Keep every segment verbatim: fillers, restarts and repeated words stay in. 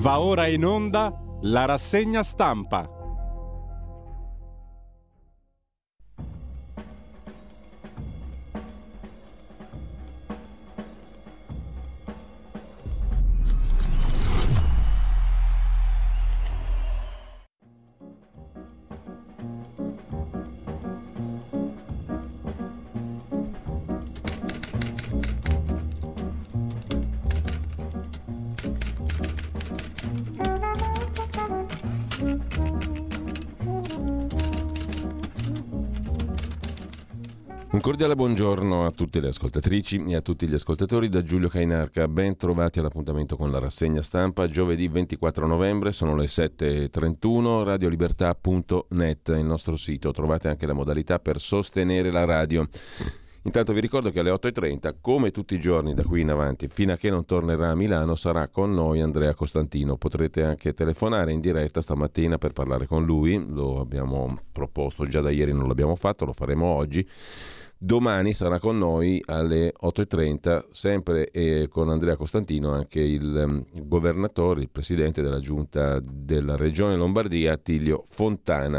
Va ora in onda la rassegna stampa. Un cordiale buongiorno a tutte le ascoltatrici e a tutti gli ascoltatori da Giulio Cainarca. Ben trovati all'appuntamento con la rassegna stampa. Giovedì ventiquattro novembre, sono le sette e trentuno, radiolibertà punto net è il nostro sito. Trovate anche la modalità per sostenere la radio. Intanto vi ricordo che alle otto e trenta, come tutti i giorni da qui in avanti, fino a che non tornerà a Milano, sarà con noi Andrea Costantino. Potrete anche telefonare in diretta stamattina per parlare con lui. Lo abbiamo proposto già da ieri, non l'abbiamo fatto, lo faremo oggi. Domani sarà con noi alle otto e trenta, sempre eh, con Andrea Costantino, anche il um, governatore, il presidente della giunta della regione Lombardia, Attilio Fontana.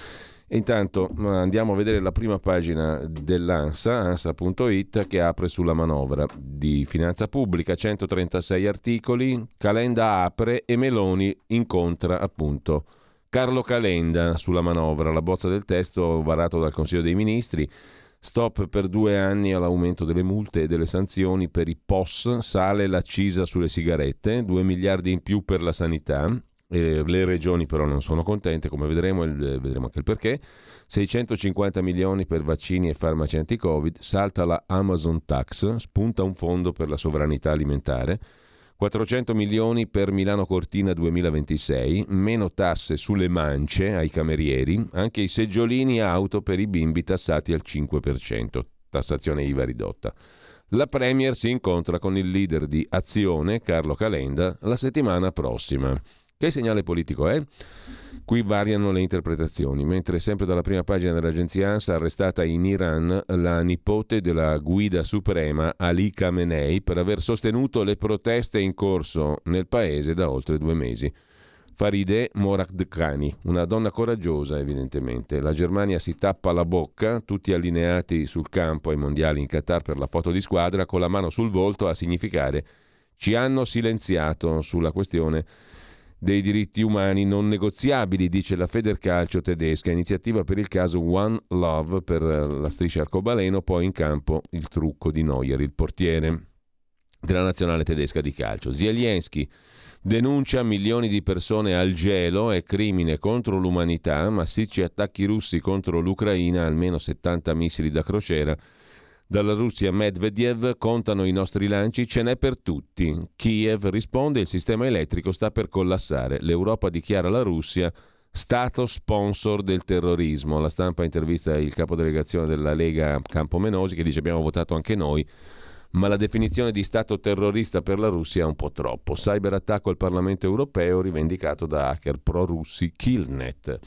E intanto andiamo a vedere la prima pagina dell'ANSA, ansa punto it, che apre sulla manovra di finanza pubblica, centotrentasei articoli, Calenda apre e Meloni incontra appunto Carlo Calenda sulla manovra, la bozza del testo varato dal Consiglio dei Ministri. Stop per due anni all'aumento delle multe e delle sanzioni per i P O S, sale l'accisa sulle sigarette, due miliardi in più per la sanità, eh, le regioni però non sono contente, come vedremo, il, vedremo anche il perché, seicentocinquanta milioni per vaccini e farmaci anti-Covid, salta la Amazon Tax, spunta un fondo per la sovranità alimentare, quattrocento milioni per Milano Cortina duemilaventisei, meno tasse sulle mance ai camerieri, anche i seggiolini auto per i bimbi tassati al cinque per cento, tassazione I V A ridotta. La Premier si incontra con il leader di Azione, Carlo Calenda, la settimana prossima. Che segnale politico è? Qui variano le interpretazioni, mentre sempre dalla prima pagina dell'agenzia ANSA, arrestata in Iran la nipote della guida suprema Ali Khamenei per aver sostenuto le proteste in corso nel paese da oltre due mesi. Farideh Moradkhani, una donna coraggiosa evidentemente. La Germania si tappa la bocca, tutti allineati sul campo ai mondiali in Qatar per la foto di squadra, con la mano sul volto a significare ci hanno silenziato sulla questione dei diritti umani non negoziabili, dice la Federcalcio tedesca, iniziativa per il caso One Love per la striscia arcobaleno, poi in campo il trucco di Neuer, il portiere della nazionale tedesca di calcio. Zelensky denuncia milioni di persone al gelo, è crimine contro l'umanità, massicci attacchi russi contro l'Ucraina, almeno settanta missili da crociera. Dalla Russia Medvedev, contano i nostri lanci, ce n'è per tutti. Kiev risponde, il sistema elettrico sta per collassare. L'Europa dichiara la Russia stato sponsor del terrorismo. La Stampa intervista il capodelegazione della Lega Campomenosi che dice abbiamo votato anche noi, ma la definizione di stato terrorista per la Russia è un po' troppo. Cyberattacco al Parlamento europeo rivendicato da hacker pro-russi Killnet.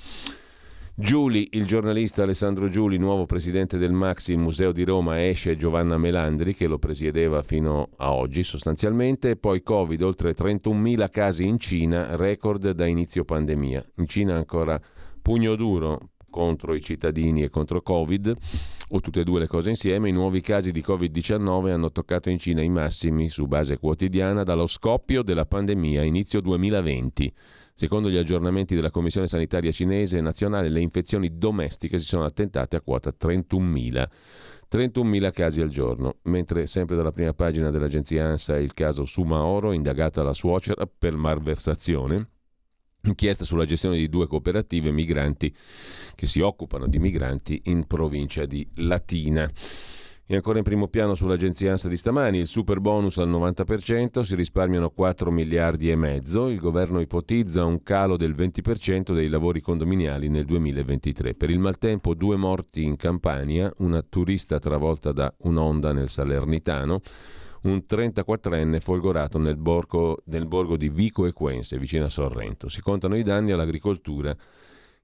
Giuli, il giornalista Alessandro Giuli, nuovo presidente del Maxi, il Museo di Roma, esce Giovanna Melandri che lo presiedeva fino a oggi sostanzialmente, e poi Covid, oltre trentunomila casi in Cina, record da inizio pandemia. In Cina ancora pugno duro contro i cittadini e contro Covid, o tutte e due le cose insieme. I nuovi casi di covid diciannove hanno toccato in Cina i massimi su base quotidiana dallo scoppio della pandemia inizio duemilaventi. Secondo gli aggiornamenti della Commissione Sanitaria Cinese Nazionale, le infezioni domestiche si sono attentate a quota trentunomila. trentunomila casi al giorno, mentre sempre dalla prima pagina dell'agenzia ANSA il caso Sumaoro, indagata la suocera per malversazione, inchiesta sulla gestione di due cooperative migranti che si occupano di migranti in provincia di Latina. E ancora in primo piano sull'agenzia ANSA di stamani, il super bonus al novanta per cento, si risparmiano quattro miliardi e mezzo, il governo ipotizza un calo del venti per cento dei lavori condominiali nel duemilaventitré. Per il maltempo due morti in Campania, una turista travolta da un'onda nel Salernitano, un trentaquattrenne folgorato nel borgo, nel borgo di Vico Equense, vicino a Sorrento. Si contano i danni all'agricoltura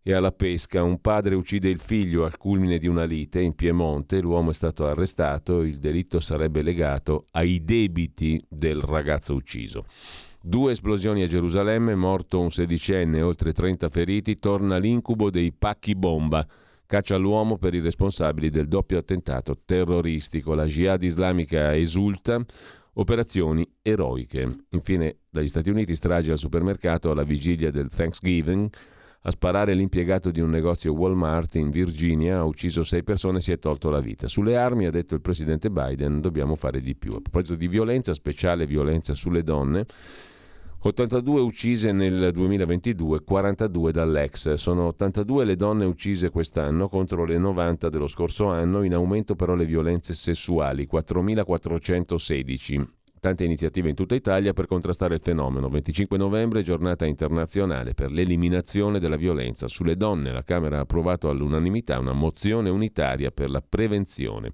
e alla pesca. Un padre uccide il figlio al culmine di una lite in Piemonte, l'uomo è stato arrestato, il delitto sarebbe legato ai debiti del ragazzo ucciso. Due esplosioni a Gerusalemme, morto un sedicenne e oltre trenta feriti, torna l'incubo dei pacchi bomba. Caccia all'uomo per i responsabili del doppio attentato terroristico. La Jihad islamica esulta, operazioni eroiche. Infine, dagli Stati Uniti, strage al supermercato alla vigilia del Thanksgiving. A sparare l'impiegato di un negozio Walmart in Virginia, ha ucciso sei persone e si è tolto la vita. Sulle armi, ha detto il presidente Biden, dobbiamo fare di più. A proposito di violenza, speciale violenza sulle donne, ottantadue uccise nel duemilaventidue, quarantadue dall'ex. Sono ottantadue le donne uccise quest'anno contro le novanta dello scorso anno, in aumento però le violenze sessuali, quattromilaquattrocentosedici. Tante iniziative in tutta Italia per contrastare il fenomeno. venticinque novembre, giornata internazionale per l'eliminazione della violenza sulle donne. La Camera ha approvato all'unanimità una mozione unitaria per la prevenzione.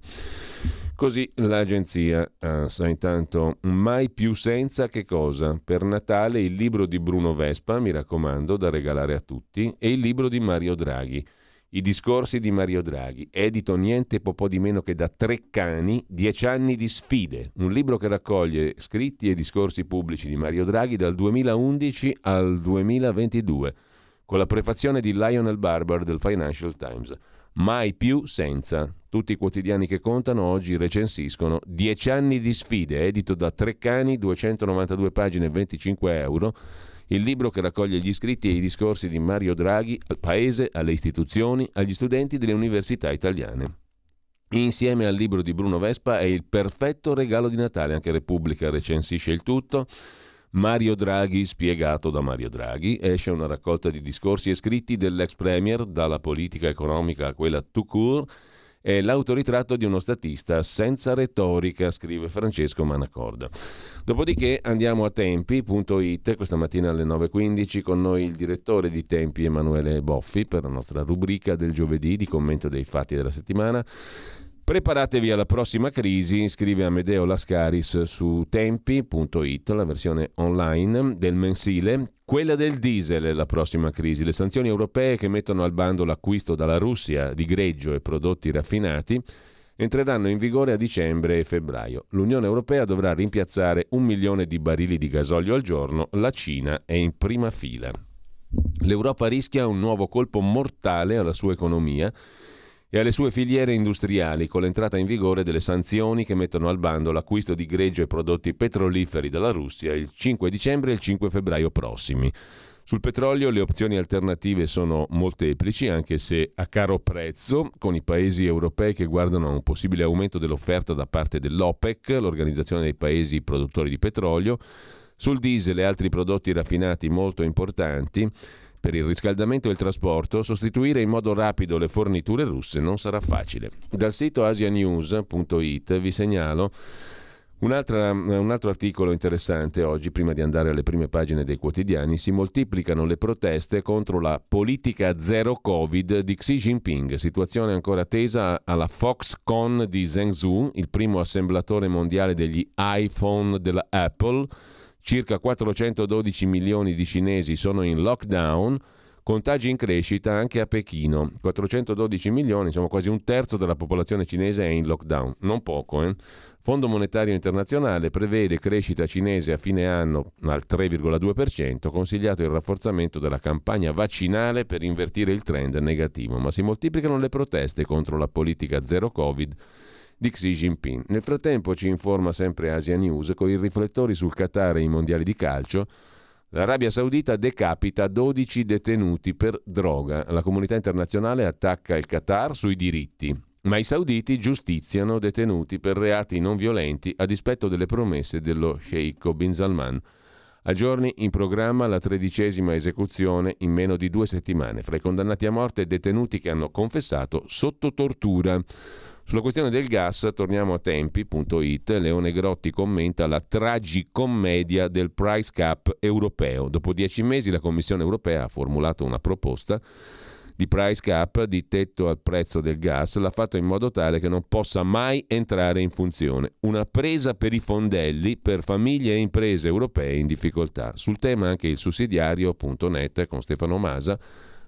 Così l'agenzia ANSA. Intanto, mai più senza che cosa? Per Natale il libro di Bruno Vespa, mi raccomando, da regalare a tutti, e il libro di Mario Draghi. I discorsi di Mario Draghi, edito niente po' di meno che da Treccani, Dieci anni di sfide, un libro che raccoglie scritti e discorsi pubblici di Mario Draghi dal duemilaundici al duemilaventidue, con la prefazione di Lionel Barber del Financial Times. Mai più senza. Tutti i quotidiani che contano oggi recensiscono Dieci anni di sfide, edito da Treccani, duecentonovantadue pagine, venticinque euro. Il libro che raccoglie gli scritti e i discorsi di Mario Draghi al Paese, alle istituzioni, agli studenti delle università italiane. Insieme al libro di Bruno Vespa è il perfetto regalo di Natale. Anche Repubblica recensisce il tutto. Mario Draghi spiegato da Mario Draghi. Esce una raccolta di discorsi e scritti dell'ex premier, dalla politica economica a quella tout court. È l'autoritratto di uno statista senza retorica, scrive Francesco Manacorda. Dopodiché andiamo a tempi punto it, questa mattina alle nove e quindici, con noi il direttore di Tempi Emanuele Boffi per la nostra rubrica del giovedì di commento dei fatti della settimana. Preparatevi alla prossima crisi, scrive Amedeo Lascaris su Tempi punto it, la versione online del mensile. Quella del diesel è la prossima crisi. Le sanzioni europee che mettono al bando l'acquisto dalla Russia di greggio e prodotti raffinati entreranno in vigore a dicembre e febbraio. L'Unione Europea dovrà rimpiazzare un milione di barili di gasolio al giorno. La Cina è in prima fila. L'Europa rischia un nuovo colpo mortale alla sua economia e alle sue filiere industriali con l'entrata in vigore delle sanzioni che mettono al bando l'acquisto di greggio e prodotti petroliferi dalla Russia il cinque dicembre e il cinque febbraio prossimi. Sul petrolio le opzioni alternative sono molteplici, anche se a caro prezzo, con i paesi europei che guardano a un possibile aumento dell'offerta da parte dell'OPEC, l'organizzazione dei paesi produttori di petrolio. Sul diesel e altri prodotti raffinati molto importanti per il riscaldamento e il trasporto, sostituire in modo rapido le forniture russe non sarà facile. Dal sito asianews punto it vi segnalo un'altra, un altro articolo interessante oggi. Prima di andare alle prime pagine dei quotidiani, si moltiplicano le proteste contro la politica zero Covid di Xi Jinping, situazione ancora tesa alla Foxconn di Zhengzhou, il primo assemblatore mondiale degli iPhone della Apple. Circa quattrocentododici milioni di cinesi sono in lockdown, contagi in crescita anche a Pechino. quattrocentododici milioni, insomma quasi un terzo della popolazione cinese è in lockdown, non poco. Eh? Fondo Monetario Internazionale prevede crescita cinese a fine anno al tre virgola due per cento, consigliato il rafforzamento della campagna vaccinale per invertire il trend negativo, ma si moltiplicano le proteste contro la politica zero Covid di Xi Jinping. Nel frattempo, ci informa sempre Asia News, con i riflettori sul Qatar e i mondiali di calcio, l'Arabia Saudita decapita dodici detenuti per droga. La comunità internazionale attacca il Qatar sui diritti, ma i sauditi giustiziano detenuti per reati non violenti a dispetto delle promesse dello sceicco bin Salman. A giorni in programma la tredicesima esecuzione in meno di due settimane. Fra i condannati a morte detenuti che hanno confessato sotto tortura. Sulla questione del gas torniamo a tempi punto it. Leone Grotti commenta la tragicommedia del price cap europeo. Dopo dieci mesi la Commissione europea ha formulato una proposta di price cap, di tetto al prezzo del gas, l'ha fatto in modo tale che non possa mai entrare in funzione. Una presa per i fondelli per famiglie e imprese europee in difficoltà. Sul tema anche il sussidiario punto net con Stefano Masa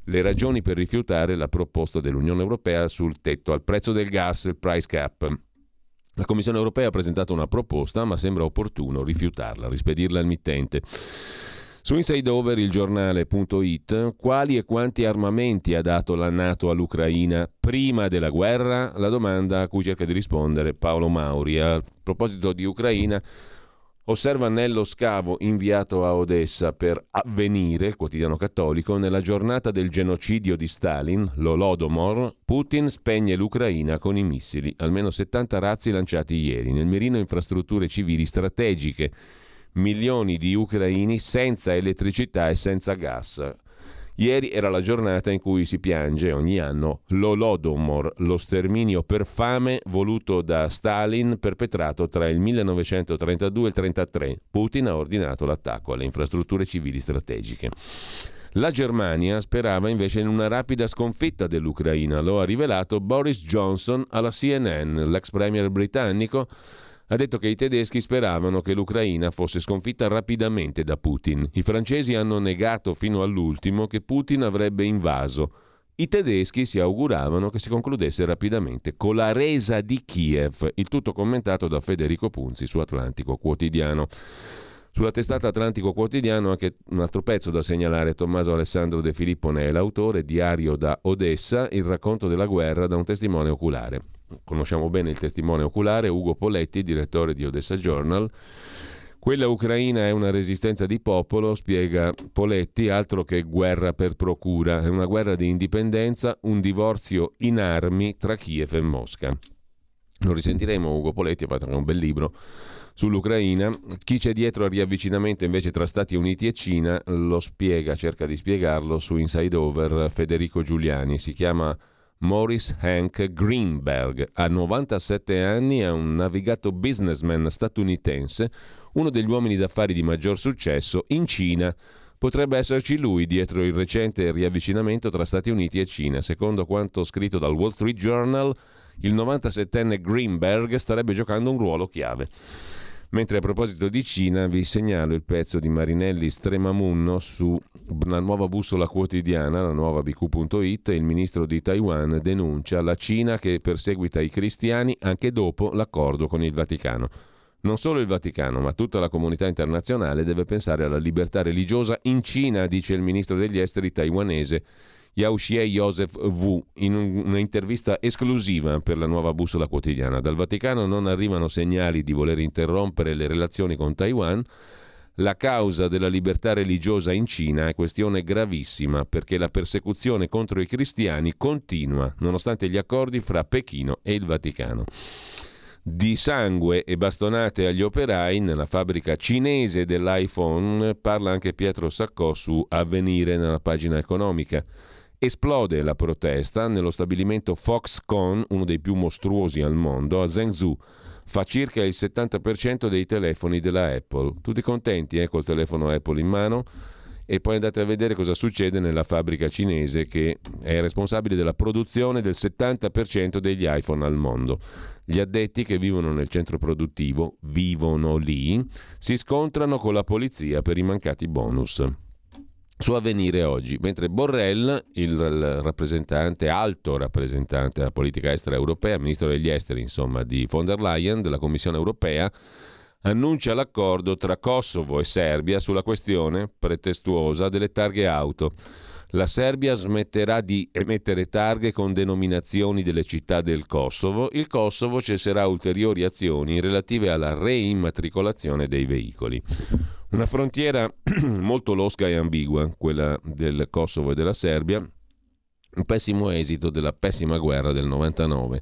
le ragioni per rifiutare la proposta dell'Unione Europea sul tetto al prezzo del gas, il price cap. La Commissione Europea ha presentato una proposta, ma sembra opportuno rifiutarla, rispedirla al mittente. Su Inside Over, il giornale punto it, quali e quanti armamenti ha dato la NATO all'Ucraina prima della guerra? La domanda a cui cerca di rispondere Paolo Mauri. A proposito di Ucraina, osserva nello scavo inviato a Odessa per Avvenire, il quotidiano cattolico, nella giornata del genocidio di Stalin, l'Holodomor, Putin spegne l'Ucraina con i missili, almeno settanta razzi lanciati ieri, nel mirino infrastrutture civili strategiche, milioni di ucraini senza elettricità e senza gas. Ieri era la giornata in cui si piange ogni anno l'Holodomor, lo sterminio per fame voluto da Stalin, perpetrato tra il millenovecentotrentadue e il trentatré. Putin ha ordinato l'attacco alle infrastrutture civili strategiche. La Germania sperava invece in una rapida sconfitta dell'Ucraina, lo ha rivelato Boris Johnson alla C N N. L'ex premier britannico ha detto che i tedeschi speravano che l'Ucraina fosse sconfitta rapidamente da Putin. I francesi hanno negato fino all'ultimo che Putin avrebbe invaso. I tedeschi si auguravano che si concludesse rapidamente con la resa di Kiev. Il tutto commentato da Federico Punzi su Atlantico Quotidiano. Sulla testata Atlantico Quotidiano anche un altro pezzo da segnalare. Tommaso Alessandro De Filippo ne è l'autore, Diario da Odessa, il racconto della guerra da un testimone oculare. Conosciamo bene il testimone oculare, Ugo Poletti, direttore di Odessa Journal. Quella ucraina è una resistenza di popolo, spiega Poletti, altro che guerra per procura, è una guerra di indipendenza, un divorzio in armi tra Kiev e Mosca. Lo risentiremo, Ugo Poletti ha fatto un bel libro sull'Ucraina. Chi c'è dietro al riavvicinamento invece tra Stati Uniti e Cina lo spiega, cerca di spiegarlo su Inside Over Federico Giuliani, si chiama Maurice Hank Greenberg, ha novantasette anni, è un navigato businessman statunitense, uno degli uomini d'affari di maggior successo in Cina. Potrebbe esserci lui dietro il recente riavvicinamento tra Stati Uniti e Cina. Secondo quanto scritto dal Wall Street Journal, il novantasettenne Greenberg starebbe giocando un ruolo chiave. Mentre a proposito di Cina vi segnalo il pezzo di Marinelli Stremamunno su la nuova bussola quotidiana, la nuova B Q punto it. Il ministro di Taiwan denuncia la Cina che perseguita i cristiani anche dopo l'accordo con il Vaticano. Non solo il Vaticano, ma tutta la comunità internazionale deve pensare alla libertà religiosa in Cina, dice il ministro degli esteri taiwanese Yao Xie Joseph Wu in un'intervista esclusiva per la nuova bussola quotidiana. Dal Vaticano non arrivano segnali di voler interrompere le relazioni con Taiwan. La causa della libertà religiosa in Cina è questione gravissima perché la persecuzione contro i cristiani continua, nonostante gli accordi fra Pechino e il Vaticano. Di sangue e bastonate agli operai nella fabbrica cinese dell'iPhone parla anche Pietro Saccò su Avvenire nella pagina economica. Esplode la protesta nello stabilimento Foxconn, uno dei più mostruosi al mondo, a Zhengzhou. Fa circa il settanta per cento dei telefoni della Apple. Tutti contenti eh, col telefono Apple in mano? E poi andate a vedere cosa succede nella fabbrica cinese che è responsabile della produzione del settanta per cento degli iPhone al mondo. Gli addetti che vivono nel centro produttivo, vivono lì, si scontrano con la polizia per i mancati bonus. Su Avvenire oggi, mentre Borrell, il rappresentante, alto rappresentante della politica estera europea, ministro degli esteri, insomma, di von der Leyen, della Commissione europea, annuncia l'accordo tra Kosovo e Serbia sulla questione pretestuosa delle targhe auto. La Serbia smetterà di emettere targhe con denominazioni delle città del Kosovo. Il Kosovo cesserà ulteriori azioni relative alla reimmatricolazione dei veicoli. Una frontiera molto losca e ambigua, quella del Kosovo e della Serbia, un pessimo esito della pessima guerra del novantanove.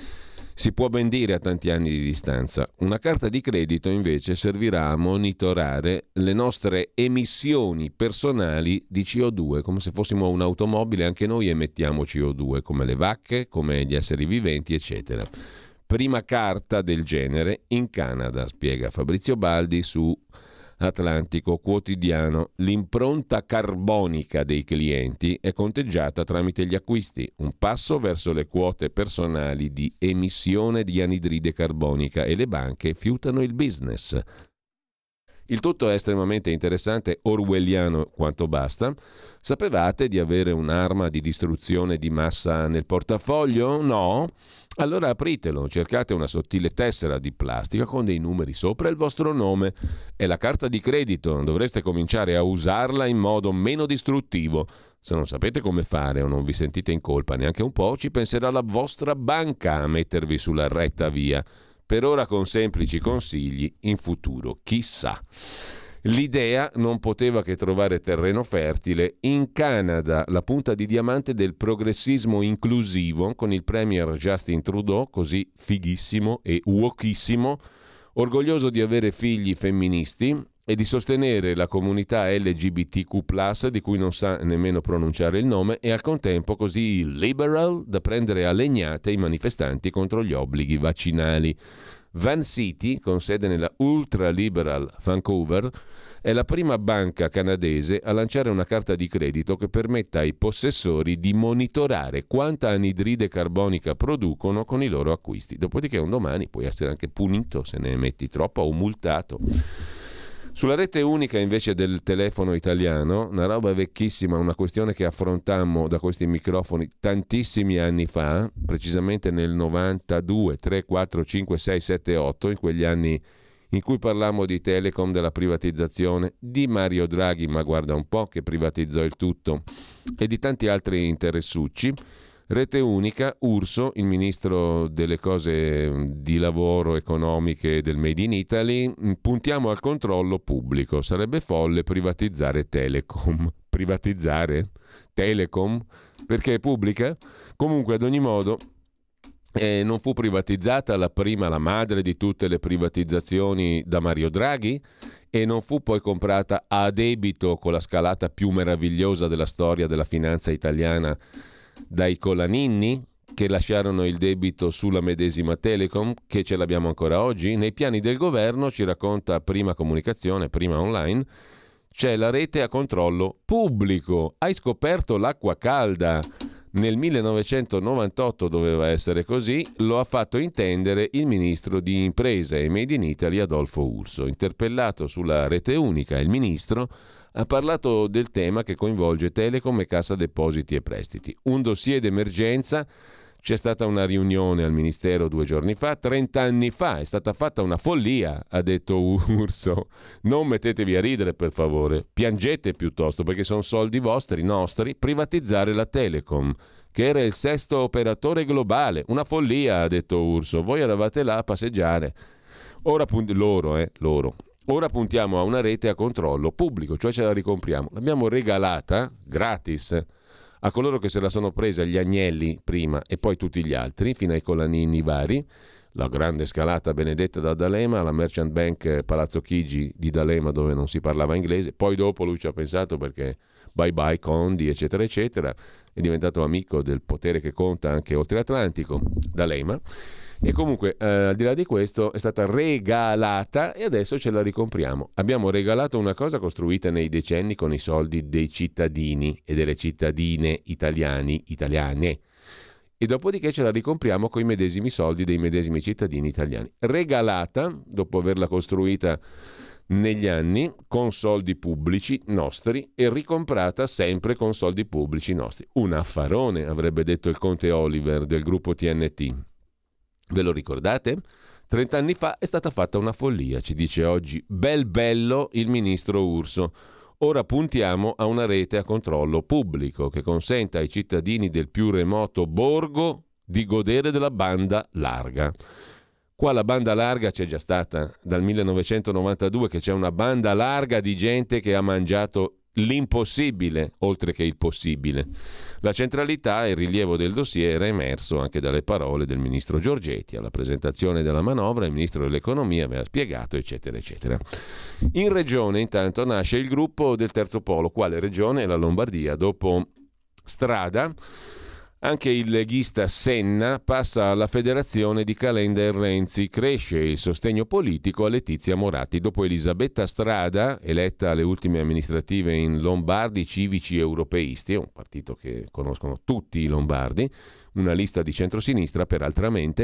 Si può ben dire a tanti anni di distanza. Una carta di credito invece servirà a monitorare le nostre emissioni personali di C O due, come se fossimo un'automobile, anche noi emettiamo C O due, come le vacche, come gli esseri viventi, eccetera. Prima carta del genere in Canada, spiega Fabrizio Baldi su Atlantico Quotidiano. L'impronta carbonica dei clienti è conteggiata tramite gli acquisti, un passo verso le quote personali di emissione di anidride carbonica, e le banche fiutano il business. Il tutto è estremamente interessante, orwelliano quanto basta. Sapevate di avere un'arma di distruzione di massa nel portafoglio? No? Allora apritelo, cercate una sottile tessera di plastica con dei numeri sopra il vostro nome. È la carta di credito, dovreste cominciare a usarla in modo meno distruttivo. Se non sapete come fare o non vi sentite in colpa neanche un po', ci penserà la vostra banca a mettervi sulla retta via. Per ora con semplici consigli, in futuro chissà. L'idea non poteva che trovare terreno fertile in Canada, la punta di diamante del progressismo inclusivo, con il premier Justin Trudeau, così fighissimo e wokissimo, orgoglioso di avere figli femministi e di sostenere la comunità L G B T Q plus, di cui non sa nemmeno pronunciare il nome, e al contempo così liberal da prendere a legnate i manifestanti contro gli obblighi vaccinali. Van City, con sede nella ultra-liberal Vancouver, è la prima banca canadese a lanciare una carta di credito che permetta ai possessori di monitorare quanta anidride carbonica producono con i loro acquisti. Dopodiché un domani puoi essere anche punito se ne emetti troppa o multato. Sulla rete unica invece del telefono italiano, una roba vecchissima, una questione che affrontammo da questi microfoni tantissimi anni fa, precisamente nel novantadue, tre, quattro, cinque, sei, sette, otto, in quegli anni in cui parlammo di Telecom, della privatizzazione, di Mario Draghi, ma guarda un po' che privatizzò il tutto, e di tanti altri interessucci. Rete unica, Urso, il ministro delle cose di lavoro economiche del Made in Italy, puntiamo al controllo pubblico. Sarebbe folle privatizzare Telecom. Privatizzare Telecom? Perché è pubblica? Comunque, ad ogni modo, eh, non fu privatizzata la prima, la madre di tutte le privatizzazioni, da Mario Draghi? E non fu poi comprata a debito, con la scalata più meravigliosa della storia della finanza italiana, dai Colaninni, che lasciarono il debito sulla medesima Telecom, che ce l'abbiamo ancora oggi? Nei piani del governo, ci racconta Prima Comunicazione, Prima Online, c'è la rete a controllo pubblico. Hai scoperto l'acqua calda. Nel millenovecentonovantotto doveva essere così, lo ha fatto intendere il ministro di Impresa e Made in Italy Adolfo Urso. Interpellato sulla rete unica, il ministro ha parlato del tema che coinvolge Telecom e Cassa Depositi e Prestiti. Un dossier d'emergenza. C'è stata una riunione al Ministero due giorni fa, trent'anni fa, è stata fatta una follia, ha detto Urso. Non mettetevi a ridere, per favore, piangete piuttosto, perché sono soldi vostri, nostri, privatizzare la Telecom, che era il sesto operatore globale. Una follia, ha detto Urso, voi eravate là a passeggiare. Ora punt- loro, eh, loro. Ora puntiamo a una rete a controllo pubblico, cioè ce la ricompriamo. L'abbiamo regalata gratis a coloro che se la sono presa, gli Agnelli prima e poi tutti gli altri, fino ai Colanini vari, la grande scalata benedetta da D'Alema, la Merchant Bank Palazzo Chigi di D'Alema, dove non si parlava inglese. Poi dopo lui ci ha pensato, perché bye bye Condi, eccetera eccetera, è diventato amico del potere che conta anche oltre Atlantico, D'Alema. E comunque, eh, al di là di questo, è stata regalata e adesso ce la ricompriamo. Abbiamo regalato una cosa costruita nei decenni con i soldi dei cittadini e delle cittadine italiani, italiane. E dopodiché ce la ricompriamo con i medesimi soldi dei medesimi cittadini italiani. Regalata, dopo averla costruita negli anni, con soldi pubblici nostri, e ricomprata sempre con soldi pubblici nostri. Un affarone, avrebbe detto il conte Oliver del gruppo T N T. Ve lo ricordate? Trent'anni fa è stata fatta una follia, ci dice oggi bel bello il ministro Urso. Ora puntiamo a una rete a controllo pubblico che consenta ai cittadini del più remoto borgo di godere della banda larga. Qua la banda larga c'è già stata dal millenovecentonovantadue, che c'è una banda larga di gente che ha mangiato l'impossibile oltre che il possibile. La centralità e il rilievo del dossier era emerso anche dalle parole del ministro Giorgetti alla presentazione della manovra. Il ministro dell'economia aveva spiegato, eccetera eccetera. In regione intanto nasce il gruppo del terzo polo. Quale regione? La Lombardia. Dopo Strada, anche il leghista Senna passa alla federazione di Calenda e Renzi. Cresce il sostegno politico a Letizia Moratti. Dopo Elisabetta Strada, eletta alle ultime amministrative in Lombardi Civici Europeisti, un partito che conoscono tutti i lombardi, una lista di centrosinistra peraltramente,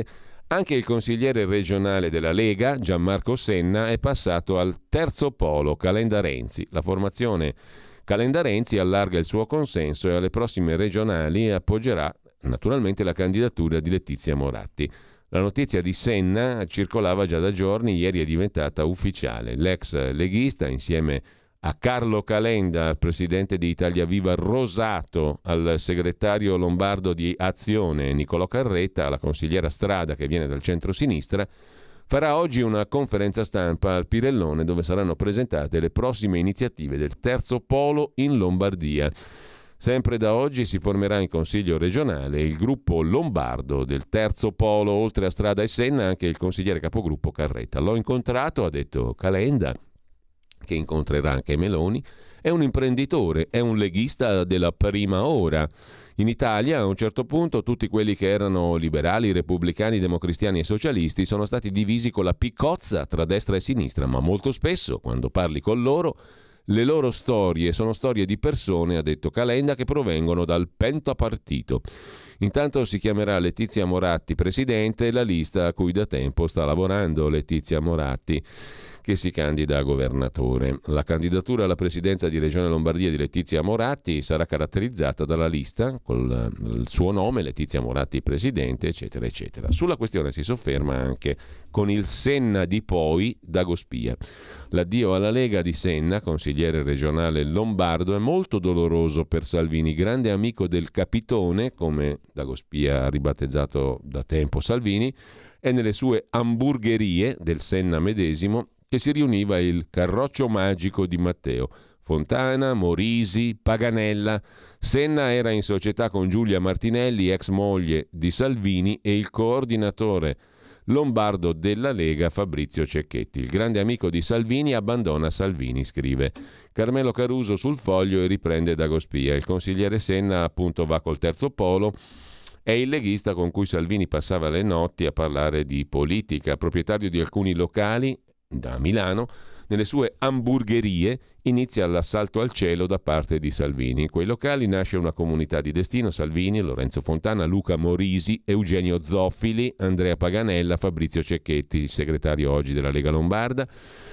Anche il consigliere regionale della Lega, Gianmarco Senna, è passato al terzo polo, Calenda Renzi. La formazione Calenda Renzi allarga il suo consenso e alle prossime regionali appoggerà naturalmente la candidatura di Letizia Moratti. La notizia di Senna circolava già da giorni, ieri è diventata ufficiale. L'ex leghista, insieme a Carlo Calenda, presidente di Italia Viva Rosato, al segretario lombardo di Azione Niccolò Carretta, alla consigliera Strada che viene dal centro-sinistra, farà oggi una conferenza stampa al Pirellone dove saranno presentate le prossime iniziative del terzo polo in Lombardia. Sempre da oggi si formerà in Consiglio regionale il gruppo lombardo del terzo polo, oltre a Strada e Senna anche il consigliere capogruppo Carretta. L'ho incontrato, ha detto Calenda, che incontrerà anche Meloni, è un imprenditore, è un leghista della prima ora. In Italia, a un certo punto, tutti quelli che erano liberali, repubblicani, democristiani e socialisti sono stati divisi con la piccozza tra destra e sinistra, ma molto spesso, quando parli con loro, le loro storie sono storie di persone, ha detto Calenda, che provengono dal pentapartito. Intanto si chiamerà Letizia Moratti presidente, la lista a cui da tempo sta lavorando Letizia Moratti, che si candida a governatore. La candidatura alla presidenza di Regione Lombardia di Letizia Moratti sarà caratterizzata dalla lista col il suo nome, Letizia Moratti presidente, eccetera, eccetera. Sulla questione si sofferma anche con il Senna di poi Dagospia. L'addio alla Lega di Senna, consigliere regionale lombardo, è molto doloroso per Salvini, grande amico del Capitone, come Dagospia ha ribattezzato da tempo Salvini, e nelle sue hamburgerie del Senna medesimo che si riuniva il carroccio magico di Matteo. Fontana, Morisi, Paganella. Senna era in società con Giulia Martinelli, ex moglie di Salvini, e il coordinatore lombardo della Lega Fabrizio Cecchetti. Il grande amico di Salvini abbandona Salvini, scrive Carmelo Caruso sul Foglio e riprende Dagospia. Il consigliere Senna appunto va col terzo polo. È il leghista con cui Salvini passava le notti a parlare di politica, proprietario di alcuni locali da Milano. Nelle sue hamburgerie inizia l'assalto al cielo da parte di Salvini. In quei locali nasce una comunità di destino: Salvini, Lorenzo Fontana, Luca Morisi, Eugenio Zoffili, Andrea Paganella, Fabrizio Cecchetti, segretario oggi della Lega Lombarda,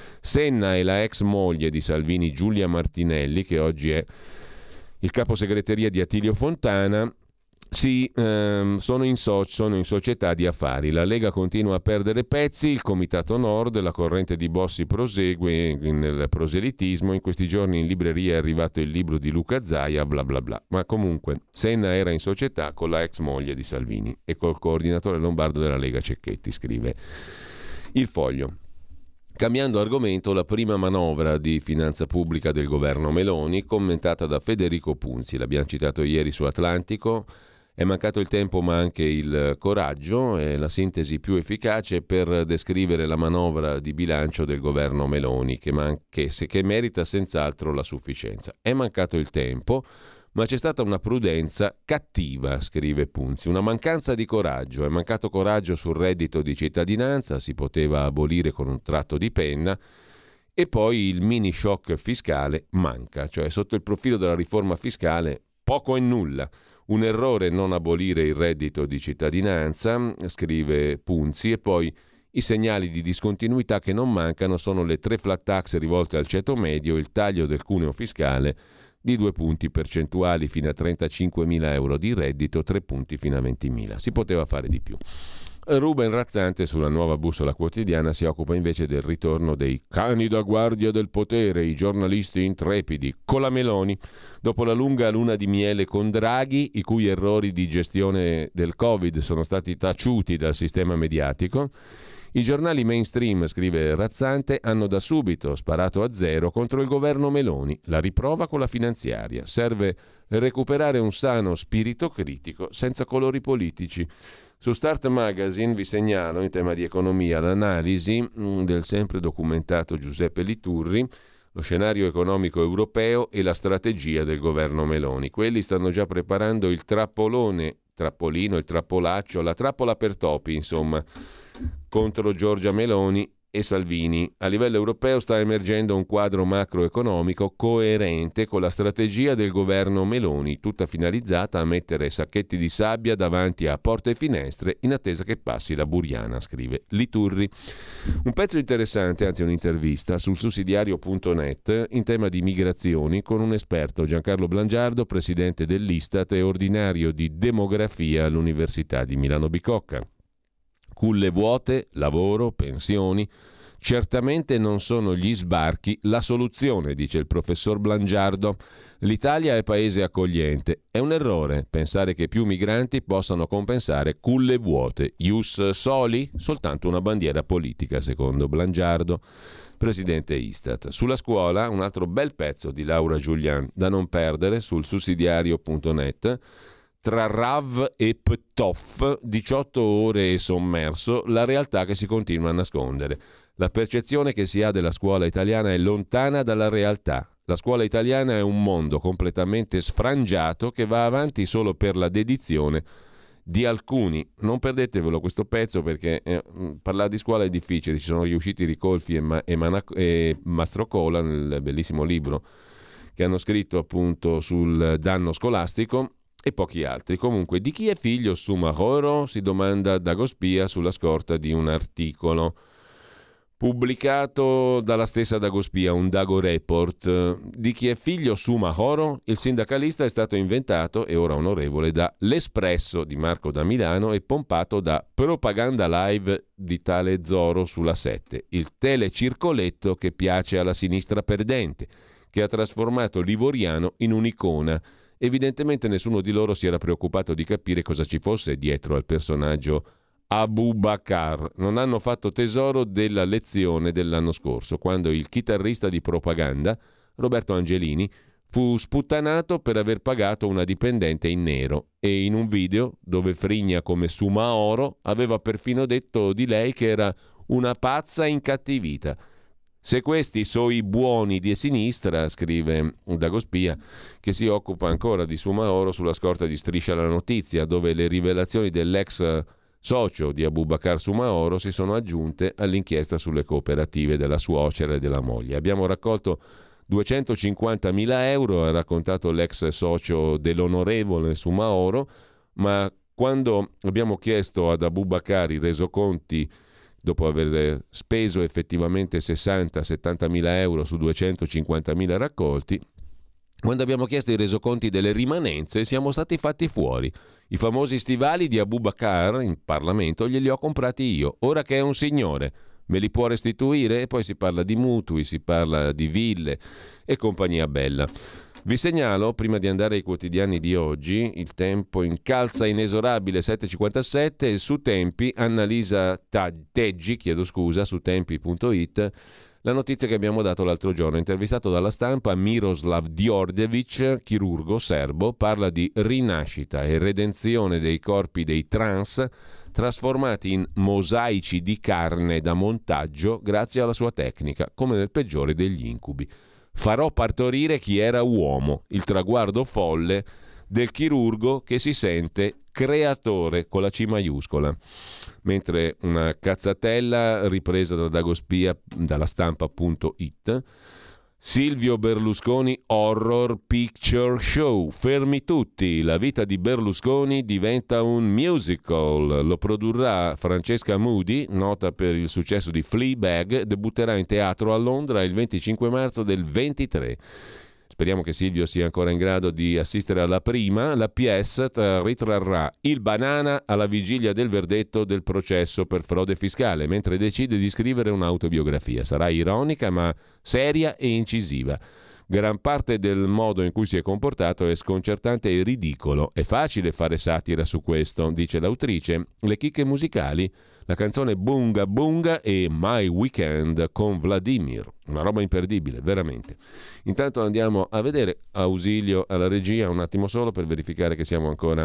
Senna e la ex moglie di Salvini, Giulia Martinelli, che oggi è il capo segreteria di Attilio Fontana. Sì, ehm, sono, in so- sono in società di affari. La Lega continua a perdere pezzi, il Comitato Nord, la corrente di Bossi prosegue nel proselitismo. In questi giorni in libreria è arrivato il libro di Luca Zaia, bla bla bla. Ma comunque, Senna era in società con la ex moglie di Salvini e col coordinatore lombardo della Lega Cecchetti, scrive il Foglio. Cambiando argomento, la prima manovra di finanza pubblica del governo Meloni, commentata da Federico Punzi. L'abbiamo citato ieri su Atlantico. È mancato il tempo ma anche il coraggio e la sintesi più efficace per descrivere la manovra di bilancio del governo Meloni, che, man- che, se- che merita senz'altro la sufficienza. È mancato il tempo, ma c'è stata una prudenza cattiva, scrive Punzi, una mancanza di coraggio. È mancato coraggio sul reddito di cittadinanza, si poteva abolire con un tratto di penna, e poi il mini shock fiscale manca, cioè sotto il profilo della riforma fiscale poco e nulla. Un errore non abolire il reddito di cittadinanza, scrive Punzi, e poi i segnali di discontinuità che non mancano sono le tre flat tax rivolte al ceto medio, il taglio del cuneo fiscale di due punti percentuali fino a trentacinquemila euro di reddito, tre punti fino a ventimila. Si poteva fare di più. Ruben Razzante sulla Nuova Bussola Quotidiana si occupa invece del ritorno dei cani da guardia del potere, i giornalisti intrepidi, con la Meloni. Dopo la lunga luna di miele con Draghi, i cui errori di gestione del Covid sono stati taciuti dal sistema mediatico, i giornali mainstream, scrive Razzante, hanno da subito sparato a zero contro il governo Meloni. La riprova con la finanziaria. Serve recuperare un sano spirito critico senza colori politici. Su Start Magazine vi segnalo, in tema di economia, l'analisi del sempre documentato Giuseppe Liturri, lo scenario economico europeo e la strategia del governo Meloni. Quelli stanno già preparando il trappolone, trappolino, il trappolaccio, la trappola per topi, insomma, contro Giorgia Meloni e Salvini. A livello europeo sta emergendo un quadro macroeconomico coerente con la strategia del governo Meloni, tutta finalizzata a mettere sacchetti di sabbia davanti a porte e finestre in attesa che passi la buriana, scrive Liturri. Un pezzo interessante, anzi un'intervista sul sussidiario punto net in tema di migrazioni con un esperto, Giancarlo Blangiardo, presidente dell'Istat e ordinario di demografia all'Università di Milano Bicocca. Culle vuote, lavoro, pensioni. Certamente non sono gli sbarchi la soluzione, dice il professor Blangiardo. L'Italia è paese accogliente. È un errore pensare che più migranti possano compensare culle vuote. Ius soli? Soltanto una bandiera politica, secondo Blangiardo, presidente Istat. Sulla scuola, un altro bel pezzo di Laura Giulian da non perdere sul sussidiario punto net. Tra Rav e Ptof, diciotto ore e sommerso, la realtà che si continua a nascondere. La percezione che si ha della scuola italiana è lontana dalla realtà. La scuola italiana è un mondo completamente sfrangiato che va avanti solo per la dedizione di alcuni. Non perdetevelo questo pezzo perché eh, parlare di scuola è difficile. Ci sono riusciti Ricolfi e, Ma- e, Mana- e Mastrocola nel bellissimo libro che hanno scritto appunto sul danno scolastico, e pochi altri. Comunque, di chi è figlio Sumahoro? Si domanda Dagospia sulla scorta di un articolo pubblicato dalla stessa Dagospia, un Dago Report. Di chi è figlio Sumahoro? Il sindacalista è stato inventato e ora onorevole da L'Espresso di Marco da Milano e pompato da Propaganda Live di tale Zoro sulla sette, il telecircoletto che piace alla sinistra perdente, che ha trasformato Livoriano in un'icona. Evidentemente nessuno di loro si era preoccupato di capire cosa ci fosse dietro al personaggio Abu Bakr. Non hanno fatto tesoro della lezione dell'anno scorso, quando il chitarrista di Propaganda, Roberto Angelini, fu sputtanato per aver pagato una dipendente in nero e in un video dove frigna come Sumaoro aveva perfino detto di lei che era una pazza incattivita. Se questi sono i buoni di sinistra, scrive Dagospia, che si occupa ancora di Sumaoro sulla scorta di Striscia la Notizia, dove le rivelazioni dell'ex socio di Abubakar Sumaoro si sono aggiunte all'inchiesta sulle cooperative della suocera e della moglie. Abbiamo raccolto duecentocinquantamila euro, ha raccontato l'ex socio dell'onorevole Sumaoro, ma quando abbiamo chiesto ad Abubakar i resoconti dopo aver speso effettivamente sessanta settantamila euro su duecentocinquantamila raccolti, quando abbiamo chiesto i resoconti delle rimanenze siamo stati fatti fuori. I famosi stivali di Abubakar in Parlamento glieli ho comprati io, ora che è un signore, me li può restituire? E poi si parla di mutui, si parla di ville e compagnia bella. Vi segnalo, prima di andare ai quotidiani di oggi, Il Tempo incalza inesorabile sette e cinquantasette e su Tempi, Annalisa Teggi, chiedo scusa, su tempi punto it, la notizia che abbiamo dato l'altro giorno. Intervistato dalla Stampa, Miroslav Djordjevic, chirurgo serbo, parla di rinascita e redenzione dei corpi dei trans trasformati in mosaici di carne da montaggio grazie alla sua tecnica, come nel peggiore degli incubi. Farò partorire chi era uomo, il traguardo folle del chirurgo che si sente creatore con la C maiuscola. Mentre una cazzatella ripresa da Dagospia dalla stampa punto it, Silvio Berlusconi Horror Picture Show. Fermi tutti, la vita di Berlusconi diventa un musical. Lo produrrà Francesca Moody, nota per il successo di Fleabag, debutterà in teatro a Londra il venticinque marzo del ventitré. Speriamo che Silvio sia ancora in grado di assistere alla prima. La pièce ritrarrà il Banana alla vigilia del verdetto del processo per frode fiscale, mentre decide di scrivere un'autobiografia. Sarà ironica ma seria e incisiva. Gran parte del modo in cui si è comportato è sconcertante e ridicolo. È facile fare satira su questo, dice l'autrice. Le chicche musicali, la canzone Bunga Bunga e My Weekend con Vladimir, una roba imperdibile, veramente. Intanto andiamo a vedere, ausilio alla regia un attimo solo per verificare che siamo ancora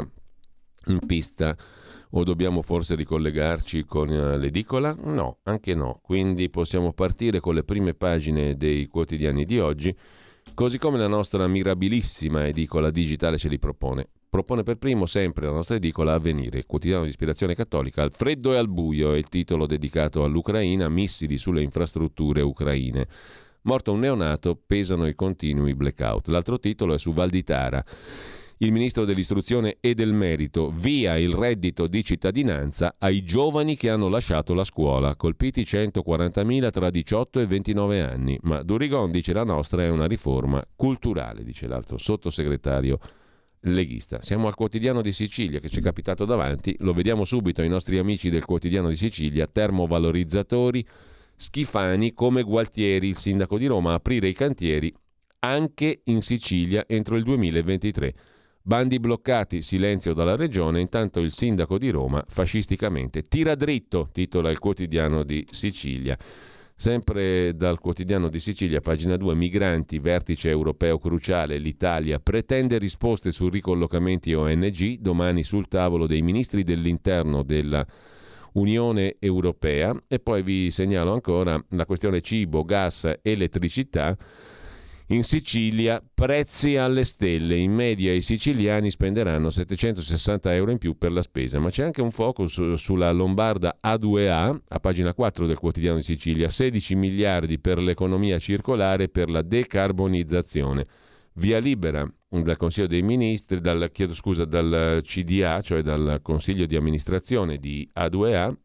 in pista, o dobbiamo forse ricollegarci con l'edicola? No, anche no, quindi possiamo partire con le prime pagine dei quotidiani di oggi, così come la nostra mirabilissima edicola digitale ce li propone. Propone per primo sempre la nostra edicola Avvenire, il quotidiano di ispirazione cattolica. Al freddo e al buio è il titolo dedicato all'Ucraina, missili sulle infrastrutture ucraine. Morto un neonato, pesano i continui blackout. L'altro titolo è su Val di Tara. Il ministro dell'istruzione e del merito, via il reddito di cittadinanza ai giovani che hanno lasciato la scuola, colpiti centoquarantamila tra diciotto e ventinove anni. Ma Durigon dice la nostra è una riforma culturale, dice l'altro sottosegretario leghista. Siamo al Quotidiano di Sicilia che ci è capitato davanti, lo vediamo subito ai nostri amici del Quotidiano di Sicilia, termovalorizzatori, Schifani come Gualtieri, il sindaco di Roma, aprire i cantieri anche in Sicilia entro il duemilaventitré. Bandi bloccati, silenzio dalla regione, intanto il sindaco di Roma fascisticamente tira dritto, titola il Quotidiano di Sicilia. Sempre dal Quotidiano di Sicilia, pagina due, migranti, vertice europeo cruciale, l'Italia pretende risposte su ricollocamenti O N G, domani sul tavolo dei ministri dell'interno della Unione Europea. E poi vi segnalo ancora la questione cibo, gas, elettricità. In Sicilia prezzi alle stelle, in media i siciliani spenderanno settecentosessanta euro in più per la spesa, ma c'è anche un focus sulla Lombarda A due A, a pagina quattro del Quotidiano di Sicilia, sedici miliardi per l'economia circolare e per la decarbonizzazione. Via libera dal Consiglio dei Ministri, dal, chiedo scusa, dal C D A, cioè dal Consiglio di amministrazione di A due A,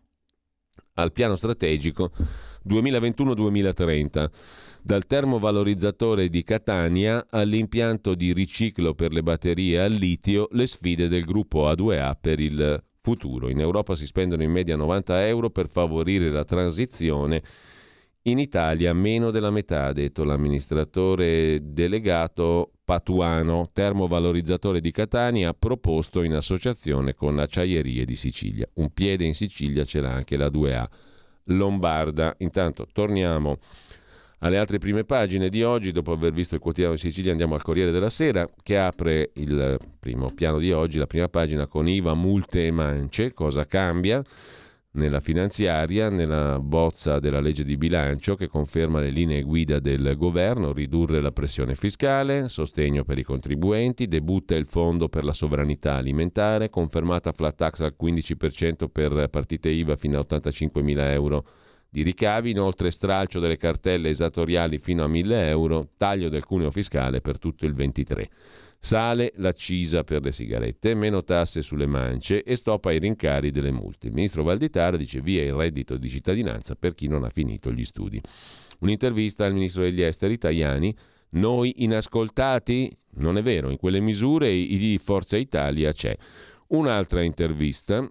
al piano strategico duemilaventuno duemilatrenta. Dal termovalorizzatore di Catania all'impianto di riciclo per le batterie al litio, le sfide del gruppo A due A per il futuro. In Europa si spendono in media novanta euro per favorire la transizione, in Italia meno della metà, ha detto l'amministratore delegato Patuano. Termovalorizzatore di Catania proposto in associazione con Acciaierie di Sicilia. Un piede in Sicilia ce l'ha anche la A due A lombarda. Intanto torniamo alle altre prime pagine di oggi. Dopo aver visto il Quotidiano di Sicilia andiamo al Corriere della Sera, che apre il primo piano di oggi, la prima pagina, con I V A, multe e mance. Cosa cambia nella finanziaria, nella bozza della legge di bilancio che conferma le linee guida del governo: ridurre la pressione fiscale, sostegno per i contribuenti, debutta il fondo per la sovranità alimentare, confermata flat tax al quindici per cento per partite I V A fino a ottantacinquemila euro di ricavi, inoltre stralcio delle cartelle esattoriali fino a mille euro, taglio del cuneo fiscale per tutto il ventitré. Sale l'accisa per le sigarette, meno tasse sulle mance e stop ai rincari delle multe. Il ministro Valditara dice via il reddito di cittadinanza per chi non ha finito gli studi. Un'intervista al ministro degli esteri Tajani: noi inascoltati? Non è vero, in quelle misure i Forza Italia c'è. Un'altra intervista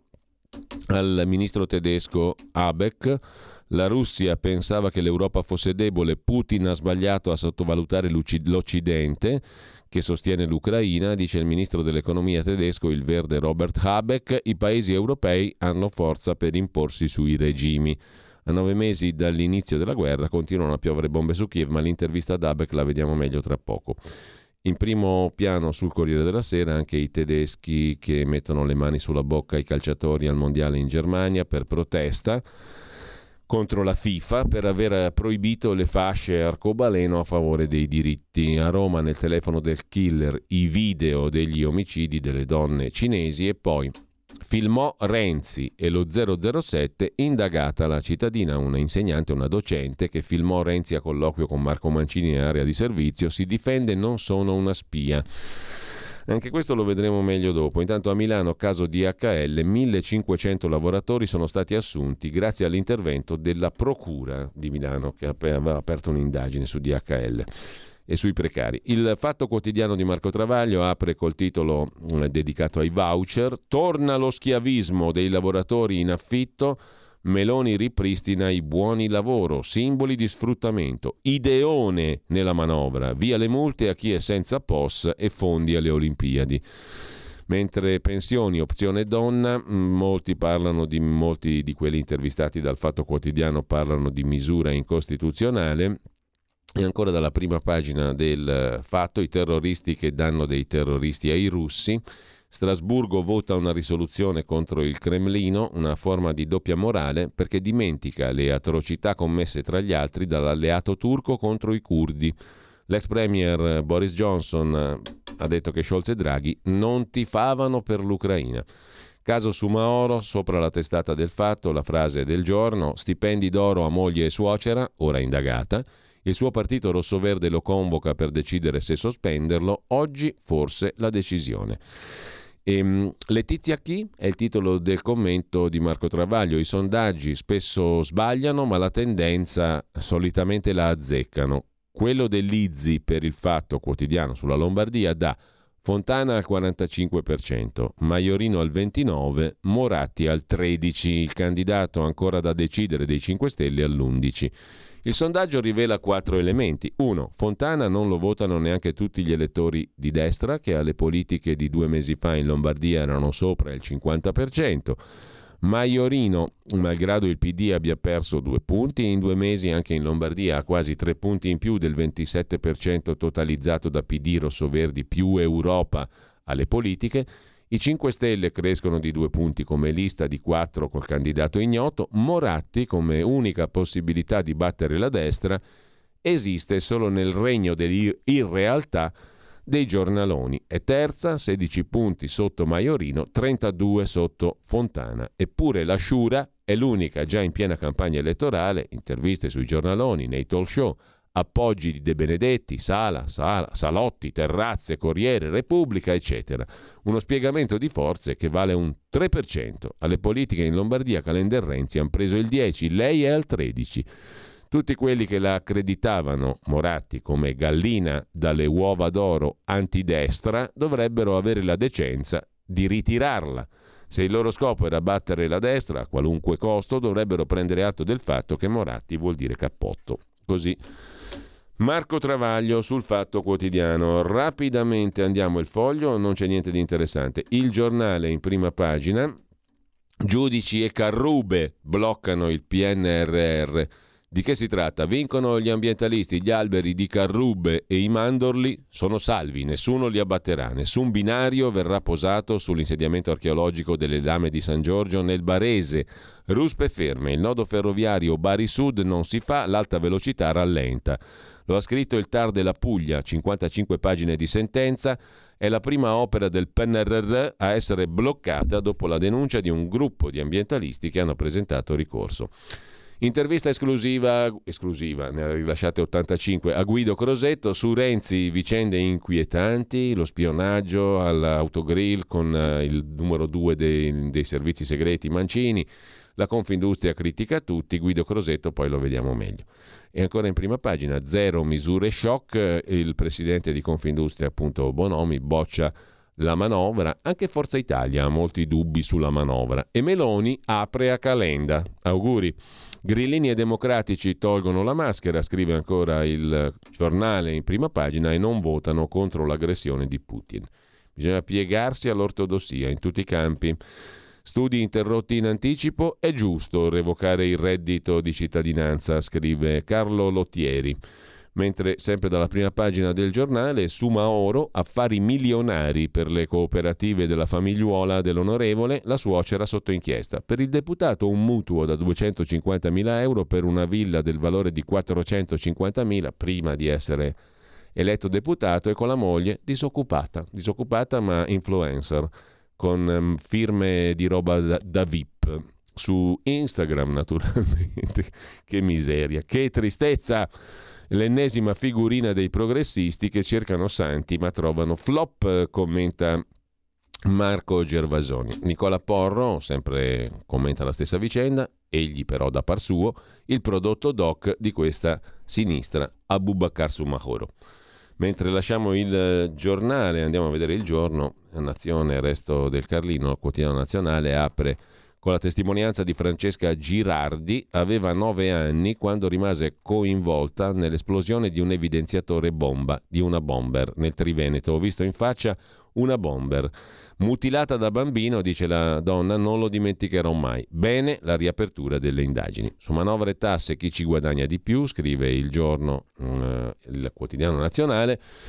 al ministro tedesco Habeck: la Russia pensava che l'Europa fosse debole, Putin ha sbagliato a sottovalutare l'Occidente che sostiene l'Ucraina, dice il ministro dell'economia tedesco, il verde Robert Habeck. I paesi europei hanno forza per imporsi sui regimi. A nove mesi dall'inizio della guerra continuano a piovere bombe su Kiev, ma l'intervista ad Habeck la vediamo meglio tra poco. In primo piano sul Corriere della Sera anche i tedeschi che mettono le mani sulla bocca ai calciatori al mondiale in Germania per protesta contro la FIFA per aver proibito le fasce arcobaleno a favore dei diritti. A Roma, nel telefono del killer, i video degli omicidi delle donne cinesi. E poi filmò Renzi e lo zero zero sette, indagata la cittadina, una insegnante, una docente che filmò Renzi a colloquio con Marco Mancini in area di servizio, si difende, non sono una spia. Anche questo lo vedremo meglio dopo. Intanto a Milano, caso D H L, millecinquecento lavoratori sono stati assunti grazie all'intervento della Procura di Milano, che aveva aperto un'indagine su D H L e sui precari. Il Fatto Quotidiano di Marco Travaglio apre col titolo eh, dedicato ai voucher: torna lo schiavismo dei lavoratori in affitto, Meloni ripristina i buoni lavoro, simboli di sfruttamento, ideone nella manovra, via le multe a chi è senza P O S e fondi alle Olimpiadi. Mentre pensioni, opzione donna, molti parlano di molti di quelli intervistati dal Fatto Quotidiano parlano di misura incostituzionale. E ancora dalla prima pagina del Fatto: i terroristi che danno dei terroristi ai russi. Strasburgo vota una risoluzione contro il Cremlino, una forma di doppia morale perché dimentica le atrocità commesse tra gli altri dall'alleato turco contro i curdi. L'ex premier Boris Johnson ha detto che Scholz e Draghi non tifavano per l'Ucraina. Caso Soumahoro, sopra la testata del Fatto, la frase del giorno: stipendi d'oro a moglie e suocera, ora indagata. Il suo partito rossoverde lo convoca per decidere se sospenderlo. Oggi forse la decisione. E, Letizia chi? È il titolo del commento di Marco Travaglio. I sondaggi spesso sbagliano, ma la tendenza solitamente la azzeccano. Quello dell'I Z I per il Fatto Quotidiano sulla Lombardia dà Fontana al quarantacinque per cento, Maiorino al ventinove per cento, Moratti al tredici per cento, il candidato ancora da decidere dei cinque Stelle all'undici per cento. Il sondaggio rivela quattro elementi. uno. Fontana non lo votano neanche tutti gli elettori di destra, che alle politiche di due mesi fa in Lombardia erano sopra il cinquanta per cento. Maiorino, malgrado il P D abbia perso due punti, in due mesi anche in Lombardia ha quasi tre punti in più del ventisette per cento totalizzato da P D Rossoverdi più Europa alle politiche. I cinque Stelle crescono di due punti come lista di quattro col candidato ignoto. Moratti, come unica possibilità di battere la destra, esiste solo nel regno dell'irrealtà dei giornaloni. È terza, sedici punti sotto Maiorino, trentadue sotto Fontana. Eppure la Sciura è l'unica già in piena campagna elettorale, interviste sui giornaloni, nei talk show, appoggi di De Benedetti, Sala, Sala, Salotti, Terrazze, Corriere, Repubblica, eccetera. Uno spiegamento di forze che vale un tre per cento. Alle politiche in Lombardia Calenda e Renzi hanno preso il dieci per cento, lei è al tredici per cento. Tutti quelli che la accreditavano, Moratti, come gallina dalle uova d'oro antidestra, dovrebbero avere la decenza di ritirarla. Se il loro scopo era battere la destra a qualunque costo, dovrebbero prendere atto del fatto che Moratti vuol dire cappotto. Così Marco Travaglio sul Fatto Quotidiano. Rapidamente andiamo il Foglio, non c'è niente di interessante. Il Giornale in prima pagina: giudici e Carrube bloccano il P N R R. Di che si tratta? Vincono gli ambientalisti, gli alberi di Carrube e i mandorli sono salvi, nessuno li abbatterà, nessun binario verrà posato sull'insediamento archeologico delle Lame di San Giorgio nel Barese. Ruspe ferme, il nodo ferroviario Bari Sud non si fa, l'alta velocità rallenta. Lo ha scritto il T A R della Puglia, cinquantacinque pagine di sentenza. È la prima opera del P N R R a essere bloccata dopo la denuncia di un gruppo di ambientalisti che hanno presentato ricorso. Intervista esclusiva, esclusiva, ne ha rilasciate ottantacinque, a Guido Crosetto su Renzi, vicende inquietanti, lo spionaggio all'autogrill con uh, il numero due dei, dei servizi segreti Mancini, la Confindustria critica tutti, Guido Crosetto poi lo vediamo meglio. E ancora in prima pagina, zero misure shock, il presidente di Confindustria appunto Bonomi boccia la manovra, anche Forza Italia ha molti dubbi sulla manovra e Meloni apre a Calenda. Auguri. Grillini e democratici tolgono la maschera, scrive ancora il Giornale in prima pagina, e non votano contro l'aggressione di Putin. Bisogna piegarsi all'ortodossia in tutti i campi. Studi interrotti in anticipo, è giusto revocare il reddito di cittadinanza, scrive Carlo Lottieri. Mentre sempre dalla prima pagina del Giornale, Soumahoro, affari milionari per le cooperative della famigliuola dell'onorevole, la suocera sotto inchiesta. Per il deputato un mutuo da duecentocinquantamila euro per una villa del valore di quattrocentocinquantamila prima di essere eletto deputato, e con la moglie disoccupata, disoccupata ma influencer, con um, firme di roba da, da V I P. Su Instagram naturalmente. Che miseria, che tristezza! L'ennesima figurina dei progressisti che cercano santi ma trovano flop, commenta Marco Gervasoni. Nicola Porro sempre commenta la stessa vicenda, egli però da par suo il prodotto doc di questa sinistra, Abubakar Soumahoro. Mentre lasciamo il Giornale, andiamo a vedere Il Giorno, Nazione, il Resto del Carlino, il quotidiano nazionale, apre con la testimonianza di Francesca Girardi. Aveva nove anni quando rimase coinvolta nell'esplosione di un evidenziatore bomba, di una bomber nel Triveneto. Ho visto in faccia una bomber. Mutilata da bambino, dice la donna, non lo dimenticherò mai. Bene la riapertura delle indagini. Su manovra e tasse chi ci guadagna di più, scrive Il Giorno, eh, il quotidiano nazionale.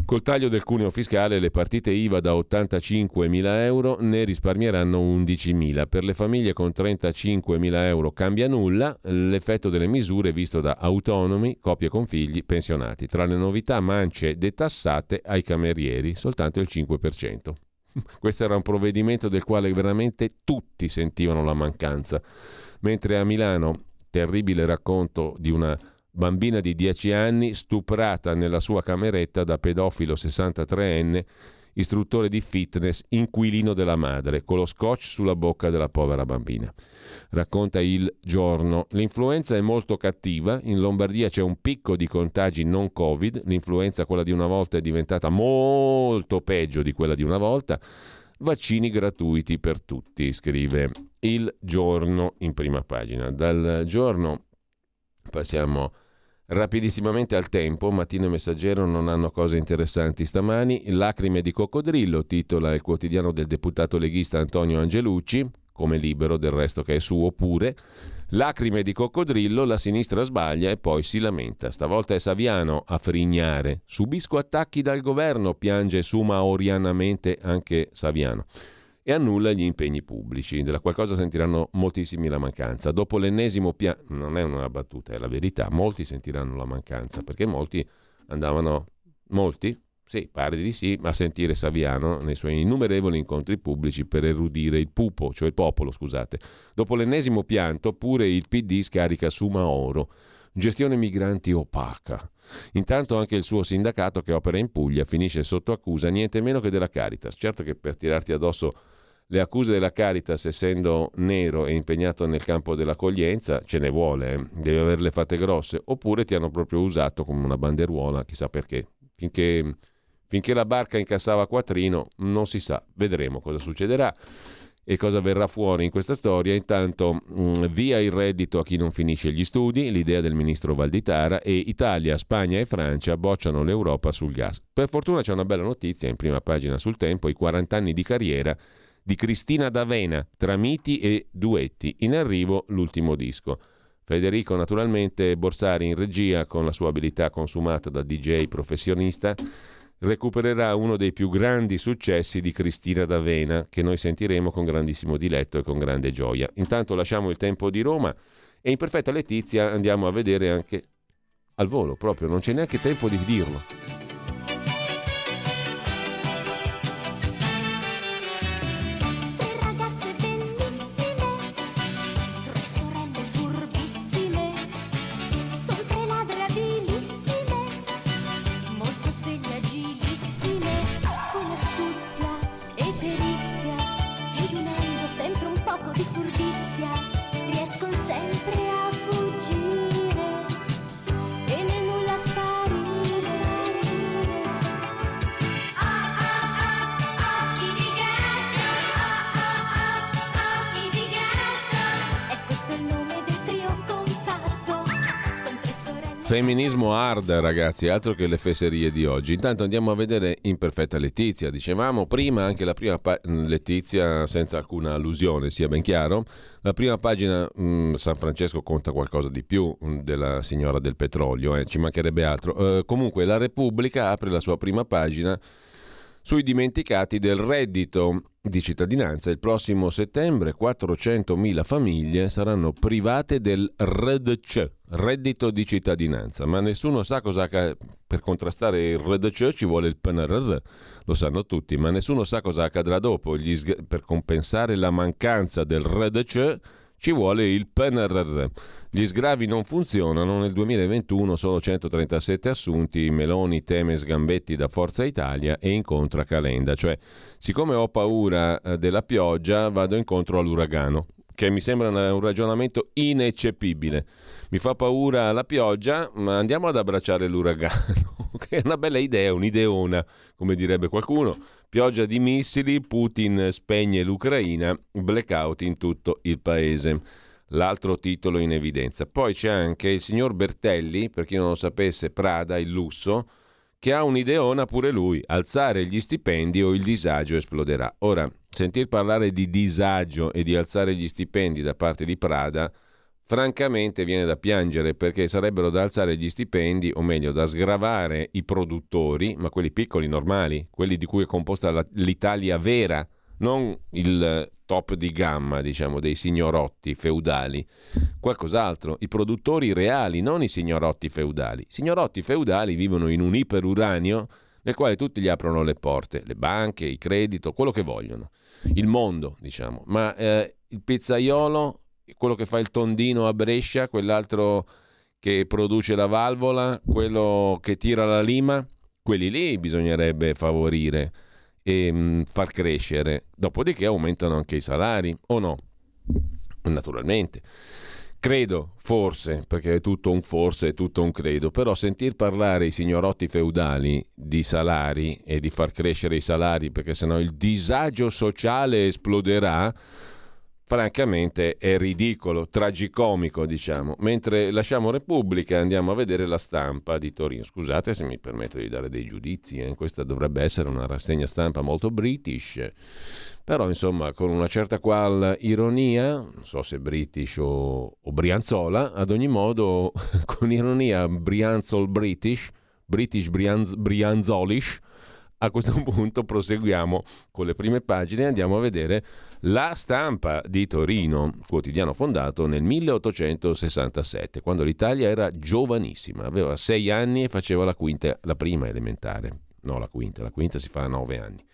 Col taglio del cuneo fiscale le partite I V A da ottantacinquemila euro ne risparmieranno undicimila. Per le famiglie con trentacinquemila euro cambia nulla, l'effetto delle misure visto da autonomi, coppie con figli, pensionati. Tra le novità mance detassate ai camerieri, soltanto il cinque per cento. Questo era un provvedimento del quale veramente tutti sentivano la mancanza. Mentre a Milano, terribile racconto di una bambina di dieci anni stuprata nella sua cameretta da pedofilo sessantatreenne, istruttore di fitness, inquilino della madre, con lo scotch sulla bocca della povera bambina. Racconta Il Giorno. L'influenza è molto cattiva, in Lombardia c'è un picco di contagi non Covid, l'influenza, quella di una volta, è diventata molto peggio di quella di una volta. Vaccini gratuiti per tutti, scrive Il Giorno in prima pagina. Dal Giorno passiamo rapidissimamente al Tempo. Mattino e Messaggero non hanno cose interessanti stamani. Lacrime di coccodrillo, titola il quotidiano del deputato leghista Antonio Angelucci, come Libero del resto che è suo pure. Lacrime di coccodrillo, la sinistra sbaglia e poi si lamenta. Stavolta è Saviano a frignare. Subisco attacchi dal governo, piange sumaorianamente anche Saviano. E annulla gli impegni pubblici. Della qualcosa sentiranno moltissimi la mancanza. Dopo l'ennesimo piano, non è una battuta, è la verità, molti sentiranno la mancanza, perché molti andavano, molti, sì, pare di sì, a sentire Saviano nei suoi innumerevoli incontri pubblici per erudire il pupo, cioè il popolo, scusate. Dopo l'ennesimo pianto, pure il P D scarica su Mauro. Gestione migranti opaca. Intanto anche il suo sindacato, che opera in Puglia, finisce sotto accusa niente meno che della Caritas. Certo che per tirarti addosso le accuse della Caritas, essendo nero e impegnato nel campo dell'accoglienza, ce ne vuole, eh? Devi averle fatte grosse, oppure ti hanno proprio usato come una banderuola, chissà perché. Finché, finché la barca incassava quattrino, non si sa, vedremo cosa succederà e cosa verrà fuori in questa storia. Intanto mh, via il reddito a chi non finisce gli studi, l'idea del ministro Valditara, e Italia, Spagna e Francia bocciano l'Europa sul gas. Per fortuna c'è una bella notizia in prima pagina sul Tempo: i quaranta anni di carriera di Cristina D'Avena, tra miti e duetti. In arrivo l'ultimo disco. Federico naturalmente Borsari in regia, con la sua abilità consumata da D J professionista, recupererà uno dei più grandi successi di Cristina D'Avena, che noi sentiremo con grandissimo diletto e con grande gioia. Intanto lasciamo il Tempo di Roma e in perfetta letizia andiamo a vedere anche al volo, proprio non c'è neanche tempo di dirlo. Femminismo hard, ragazzi, altro che le fesserie di oggi. Intanto andiamo a vedere in perfetta letizia. Dicevamo prima anche la prima pa- letizia senza alcuna allusione, sia ben chiaro. La prima pagina, mh, San Francesco conta qualcosa di più mh, della signora del petrolio, eh, ci mancherebbe altro. Uh, comunque la Repubblica apre la sua prima pagina sui dimenticati del reddito di cittadinanza. Il prossimo settembre quattrocentomila famiglie saranno private del R D C, reddito di cittadinanza, ma nessuno sa cosa ca- per contrastare il R D C ci vuole il P N R R, lo sanno tutti, ma nessuno sa cosa accadrà dopo. Gli sg- per compensare la mancanza del R D C ci vuole il P N R R. Gli sgravi non funzionano, nel duemilaventuno solo centotrentasette assunti, Meloni teme sgambetti da Forza Italia e incontra Calenda, cioè siccome ho paura eh, della pioggia vado incontro all'uragano, che mi sembra un ragionamento ineccepibile. Mi fa paura la pioggia, ma andiamo ad abbracciare l'uragano, che è una bella idea, un'ideona, come direbbe qualcuno. Pioggia di missili, Putin spegne l'Ucraina, blackout in tutto il paese. L'altro titolo in evidenza. Poi c'è anche il signor Bertelli, per chi non lo sapesse, Prada, il lusso, che ha un'ideona pure lui: alzare gli stipendi o il disagio esploderà. Ora, sentir parlare di disagio e di alzare gli stipendi da parte di Prada francamente viene da piangere, perché sarebbero da alzare gli stipendi, o meglio da sgravare i produttori, ma quelli piccoli normali, quelli di cui è composta la, l'Italia vera, non il top di gamma, diciamo, dei signorotti feudali, qualcos'altro, i produttori reali, non i signorotti feudali. I signorotti feudali vivono in un iperuranio nel quale tutti gli aprono le porte, le banche, il credito, quello che vogliono, il mondo, diciamo, ma eh, il pizzaiolo, quello che fa il tondino a Brescia, quell'altro che produce la valvola, quello che tira la lima, quelli lì bisognerebbe favorire e mh, far crescere. Dopodiché aumentano anche i salari, o no? Naturalmente. Credo, forse, perché è tutto un forse, è tutto un credo, però sentir parlare i signorotti feudali di salari e di far crescere i salari, perché sennò il disagio sociale esploderà, francamente è ridicolo, tragicomico, diciamo. Mentre lasciamo Repubblica e andiamo a vedere La Stampa di Torino. Scusate se mi permetto di dare dei giudizi, eh? Questa dovrebbe essere una rassegna stampa molto british, però insomma con una certa qual ironia, non so se british o, o brianzola, ad ogni modo con ironia brianzol british, british brianz, brianzolish. A questo punto proseguiamo con le prime pagine e andiamo a vedere La Stampa di Torino, quotidiano fondato nel milleottocentosessantasette, quando l'Italia era giovanissima, aveva sei anni e faceva la quinta, la prima elementare, no la quinta, la quinta si fa a nove anni,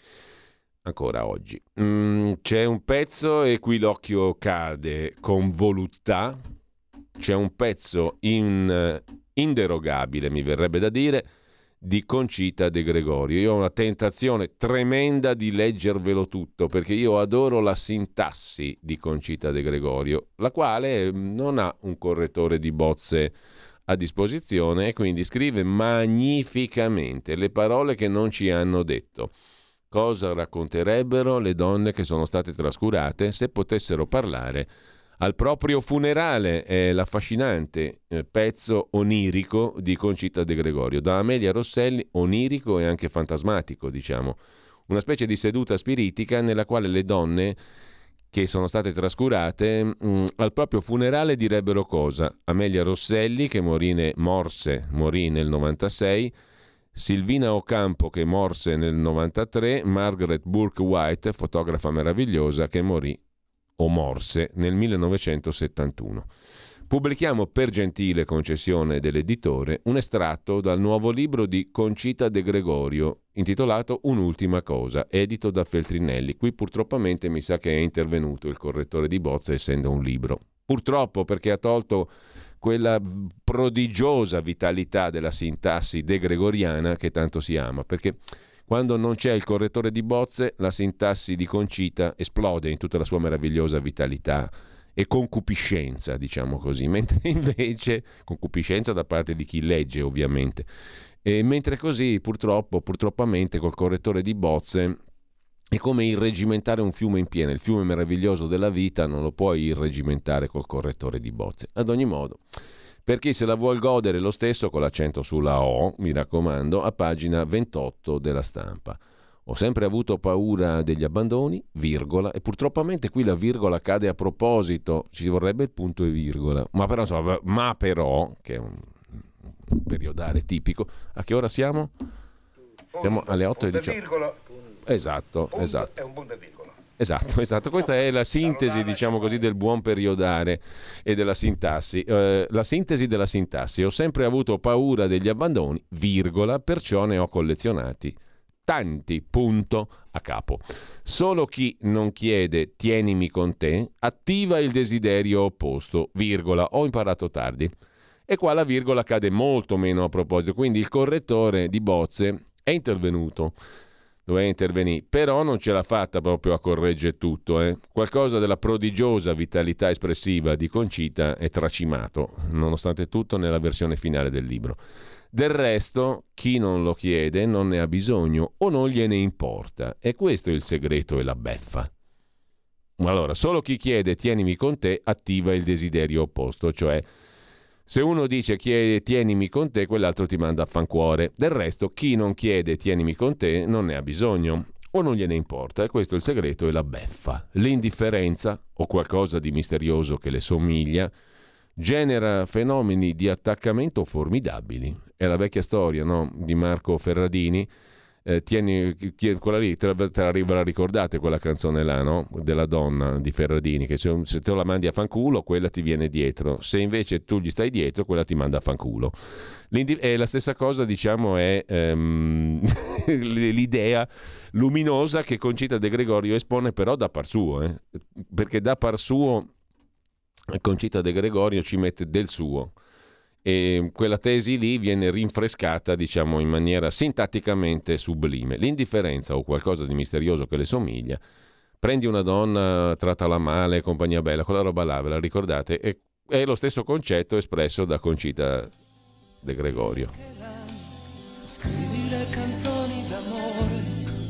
ancora oggi. Mm, c'è un pezzo e qui l'occhio cade con voluttà, c'è un pezzo in, inderogabile, mi verrebbe da dire, di Concita De Gregorio. Io ho una tentazione tremenda di leggervelo tutto, perché io adoro la sintassi di Concita De Gregorio, la quale non ha un correttore di bozze a disposizione e quindi scrive magnificamente le parole che non ci hanno detto. Cosa racconterebbero le donne che sono state trascurate se potessero parlare al proprio funerale? È l'affascinante eh, pezzo onirico di Concita De Gregorio, da Amelia Rosselli, onirico e anche fantasmatico, diciamo, una specie di seduta spiritica nella quale le donne che sono state trascurate mh, al proprio funerale direbbero cosa? Amelia Rosselli, che morì ne, morse, morì nel novantasei, Silvina Ocampo, che morse nel novantatré, Margaret Burke White, fotografa meravigliosa, che morì o morse nel millenovecentosettantuno. Pubblichiamo per gentile concessione dell'editore un estratto dal nuovo libro di Concita De Gregorio intitolato Un'ultima cosa, edito da Feltrinelli. Qui purtroppamente mi sa che è intervenuto il correttore di bozza, essendo un libro. Purtroppo, perché ha tolto quella prodigiosa vitalità della sintassi degregoriana che tanto si ama, perché quando non c'è il correttore di bozze, la sintassi di Concita esplode in tutta la sua meravigliosa vitalità e concupiscenza, diciamo così, mentre invece, concupiscenza da parte di chi legge ovviamente, e mentre così purtroppo, purtroppamente col correttore di bozze è come irregimentare un fiume in piena, il fiume meraviglioso della vita non lo puoi irregimentare col correttore di bozze. Ad ogni modo, per chi se la vuol godere lo stesso, con l'accento sulla O, mi raccomando, a pagina ventotto della Stampa. Ho sempre avuto paura degli abbandoni, virgola, e purtroppamente qui la virgola cade a proposito, ci vorrebbe il punto e virgola, ma però, insomma, ma però, che è un, un periodare tipico, a che ora siamo? Siamo alle otto e diciotto. Esatto, punto, esatto. È un punto e virgola. Esatto, esatto. Questa è la sintesi, diciamo così, del buon periodare e della sintassi. Eh, la sintesi della sintassi. Ho sempre avuto paura degli abbandoni, virgola, perciò ne ho collezionati tanti, punto a capo. Solo chi non chiede tienimi con te attiva il desiderio opposto, virgola, ho imparato tardi. E qua la virgola cade molto meno a proposito, quindi il correttore di bozze è intervenuto. Doveva intervenire, però non ce l'ha fatta proprio a correggere tutto. Eh. Qualcosa della prodigiosa vitalità espressiva di Concita è tracimato, nonostante tutto, nella versione finale del libro. Del resto, chi non lo chiede non ne ha bisogno o non gliene importa. E questo è il segreto e la beffa. Allora, solo chi chiede tienimi con te attiva il desiderio opposto, cioè se uno dice tienimi con te, quell'altro ti manda a fancuore. Del resto, chi non chiede tienimi con te non ne ha bisogno o non gliene importa. E questo è il segreto e la beffa. L'indifferenza o qualcosa di misterioso che le somiglia genera fenomeni di attaccamento formidabili. È la vecchia storia, no? Di Marco Ferradini. Eh, tieni, quella lì, te la, te la, ve la ricordate quella canzone là, no? Della donna di Ferradini, che se, se te la mandi a fanculo, quella ti viene dietro. Se invece tu gli stai dietro, quella ti manda a fanculo. L'indi- è la stessa cosa, diciamo, è ehm, l'idea luminosa che Concita De Gregorio espone, però da par suo, eh? Perché da par suo Concita De Gregorio ci mette del suo. E quella tesi lì viene rinfrescata, diciamo, in maniera sintatticamente sublime. L'indifferenza o qualcosa di misterioso che le somiglia. Prendi una donna, trattala male, compagnia bella, quella roba là, ve la ricordate? È, è lo stesso concetto espresso da Concita De Gregorio. Scrivi le canzoni d'amore,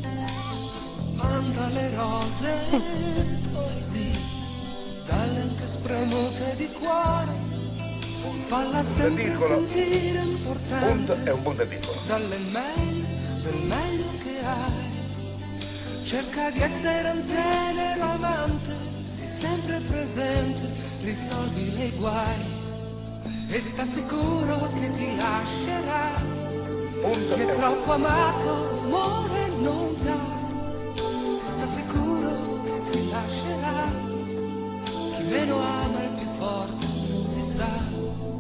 manda le rose, poesie, talente spremute di cuore. Falla sempre sentire importante, punto è un punto piccolo. dalle meglio, del meglio che hai. Cerca di essere un tenero amante, sii sempre presente, risolvi le guai. E sta sicuro che ti lascerà, Punto che è troppo amato amore non dà. E sta sicuro che ti lascerà, chi meno ama il più forte si sa.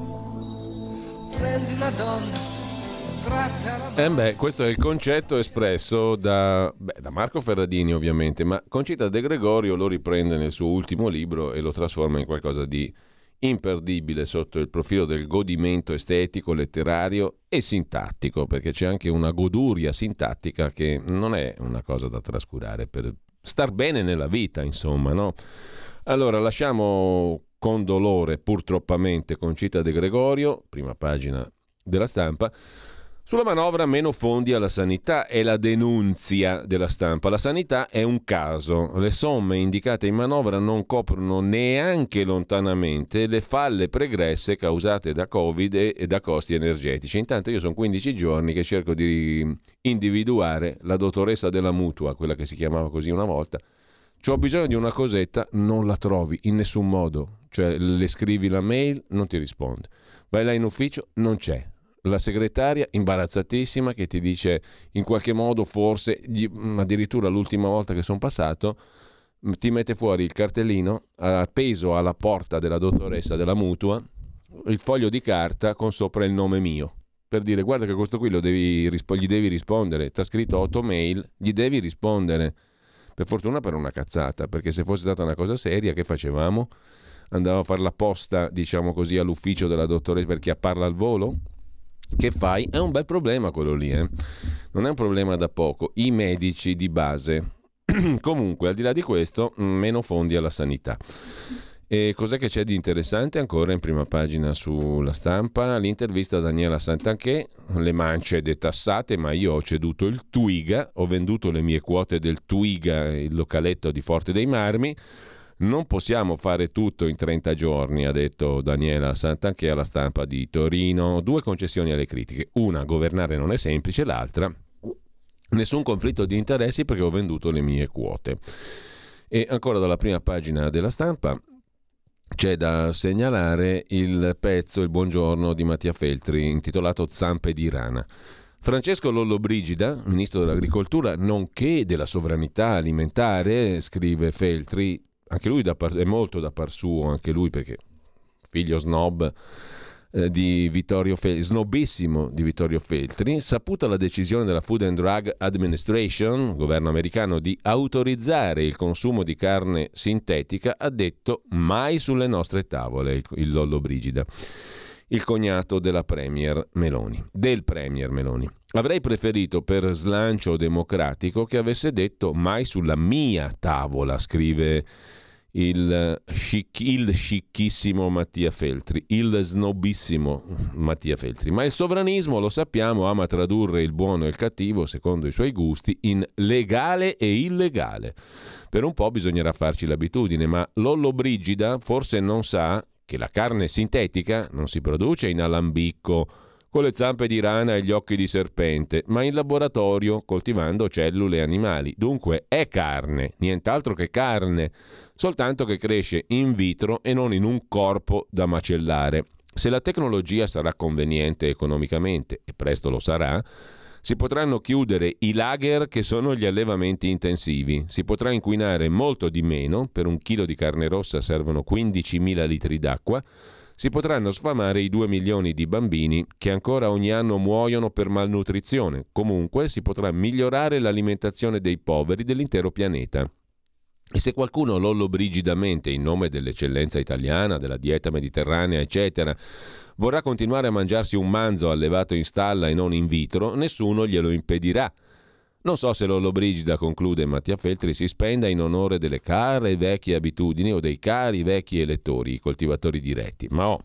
Prendi una donna, trattala Eh beh, questo è il concetto espresso da, beh, da Marco Ferradini, ovviamente, ma Concita De Gregorio lo riprende nel suo ultimo libro e lo trasforma in qualcosa di imperdibile sotto il profilo del godimento estetico, letterario e sintattico, perché c'è anche una goduria sintattica che non è una cosa da trascurare per star bene nella vita, insomma, no? Allora, lasciamo con dolore, purtroppamente, Concita De Gregorio, prima pagina della Stampa. Sulla manovra meno fondi alla sanità è la denunzia della Stampa. La sanità è un caso. Le somme indicate in manovra non coprono neanche lontanamente le falle pregresse causate da Covid e da costi energetici. Intanto io sono quindici giorni che cerco di individuare la dottoressa della mutua, quella che si chiamava così una volta. C'ho bisogno di una cosetta, non la trovi in nessun modo. Cioè, le scrivi la mail, non ti risponde. Vai là in ufficio, non c'è. La segretaria, imbarazzatissima, che ti dice in qualche modo, forse, gli, addirittura l'ultima volta che sono passato, ti mette fuori il cartellino appeso alla porta della dottoressa della mutua, il foglio di carta con sopra il nome mio, per dire guarda che questo qui lo devi, gli devi rispondere, ti ha scritto otto mail, gli devi rispondere. Per fortuna per una cazzata, perché se fosse stata una cosa seria, che facevamo? Andavo a fare la posta, diciamo così, all'ufficio della dottoressa per chiapparla al volo? Che fai? È un bel problema quello lì, eh? Non è un problema da poco. I medici di base. Comunque, al di là di questo, meno fondi alla sanità. E cos'è che c'è di interessante ancora in prima pagina sulla Stampa? L'intervista a Daniela Santanchè, le mance detassate, ma io ho ceduto il Twiga, ho venduto le mie quote del Twiga, il localetto di Forte dei Marmi. Non possiamo fare tutto in trenta giorni, ha detto Daniela Santanchè alla Stampa di Torino. Due concessioni alle critiche. Una, governare non è semplice, l'altra, nessun conflitto di interessi perché ho venduto le mie quote. E ancora dalla prima pagina della Stampa c'è da segnalare il pezzo Il buongiorno di Mattia Feltri intitolato Zampe di rana. Francesco Lollobrigida, ministro dell'agricoltura nonché della sovranità alimentare, scrive Feltri, anche lui da par- è molto da par suo, anche lui perché figlio snob eh, di Vittorio Feltri, snobissimo di Vittorio Feltri, saputa la decisione della Food and Drug Administration, governo americano, di autorizzare il consumo di carne sintetica, ha detto mai sulle nostre tavole il, il Lollobrigida, il cognato della Premier Meloni, del Premier Meloni. Avrei preferito per slancio democratico che avesse detto mai sulla mia tavola, scrive il, chic, il scicchissimo Mattia Feltri, il snobissimo Mattia Feltri. Ma il sovranismo, lo sappiamo, ama tradurre il buono e il cattivo secondo i suoi gusti in legale e illegale. Per un po' bisognerà farci l'abitudine, ma Lollobrigida forse non sa che la carne sintetica non si produce in alambicco con le zampe di rana e gli occhi di serpente, ma in laboratorio coltivando cellule animali. Dunque è carne, nient'altro che carne, soltanto che cresce in vitro e non in un corpo da macellare. Se la tecnologia sarà conveniente economicamente, e presto lo sarà, si potranno chiudere i lager che sono gli allevamenti intensivi, si potrà inquinare molto di meno, per un chilo di carne rossa servono quindicimila litri d'acqua, si potranno sfamare i due milioni di bambini che ancora ogni anno muoiono per malnutrizione. Comunque si potrà migliorare l'alimentazione dei poveri dell'intero pianeta. E se qualcuno lollobrigidamente, in nome dell'eccellenza italiana, della dieta mediterranea, eccetera, vorrà continuare a mangiarsi un manzo allevato in stalla e non in vitro, nessuno glielo impedirà. Non so se Lollobrigida, conclude Mattia Feltri, si spenda in onore delle care vecchie abitudini o dei cari vecchi elettori, i coltivatori diretti, ma ho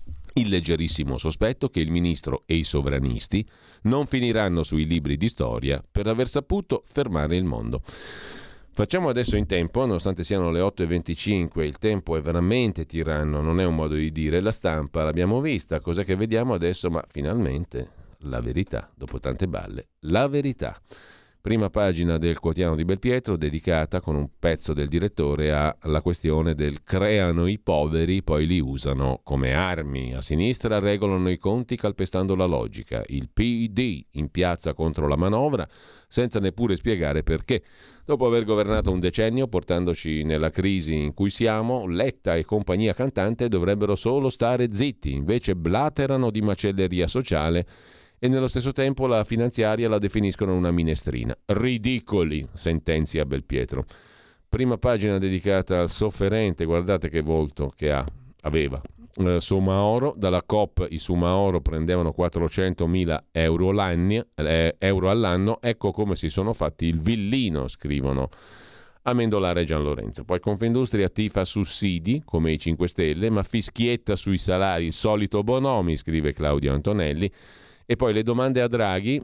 il leggerissimo sospetto che il ministro e i sovranisti non finiranno sui libri di storia per aver saputo fermare il mondo. Facciamo adesso in tempo, nonostante siano le otto e venticinque, il tempo è veramente tiranno, non è un modo di dire, la stampa l'abbiamo vista, cos'è che vediamo adesso? Ma finalmente la verità, dopo tante balle, la verità. Prima pagina del quotidiano di Belpietro, dedicata con un pezzo del direttore alla questione del creano i poveri, poi li usano come armi. A sinistra regolano i conti calpestando la logica. Il P D in piazza contro la manovra, senza neppure spiegare perché. Dopo aver governato un decennio portandoci nella crisi in cui siamo, Letta e compagnia cantante dovrebbero solo stare zitti, invece blaterano di macelleria sociale e nello stesso tempo la finanziaria la definiscono una minestrina. Ridicoli, sentenzia Belpietro. Prima pagina dedicata al sofferente, guardate che volto che ha, aveva. Eh, Soumahoro, dalla Coop i Soumahoro prendevano quattrocentomila euro, eh, euro all'anno, ecco come si sono fatti il villino, scrivono Amendolare e Gian Lorenzo. Poi Confindustria tifa sussidi, come i cinque Stelle, ma fischietta sui salari, il solito Bonomi, scrive Claudio Antonelli. E poi le domande a Draghi,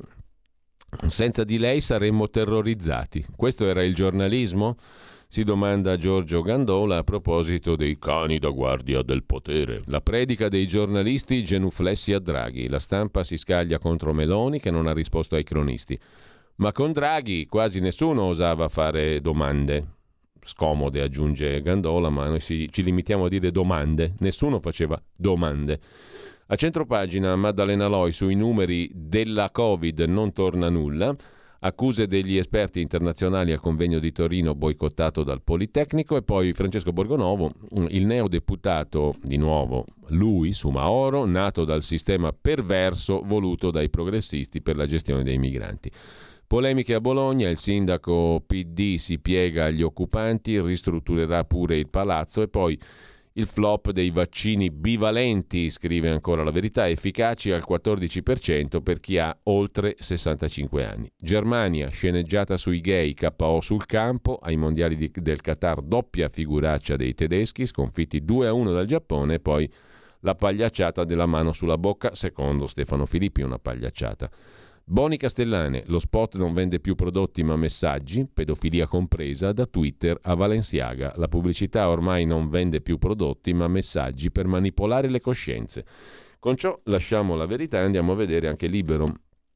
senza di lei saremmo terrorizzati. Questo era il giornalismo? Si domanda Giorgio Gandola a proposito dei cani da guardia del potere. La predica dei giornalisti genuflessi a Draghi. La stampa si scaglia contro Meloni che non ha risposto ai cronisti. Ma con Draghi quasi nessuno osava fare domande. Scomode, aggiunge Gandola, ma noi ci, ci limitiamo a dire domande. Nessuno faceva domande. A centropagina Maddalena Loi sui numeri della Covid non torna nulla, accuse degli esperti internazionali al convegno di Torino boicottato dal Politecnico e poi Francesco Borgonovo, il neodeputato, di nuovo lui, Soumahoro, nato dal sistema perverso voluto dai progressisti per la gestione dei migranti. Polemiche a Bologna, il sindaco P D si piega agli occupanti, ristrutturerà pure il palazzo e poi il flop dei vaccini bivalenti, scrive ancora La Verità, efficaci al quattordici per cento per chi ha oltre sessantacinque anni. Germania, sceneggiata sui gay, K O sul campo, ai mondiali di, del Qatar doppia figuraccia dei tedeschi, sconfitti due a uno dal Giappone, e poi la pagliacciata della mano sulla bocca, secondo Stefano Filippi una pagliacciata. Boni Castellane, lo spot non vende più prodotti ma messaggi, pedofilia compresa, da Twitter a Balenciaga. La pubblicità ormai non vende più prodotti ma messaggi per manipolare le coscienze. Con ciò lasciamo La Verità e andiamo a vedere anche Libero.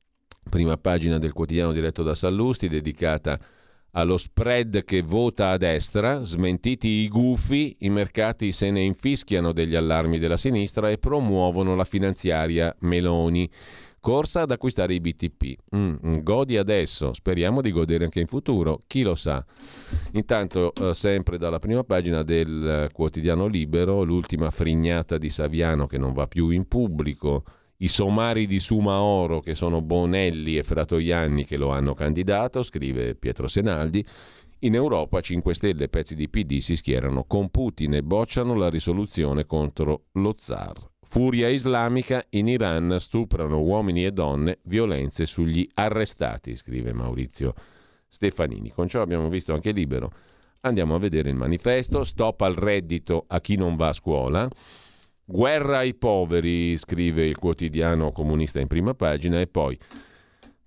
Prima pagina del quotidiano diretto da Sallusti, dedicata allo spread che vota a destra, smentiti i gufi, i mercati se ne infischiano degli allarmi della sinistra e promuovono la finanziaria Meloni. Corsa ad acquistare i B T P. Mm, godi adesso, speriamo di godere anche in futuro, chi lo sa. Intanto, eh, sempre dalla prima pagina del eh, quotidiano Libero, l'ultima frignata di Saviano che non va più in pubblico, i somari di Soumahoro che sono Bonelli e Fratoianni che lo hanno candidato, scrive Pietro Senaldi. In Europa cinque Stelle e pezzi di P D si schierano con Putin e bocciano la risoluzione contro lo zar. Furia islamica, in Iran stuprano uomini e donne, violenze sugli arrestati, scrive Maurizio Stefanini. Con ciò abbiamo visto anche Libero. Andiamo a vedere il manifesto. Stop al reddito a chi non va a scuola. Guerra ai poveri, scrive il quotidiano comunista in prima pagina. E poi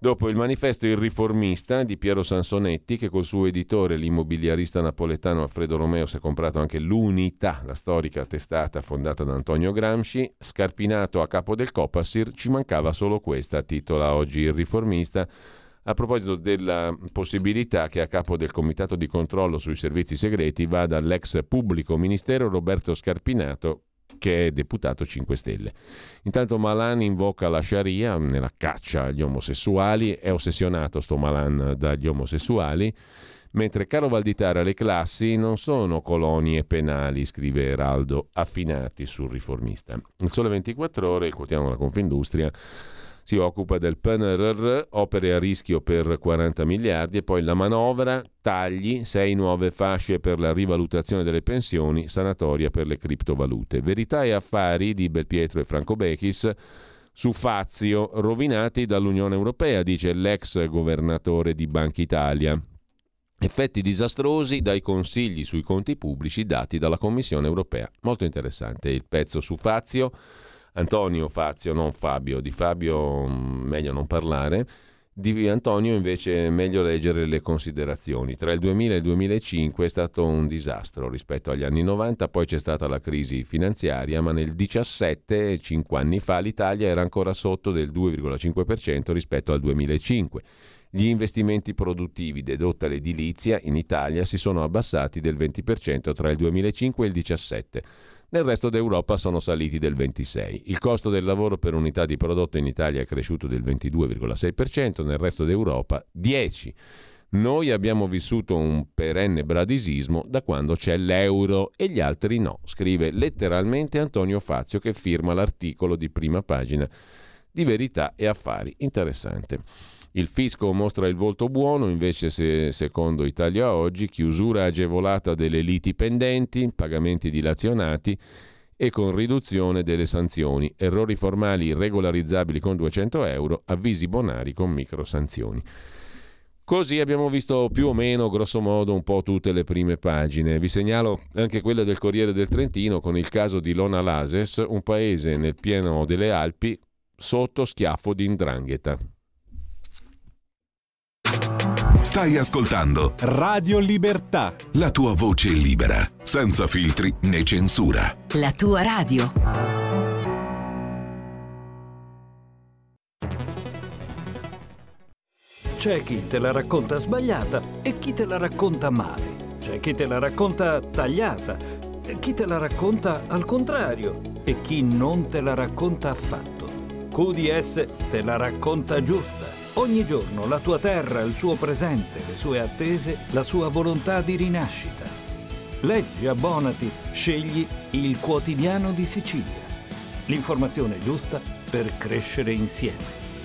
Dopo il manifesto Il Riformista di Piero Sansonetti, che col suo editore, l'immobiliarista napoletano Alfredo Romeo, si è comprato anche l'Unità, la storica testata fondata da Antonio Gramsci. Scarpinato a capo del Copasir, ci mancava solo questa, titola oggi Il Riformista, a proposito della possibilità che a capo del Comitato di Controllo sui Servizi Segreti vada l'ex pubblico ministero Roberto Scarpinato, che è deputato cinque Stelle. Intanto Malan invoca la Sharia nella caccia agli omosessuali, è ossessionato sto Malan dagli omosessuali, mentre caro Valditara le classi non sono colonie penali, scrive Eraldo Affinati sul Riformista. Il Sole ventiquattro Ore, il quotidiano della Confindustria, si occupa del P N R R, opere a rischio per quaranta miliardi, e poi la manovra, tagli, sei nuove fasce per la rivalutazione delle pensioni, sanatoria per le criptovalute. Verità e affari di Belpietro e Franco Bechis su Fazio, rovinati dall'Unione Europea, dice l'ex governatore di Banca Italia. Effetti disastrosi dai consigli sui conti pubblici dati dalla Commissione Europea. Molto interessante il pezzo su Fazio. Antonio Fazio, non Fabio, di Fabio meglio non parlare, di Antonio invece è meglio leggere le considerazioni. Tra il duemila e il duemilacinque è stato un disastro rispetto agli anni novanta, poi c'è stata la crisi finanziaria, ma nel diciassette, cinque anni fa, l'Italia era ancora sotto del due virgola cinque per cento rispetto al duemilacinque. Gli investimenti produttivi, dedotta l'edilizia, in Italia si sono abbassati del venti per cento tra il duemilacinque e il diciassette. Nel resto d'Europa sono saliti del ventisei per cento. Il costo del lavoro per unità di prodotto in Italia è cresciuto del ventidue virgola sei per cento, nel resto d'Europa dieci per cento. Noi abbiamo vissuto un perenne bradisismo da quando c'è l'euro e gli altri no, scrive letteralmente Antonio Fazio, che firma l'articolo di prima pagina di Verità e Affari. Interessante. Il fisco mostra il volto buono, invece se secondo Italia Oggi, chiusura agevolata delle liti pendenti, pagamenti dilazionati e con riduzione delle sanzioni, errori formali regolarizzabili con duecento euro, avvisi bonari con micro sanzioni. Così abbiamo visto più o meno, grosso modo, un po' tutte le prime pagine. Vi segnalo anche quella del Corriere del Trentino con il caso di Lona Lases, un paese nel pieno delle Alpi sotto schiaffo di 'ndrangheta. Stai ascoltando Radio Libertà, la tua voce libera, senza filtri né censura. La tua radio. C'è chi te la racconta sbagliata e chi te la racconta male. C'è chi te la racconta tagliata e chi te la racconta al contrario e chi non te la racconta affatto. Q D S te la racconta giusta. Ogni giorno la tua terra, il suo presente, le sue attese, la sua volontà di rinascita. Leggi, abbonati, scegli il Quotidiano di Sicilia. L'informazione giusta per crescere insieme.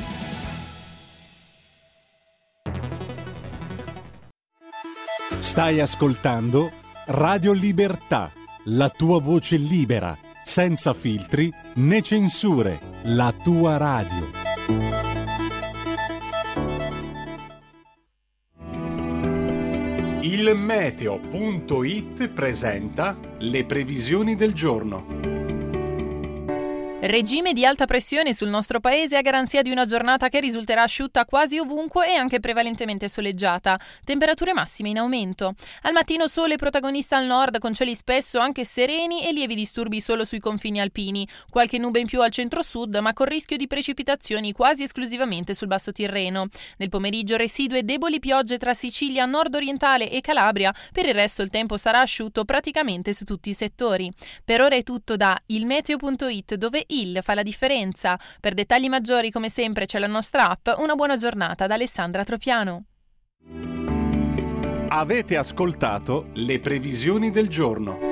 Stai ascoltando Radio Libertà, la tua voce libera, senza filtri né censure, la tua radio. Il meteo punto it presenta le previsioni del giorno. Regime di alta pressione sul nostro paese a garanzia di una giornata che risulterà asciutta quasi ovunque e anche prevalentemente soleggiata. Temperature massime in aumento. Al mattino sole protagonista al nord con cieli spesso anche sereni e lievi disturbi solo sui confini alpini. Qualche nube in più al centro-sud ma con rischio di precipitazioni quasi esclusivamente sul basso Tirreno. Nel pomeriggio residue deboli piogge tra Sicilia nord-orientale e Calabria. Per il resto il tempo sarà asciutto praticamente su tutti i settori. Per ora è tutto da il meteo punto it, dove il fa la differenza. Per dettagli maggiori, come sempre, c'è la nostra app. Una buona giornata da Alessandra Tropiano. Avete ascoltato le previsioni del giorno.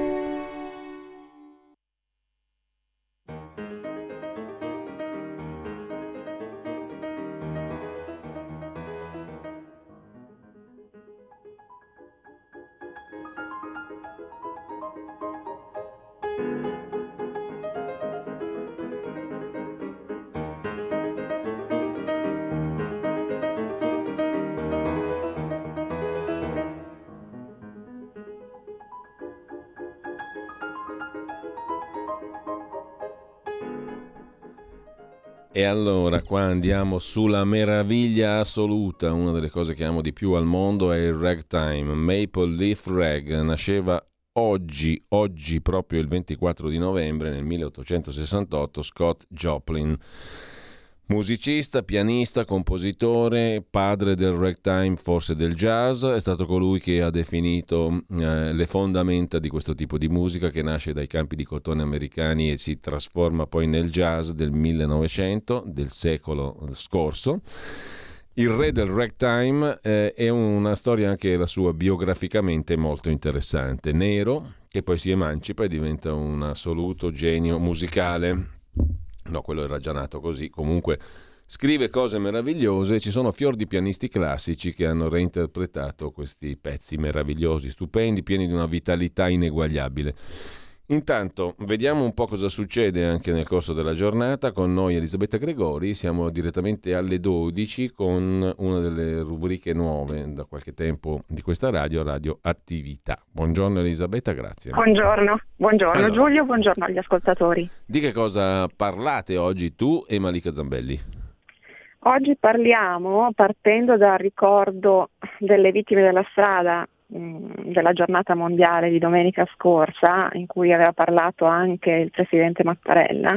E allora qua andiamo sulla meraviglia assoluta, una delle cose che amo di più al mondo è il ragtime, Maple Leaf Rag, nasceva oggi, oggi proprio il ventiquattro di novembre nel milleottocentosessantotto, Scott Joplin. Musicista, pianista, compositore, padre del ragtime, forse del jazz, è stato colui che ha definito eh, le fondamenta di questo tipo di musica che nasce dai campi di cotone americani e si trasforma poi nel jazz del millenovecento, del secolo scorso. Il re del ragtime eh, è una storia anche la sua biograficamente molto interessante. Nero, che poi si emancipa e diventa un assoluto genio musicale. No, quello era già nato così. Comunque scrive cose meravigliose. Ci sono fior di pianisti classici che hanno reinterpretato questi pezzi meravigliosi, stupendi, pieni di una vitalità ineguagliabile. Intanto vediamo un po' cosa succede anche nel corso della giornata. Con noi Elisabetta Gregori, siamo direttamente alle dodici con una delle rubriche nuove da qualche tempo di questa radio, Radio Attività. Buongiorno Elisabetta, grazie. Buongiorno, buongiorno allora, Giulio, buongiorno agli ascoltatori. Di che cosa parlate oggi tu e Malika Zambelli? Oggi parliamo, partendo dal ricordo delle vittime della strada della giornata mondiale di domenica scorsa, in cui aveva parlato anche il presidente Mattarella,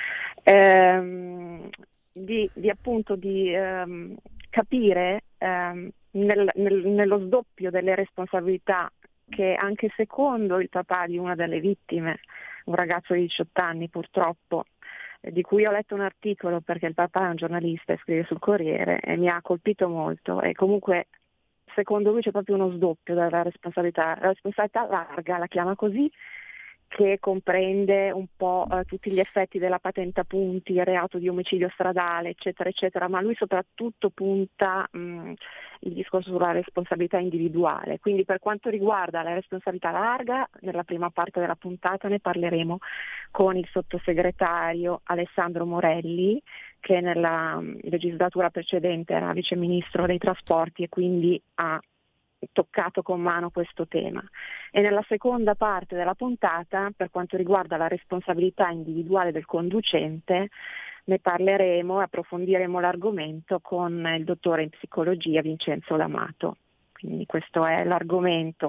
ehm, di, di appunto di ehm, capire ehm, nel, nel, nello sdoppio delle responsabilità che anche secondo il papà di una delle vittime, un ragazzo di diciotto anni purtroppo, eh, di cui ho letto un articolo perché il papà è un giornalista e scrive sul Corriere e mi ha colpito molto, e comunque secondo lui c'è proprio uno sdoppio della responsabilità, la responsabilità larga, la chiama così, che comprende un po' eh, tutti gli effetti della patente a punti, il reato di omicidio stradale, eccetera, eccetera, ma lui soprattutto punta mh, il discorso sulla responsabilità individuale. Quindi per quanto riguarda la responsabilità larga, nella prima parte della puntata ne parleremo con il sottosegretario Alessandro Morelli, che nella legislatura precedente era vice ministro dei trasporti e quindi ha toccato con mano questo tema. E nella seconda parte della puntata, per quanto riguarda la responsabilità individuale del conducente, ne parleremo e approfondiremo l'argomento con il dottore in psicologia Vincenzo D'Amato. Quindi questo è l'argomento.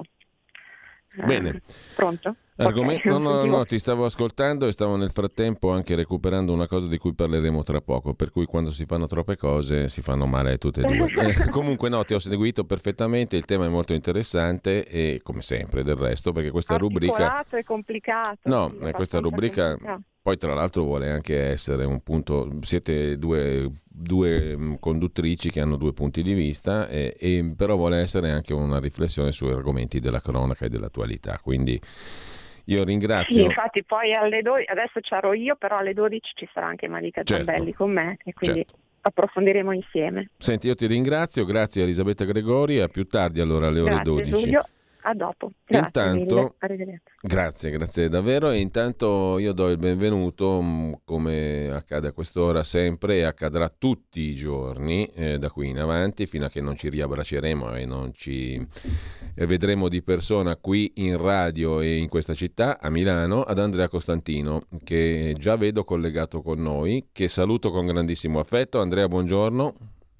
Bene. Eh, pronto? Argom- Okay. no, no, no, ti stavo ascoltando e stavo nel frattempo anche recuperando una cosa di cui parleremo tra poco, per cui quando si fanno troppe cose si fanno male tutte e due. Eh, comunque no, ti ho seguito perfettamente, il tema è molto interessante e come sempre del resto, perché questa rubrica... è complicato. No, Sì, è questa rubrica complicato. poi tra l'altro vuole anche essere un punto, siete due, due conduttrici che hanno due punti di vista, e, e però vuole essere anche una riflessione sui argomenti della cronaca e dell'attualità, quindi... Io ringrazio. Sì, infatti poi alle dodici, adesso c'ero io, però alle dodici ci sarà anche Malika Certo. Zambelli con me e quindi Certo. approfondiremo insieme. Senti, io ti ringrazio, grazie a Elisabetta Gregori, a più tardi allora alle ore Grazie dodici. Giulio, a dopo. Grazie Intanto, mille, arrivederci. Grazie, grazie davvero, e intanto io do il benvenuto, mh, come accade a quest'ora sempre e accadrà tutti i giorni eh, da qui in avanti, fino a che non ci riabbracceremo e non ci eh, vedremo di persona qui in radio e in questa città, a Milano, ad Andrea Costantino, che già vedo collegato con noi, che saluto con grandissimo affetto. Andrea, buongiorno.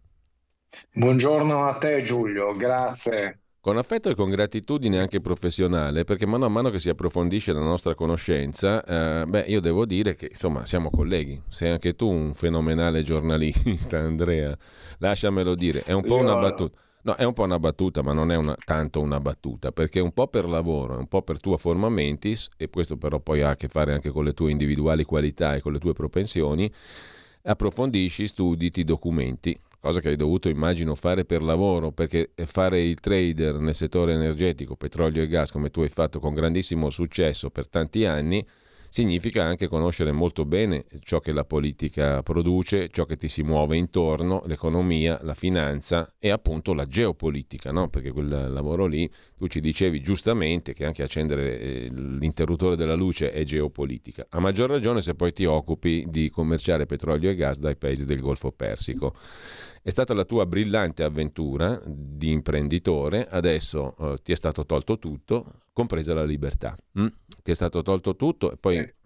Buongiorno a te Giulio, grazie. Con affetto e con gratitudine anche professionale, perché mano a mano che si approfondisce la nostra conoscenza, eh, beh, io devo dire che insomma siamo colleghi. Sei anche tu un fenomenale giornalista, Andrea, lasciamelo dire. È un po' Io... una battuta. No, è un po' una battuta, ma non è una, tanto una battuta, perché un po' per lavoro, un po' per tua forma mentis, e questo però poi ha a che fare anche con le tue individuali qualità e con le tue propensioni, approfondisci, studi, ti documenti. Cosa che hai dovuto, immagino, fare per lavoro, perché fare il trader nel settore energetico, petrolio e gas, come tu hai fatto con grandissimo successo per tanti anni, significa anche conoscere molto bene ciò che la politica produce, ciò che ti si muove intorno, l'economia, la finanza e appunto la geopolitica, no? Perché quel lavoro lì, tu ci dicevi giustamente che anche accendere eh, l'interruttore della luce è geopolitica. A maggior ragione se poi ti occupi di commerciare petrolio e gas dai paesi del Golfo Persico. È stata la tua brillante avventura di imprenditore, adesso eh, ti è stato tolto tutto, compresa la libertà. Mm? Ti è stato tolto tutto e poi Sì.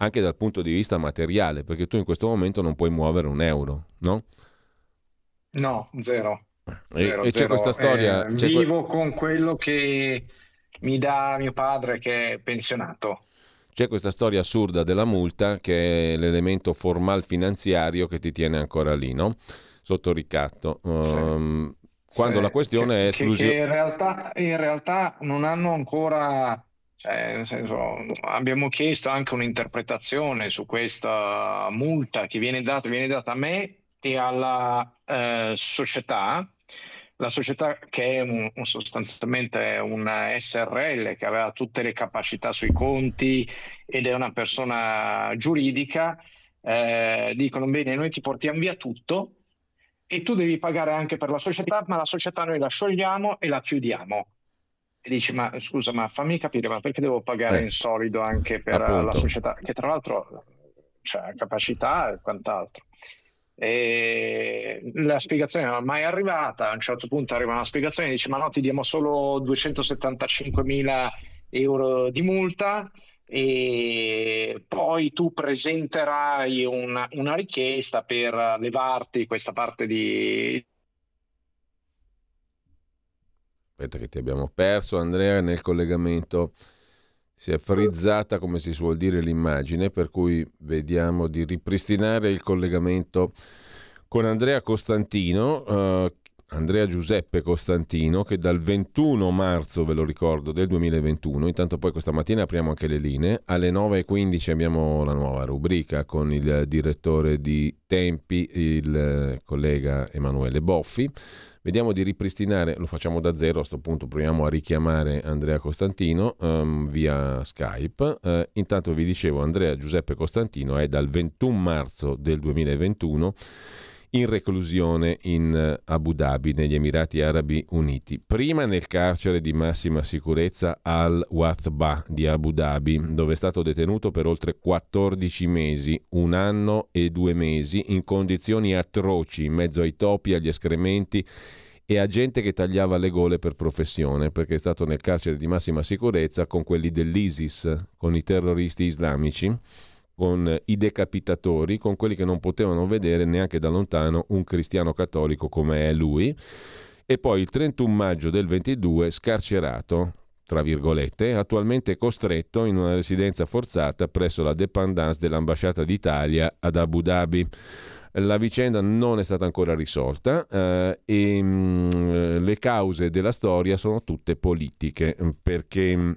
anche dal punto di vista materiale, perché tu in questo momento non puoi muovere un euro, no? No, zero. E, zero, e c'è zero. questa storia... Eh, c'è vivo que- con quello che mi dà mio padre, che è pensionato. C'è questa storia assurda della multa, che è l'elemento formal finanziario che ti tiene ancora lì, no? Sotto ricatto. Sì. Um, quando Sì, la questione che, è che, esclusiva... che in realtà, in realtà non hanno ancora, cioè, nel senso, abbiamo chiesto anche un'interpretazione su questa multa che viene data, viene data a me e alla eh, società, la società che è un, un, sostanzialmente una S R L che aveva tutte le capacità sui conti ed è una persona giuridica, eh, dicono bene, noi ti portiamo via tutto e tu devi pagare anche per la società, ma la società noi la sciogliamo e la chiudiamo. E dici, ma scusa, ma fammi capire, ma perché devo pagare Eh, in solido anche per appunto. la società, che tra l'altro ha capacità e quant'altro. E la spiegazione non è mai arrivata. A un certo punto arriva una spiegazione e dice, ma no, ti diamo solo duecentosettantacinquemila euro di multa e poi tu presenterai una, una richiesta per levarti questa parte di... Aspetta che ti abbiamo perso, Andrea, nel collegamento si è frizzata, come si suol dire, l'immagine, per cui vediamo di ripristinare il collegamento con Andrea Costantino, eh, Andrea Giuseppe Costantino, che dal ventuno marzo, ve lo ricordo, del duemilaventuno, intanto poi questa mattina apriamo anche le linee, alle nove e quindici abbiamo la nuova rubrica con il direttore di Tempi, il collega Emanuele Boffi. Vediamo di ripristinare, lo facciamo da zero, a questo punto proviamo a richiamare Andrea Costantino um, via Skype. Uh, intanto vi dicevo, Andrea Giuseppe Costantino è dal ventuno marzo del duemilaventuno in reclusione in Abu Dhabi, negli Emirati Arabi Uniti. Prima nel carcere di massima sicurezza Al-Wathba di Abu Dhabi, dove è stato detenuto per oltre quattordici mesi, un anno e due mesi, in condizioni atroci, in mezzo ai topi, agli escrementi e a gente che tagliava le gole per professione, perché è stato nel carcere di massima sicurezza con quelli dell'ISIS, con i terroristi islamici, con i decapitatori, con quelli che non potevano vedere neanche da lontano un cristiano cattolico come è lui, e poi il trentuno maggio del ventidue scarcerato, tra virgolette, attualmente costretto in una residenza forzata presso la dépendance dell'ambasciata d'Italia ad Abu Dhabi. La vicenda non è stata ancora risolta eh, e mh, le cause della storia sono tutte politiche, perché mh,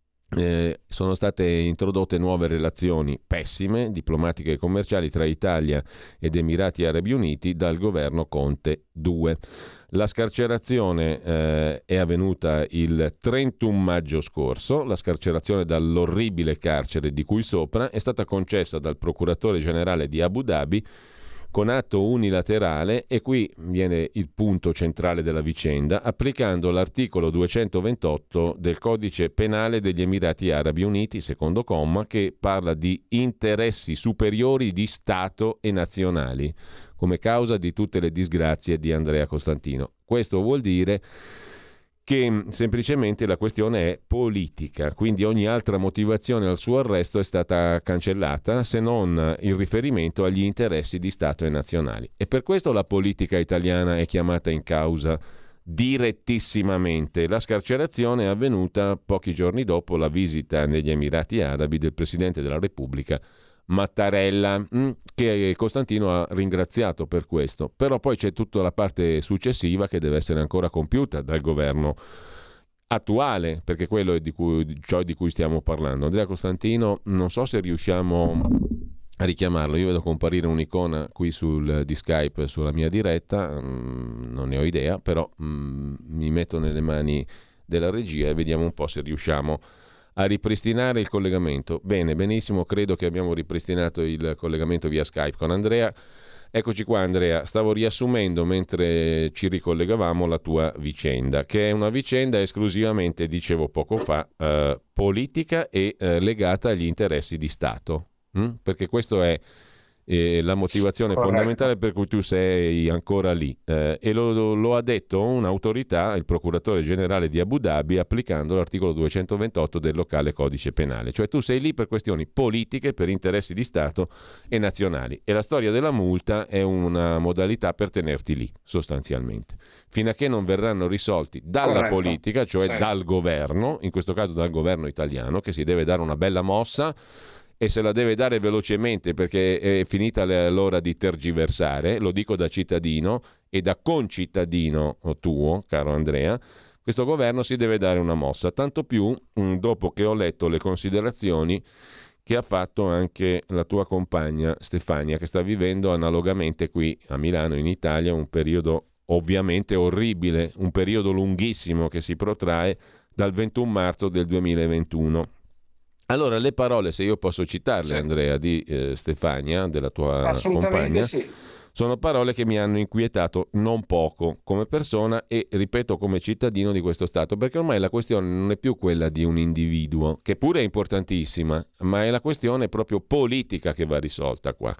Eh, sono state introdotte nuove relazioni pessime, diplomatiche e commerciali tra Italia ed Emirati Arabi Uniti dal governo Conte due. La scarcerazione eh, è avvenuta il trentuno maggio scorso. La scarcerazione dall'orribile carcere di cui sopra è stata concessa dal procuratore generale di Abu Dhabi con atto unilaterale, e qui viene il punto centrale della vicenda, applicando l'articolo duecentoventotto del Codice Penale degli Emirati Arabi Uniti, secondo comma, che parla di interessi superiori di Stato e nazionali, come causa di tutte le disgrazie di Andrea Costantino. Questo vuol dire che semplicemente la questione è politica, quindi ogni altra motivazione al suo arresto è stata cancellata, se non il riferimento agli interessi di Stato e nazionali. E per questo la politica italiana è chiamata in causa direttissimamente. La scarcerazione è avvenuta pochi giorni dopo la visita negli Emirati Arabi del Presidente della Repubblica Mattarella, che Costantino ha ringraziato per questo. Però poi c'è tutta la parte successiva che deve essere ancora compiuta dal governo attuale, perché quello è di cui, ciò di cui stiamo parlando. Andrea Costantino, non so se riusciamo a richiamarlo, io vedo comparire un'icona qui sul, di Skype sulla mia diretta, mh, non ne ho idea, però mh, mi metto nelle mani della regia e vediamo un po' se riusciamo a ripristinare il collegamento. Bene, benissimo, credo che abbiamo ripristinato il collegamento via Skype con Andrea. Eccoci qua, Andrea, stavo riassumendo mentre ci ricollegavamo la tua vicenda, che è una vicenda esclusivamente, dicevo poco fa, eh, politica e eh, legata agli interessi di Stato, hm? Perché questo è eh, la motivazione Corretto. fondamentale per cui tu sei ancora lì. Eh, e lo, lo, lo ha detto un'autorità, il procuratore generale di Abu Dhabi, applicando l'articolo duecentoventotto del locale codice penale. Cioè tu sei lì per questioni politiche, per interessi di Stato e nazionali. E la storia della multa è una modalità per tenerti lì, sostanzialmente. Fino a che non verranno risolti dalla Corretto. politica, cioè Sì. dal governo, in questo caso dal governo italiano, che si deve dare una bella mossa e se la deve dare velocemente perché è finita l'ora di tergiversare, lo dico da cittadino e da concittadino tuo, caro Andrea. Questo governo si deve dare una mossa, tanto più mh, dopo che ho letto le considerazioni che ha fatto anche la tua compagna Stefania, che sta vivendo analogamente qui a Milano, in Italia, un periodo ovviamente orribile, un periodo lunghissimo che si protrae dal ventuno marzo del duemilaventuno. Allora, le parole, se io posso citarle, Sì. Andrea, di eh, Stefania, della tua Assolutamente compagna, sì. sono parole che mi hanno inquietato non poco come persona e, ripeto, come cittadino di questo Stato, perché ormai la questione non è più quella di un individuo, che pure è importantissima, ma è la questione proprio politica che va risolta qua.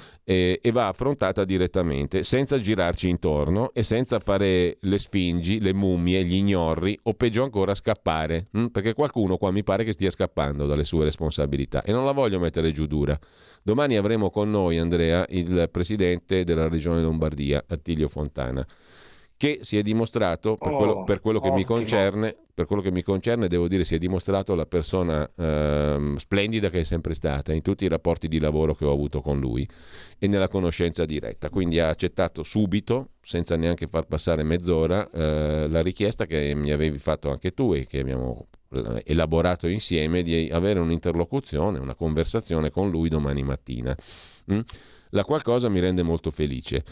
E, e va affrontata direttamente, senza girarci intorno e senza fare le sfingi, le mummie, gli ignorri o peggio ancora scappare, hm? Perché qualcuno qua mi pare che stia scappando dalle sue responsabilità e non la voglio mettere giù dura. Domani avremo con noi, Andrea, il presidente della regione Lombardia, Attilio Fontana, che si è dimostrato, per quello, Oh, per quello che mi ottimo. concerne, per quello che mi concerne, devo dire, si è dimostrato la persona ehm, splendida che è sempre stata in tutti i rapporti di lavoro che ho avuto con lui e nella conoscenza diretta. Quindi ha accettato subito, senza neanche far passare mezz'ora, eh, la richiesta che mi avevi fatto anche tu e che abbiamo elaborato insieme di avere un'interlocuzione, una conversazione con lui domani mattina. Mm? La qual cosa mi rende molto felice.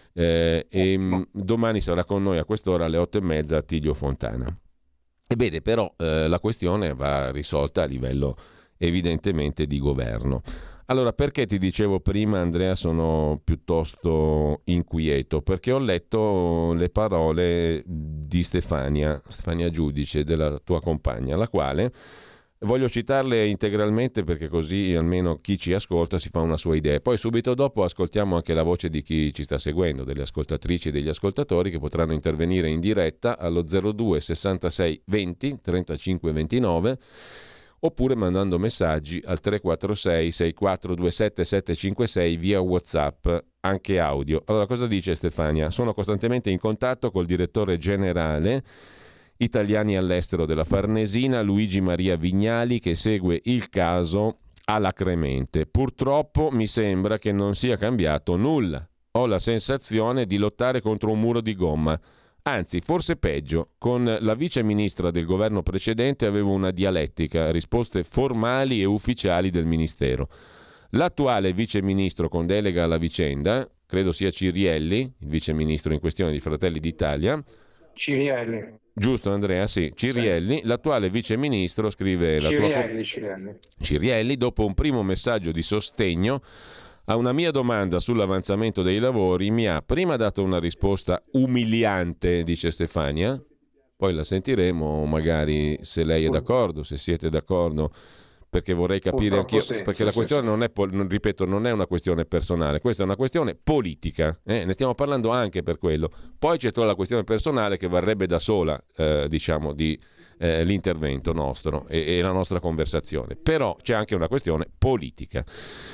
Eh, e mh, domani sarà con noi a quest'ora alle otto e mezza Attilio Fontana. Ebbene, però eh, la questione va risolta a livello evidentemente di governo. Allora, perché ti dicevo prima, Andrea, sono piuttosto inquieto? Perché ho letto le parole di Stefania, Stefania Giudice, della tua compagna, la quale voglio citarle integralmente perché così almeno chi ci ascolta si fa una sua idea. Poi subito dopo ascoltiamo anche la voce di chi ci sta seguendo, delle ascoltatrici e degli ascoltatori che potranno intervenire in diretta allo zero due sessantasei venti trentacinque ventinove oppure mandando messaggi al tre quattro sei sei quattro due sette sette cinque sei via WhatsApp, anche audio. Allora, cosa dice Stefania? Sono costantemente in contatto col direttore generale Italiani all'estero della Farnesina, Luigi Maria Vignali, che segue il caso alacremente. Purtroppo mi sembra che non sia cambiato nulla. Ho la sensazione di lottare contro un muro di gomma. Anzi, forse peggio. Con la vice ministra del governo precedente avevo una dialettica, risposte formali e ufficiali del ministero. L'attuale vice ministro con delega alla vicenda, credo sia Cirielli, il vice ministro in questione di Fratelli d'Italia. Cirielli. Giusto, Andrea? Sì, Cirielli, sì. L'attuale vice ministro, scrive la Cirielli, tua... Cirielli. Cirielli, dopo un primo messaggio di sostegno a una mia domanda sull'avanzamento dei lavori, mi ha prima dato una risposta umiliante, dice Stefania, poi la sentiremo magari se lei è d'accordo, se siete d'accordo, perché vorrei capire anch'io, sì, perché sì, la sì, questione sì. non è, non, ripeto, non è una questione personale, questa è una questione politica, eh? Ne stiamo parlando anche per quello. Poi c'è tutta la questione personale che varrebbe da sola, eh, diciamo, di eh, l'intervento nostro e, e la nostra conversazione, però c'è anche una questione politica.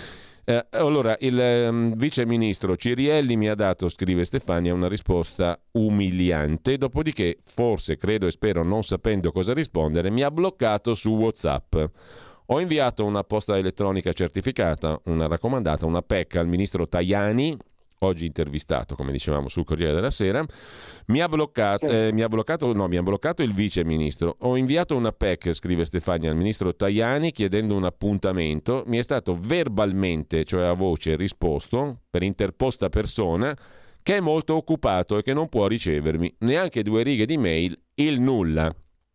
Eh, allora, il um, vice ministro Cirielli mi ha dato, scrive Stefania, una risposta umiliante, dopodiché, forse, credo e spero, non sapendo cosa rispondere, mi ha bloccato su WhatsApp. Ho inviato una posta elettronica certificata, una raccomandata, una P E C al ministro Tajani, oggi intervistato, come dicevamo, sul Corriere della Sera. Mi ha bloccato, Sì. eh, mi ha bloccato, no, mi ha bloccato il vice ministro. Ho inviato una P E C, scrive Stefania, al ministro Tajani chiedendo un appuntamento. Mi è stato verbalmente, cioè a voce, risposto per interposta persona che è molto occupato e che non può ricevermi neanche due righe di mail, il nulla.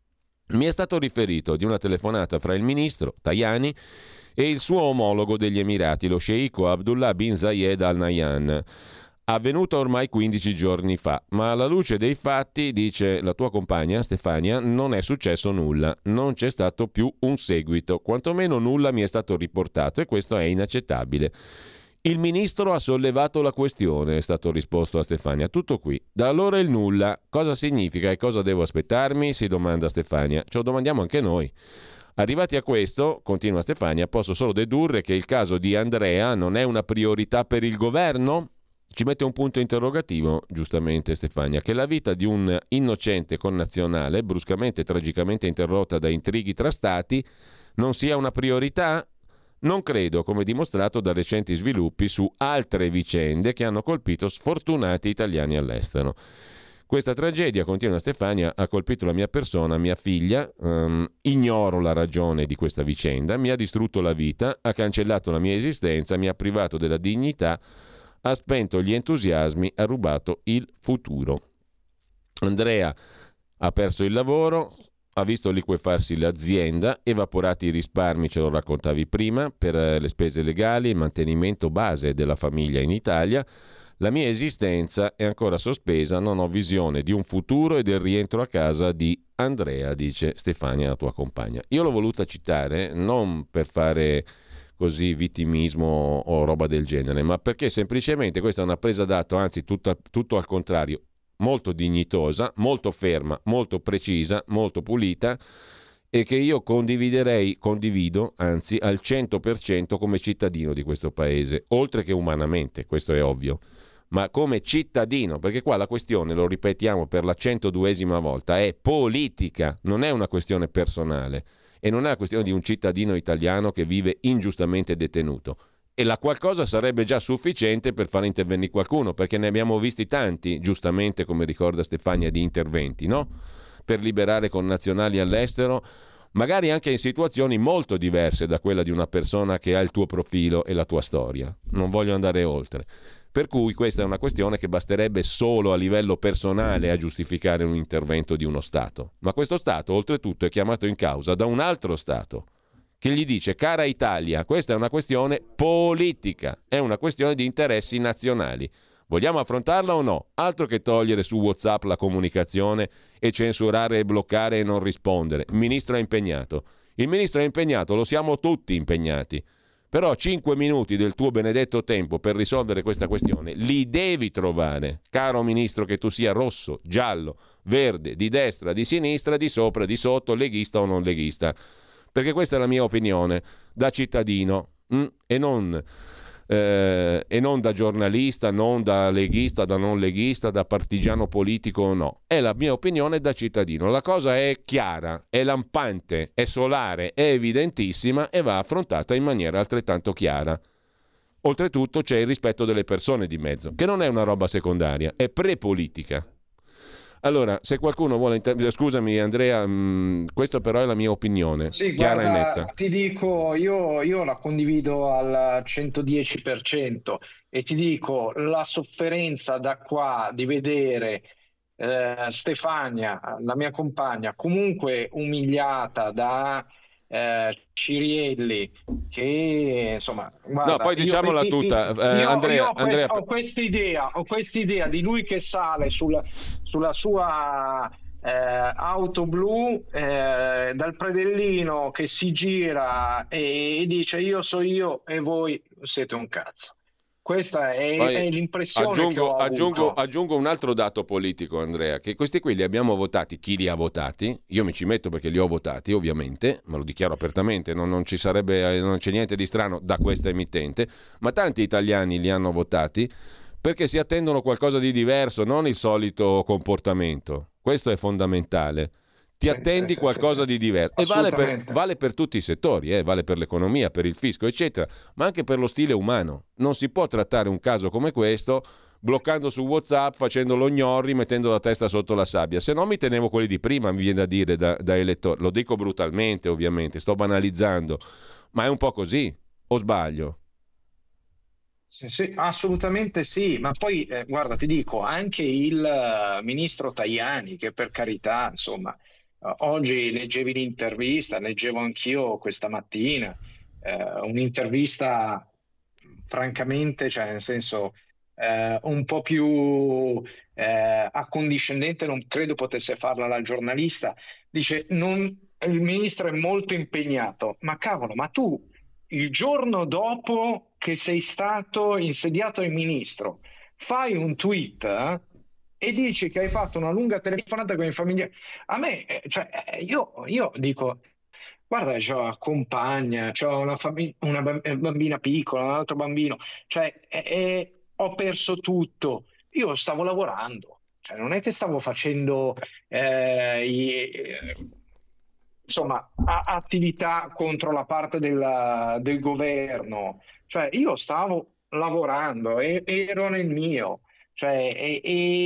Mi è stato riferito di una telefonata fra il ministro Tajani e il suo omologo degli Emirati, lo sceicco Abdullah bin Zayed Al Nahyan, avvenuta ormai quindici giorni fa, ma alla luce dei fatti, dice la tua compagna Stefania, non è successo nulla, non c'è stato più un seguito, quantomeno nulla mi è stato riportato e questo è inaccettabile. Il ministro ha sollevato la questione, è stato risposto a Stefania. Tutto qui. Da allora il nulla. Cosa significa e cosa devo aspettarmi? Si domanda Stefania. Ce lo domandiamo anche noi. Arrivati a questo, continua Stefania, posso solo dedurre che il caso di Andrea non è una priorità per il governo? Ci mette un punto interrogativo, giustamente Stefania, che la vita di un innocente connazionale, bruscamente e tragicamente interrotta da intrighi tra stati, non sia una priorità? Non credo, come dimostrato da recenti sviluppi su altre vicende che hanno colpito sfortunati italiani all'estero. Questa tragedia, continua Stefania, ha colpito la mia persona, mia figlia, um, ignoro la ragione di questa vicenda, mi ha distrutto la vita, ha cancellato la mia esistenza, mi ha privato della dignità, ha spento gli entusiasmi, ha rubato il futuro. Andrea ha perso il lavoro, ha visto liquefarsi l'azienda, evaporati i risparmi, ce lo raccontavi prima, per le spese legali, il mantenimento base della famiglia in Italia. La mia esistenza è ancora sospesa, non ho visione di un futuro e del rientro a casa di Andrea, dice Stefania, la tua compagna. Io l'ho voluta citare non per fare così vittimismo o roba del genere, ma perché semplicemente questa è una presa d'atto, anzi tutta, tutto al contrario, molto dignitosa, molto ferma, molto precisa, molto pulita, e che io condividerei, condivido anzi al cento per cento come cittadino di questo paese, oltre che umanamente, questo è ovvio, ma come cittadino, perché qua la questione, lo ripetiamo per la centoduesima volta, è politica, non è una questione personale e non è la questione di un cittadino italiano che vive ingiustamente detenuto. E la qualcosa sarebbe già sufficiente per far intervenire qualcuno, perché ne abbiamo visti tanti, giustamente, come ricorda Stefania, di interventi, no? Per liberare connazionali all'estero, magari anche in situazioni molto diverse da quella di una persona che ha il tuo profilo e la tua storia. Non voglio andare oltre. Per cui questa è una questione che basterebbe solo a livello personale a giustificare un intervento di uno Stato. Ma questo Stato, oltretutto, è chiamato in causa da un altro Stato, che gli dice: cara Italia, questa è una questione politica, è una questione di interessi nazionali. Vogliamo affrontarla o no? Altro che togliere su WhatsApp la comunicazione e censurare e bloccare e non rispondere. Il ministro è impegnato. Il ministro è impegnato, lo siamo tutti impegnati. Però cinque minuti del tuo benedetto tempo per risolvere questa questione li devi trovare, caro ministro, che tu sia rosso, giallo, verde, di destra, di sinistra, di sopra, di sotto, leghista o non leghista. Perché questa è la mia opinione da cittadino mh? e, non, eh, e non da giornalista, non da leghista, da non leghista, da partigiano politico, no. È la mia opinione da cittadino. La cosa è chiara, è lampante, è solare, è evidentissima e va affrontata in maniera altrettanto chiara. Oltretutto c'è il rispetto delle persone di mezzo, che non è una roba secondaria, è prepolitica. Allora, se qualcuno vuole inter... scusami Andrea, mh, questa però è la mia opinione, sì, chiara guarda, e netta. Ti dico, io, io la condivido al centodieci per cento e ti dico, la sofferenza da qua di vedere eh, Stefania, la mia compagna, comunque umiliata da eh, Cirielli, che insomma, guarda, no, poi diciamola io, tutta, io, eh, io, Andrea, io ho, Andrea... quest, ho quest'idea, ho quest'idea di lui che sale sul, sulla sua eh, auto blu eh, dal predellino, che si gira e, e dice: io so io e voi siete un cazzo. Questa è, è l'impressione aggiungo, che ho aggiungo, avuto. aggiungo un altro dato politico, Andrea, che questi qui li abbiamo votati, chi li ha votati, io mi ci metto perché li ho votati ovviamente, ma lo dichiaro apertamente, non, non ci sarebbe, non c'è niente di strano da questa emittente, ma tanti italiani li hanno votati perché si attendono qualcosa di diverso, non il solito comportamento. Questo è fondamentale. Ti sì, attendi sì, qualcosa sì, di diverso e vale per, vale per tutti i settori, eh? Vale per l'economia, per il fisco eccetera, ma anche per lo stile umano. Non si può trattare un caso come questo bloccando su WhatsApp, facendo lo gnorri, mettendo la testa sotto la sabbia. Se no mi tenevo quelli di prima, mi viene da dire, da, da elettore. Lo dico brutalmente ovviamente, sto banalizzando, ma è un po' così, o sbaglio? Sì, sì, assolutamente sì, ma poi eh, guarda, ti dico, anche il uh, ministro Tajani, che per carità, insomma, uh, oggi leggevi l'intervista, leggevo anch'io questa mattina, uh, un'intervista francamente, cioè nel senso uh, un po' più uh, accondiscendente, non credo potesse farla la giornalista, dice non, il ministro è molto impegnato, ma cavolo, ma tu il giorno dopo che sei stato insediato in ministro, fai un tweet eh, e dici che hai fatto una lunga telefonata con i familiari. A me, eh, cioè, eh, io, io dico, guarda, c'ho una compagna, c'ho una, famig- una bam- bambina piccola, un altro bambino, cioè, eh, eh, ho perso tutto. Io stavo lavorando, cioè, non è che stavo facendo eh, i- eh, insomma, a- attività contro la parte del, del governo. Cioè, io stavo lavorando e ero nel mio, cioè, e,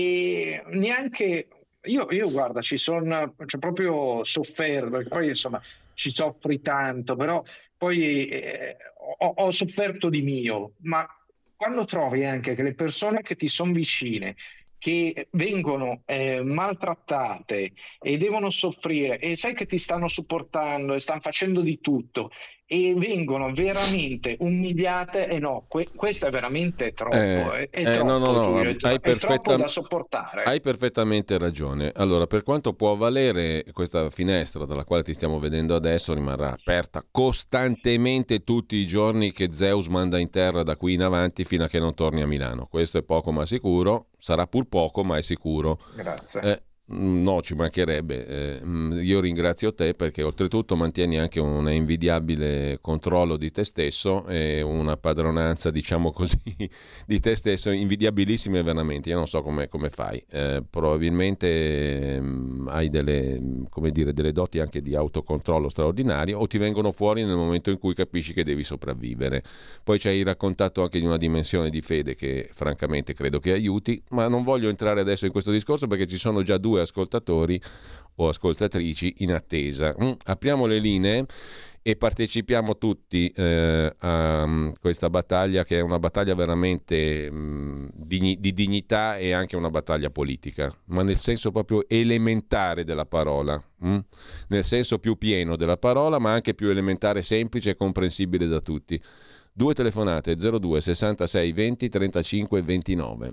e neanche io, io guarda, ci sono, c'è proprio sofferto, perché poi insomma ci soffri tanto, però poi eh, ho, ho sofferto di mio, ma quando trovi anche che le persone che ti sono vicine, che vengono eh, maltrattate e devono soffrire e sai che ti stanno supportando e stanno facendo di tutto e vengono veramente umiliate, e no, que- questo è veramente troppo, Eh, è, è eh, troppo, no, no, no, Giulio, è, tro- hai, è troppo perfetta- da sopportare. hai perfettamente ragione. Allora, per quanto può valere, questa finestra dalla quale ti stiamo vedendo adesso rimarrà aperta costantemente tutti i giorni che Zeus manda in terra da qui in avanti fino a che non torni a Milano. Questo è poco ma sicuro, sarà pur poco ma è sicuro. Grazie. Eh, no, ci mancherebbe. Eh, io ringrazio te perché oltretutto mantieni anche un invidiabile controllo di te stesso e una padronanza, diciamo così, di te stesso invidiabilissime veramente. Io non so come, come fai. Eh, probabilmente ehm, hai delle, come dire, delle doti anche di autocontrollo straordinario o ti vengono fuori nel momento in cui capisci che devi sopravvivere. Poi ci hai raccontato anche di una dimensione di fede che francamente credo che aiuti, ma non voglio entrare adesso in questo discorso perché ci sono già due ascoltatori o ascoltatrici in attesa. Mm, apriamo le linee e partecipiamo tutti eh, a um, questa battaglia che è una battaglia veramente mm, digni- di dignità e anche una battaglia politica, ma nel senso proprio elementare della parola, mm? Nel senso più pieno della parola, ma anche più elementare, semplice e comprensibile da tutti. Due telefonate, zero due sessantasei venti trentacinque ventinove.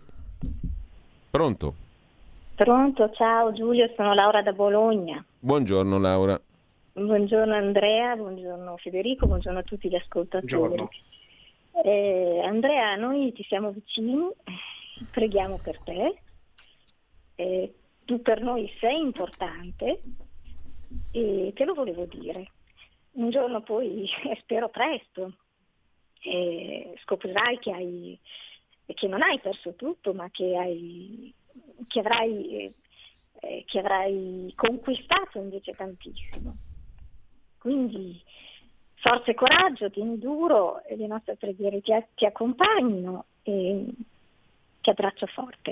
Pronto? Pronto, ciao Giulio, sono Laura da Bologna. Buongiorno Laura. Buongiorno Andrea, buongiorno Federico, buongiorno a tutti gli ascoltatori. Buongiorno. Eh, Andrea, noi ti siamo vicini, preghiamo per te, eh, tu per noi sei importante e te lo volevo dire. Un giorno poi, spero presto, eh, scoprirai che, hai, che non hai perso tutto, ma che hai... che avrai, eh, che avrai conquistato invece tantissimo. Quindi forza e coraggio, tieni duro, e le nostre preghiere ti, ti accompagnino e ti abbraccio forte.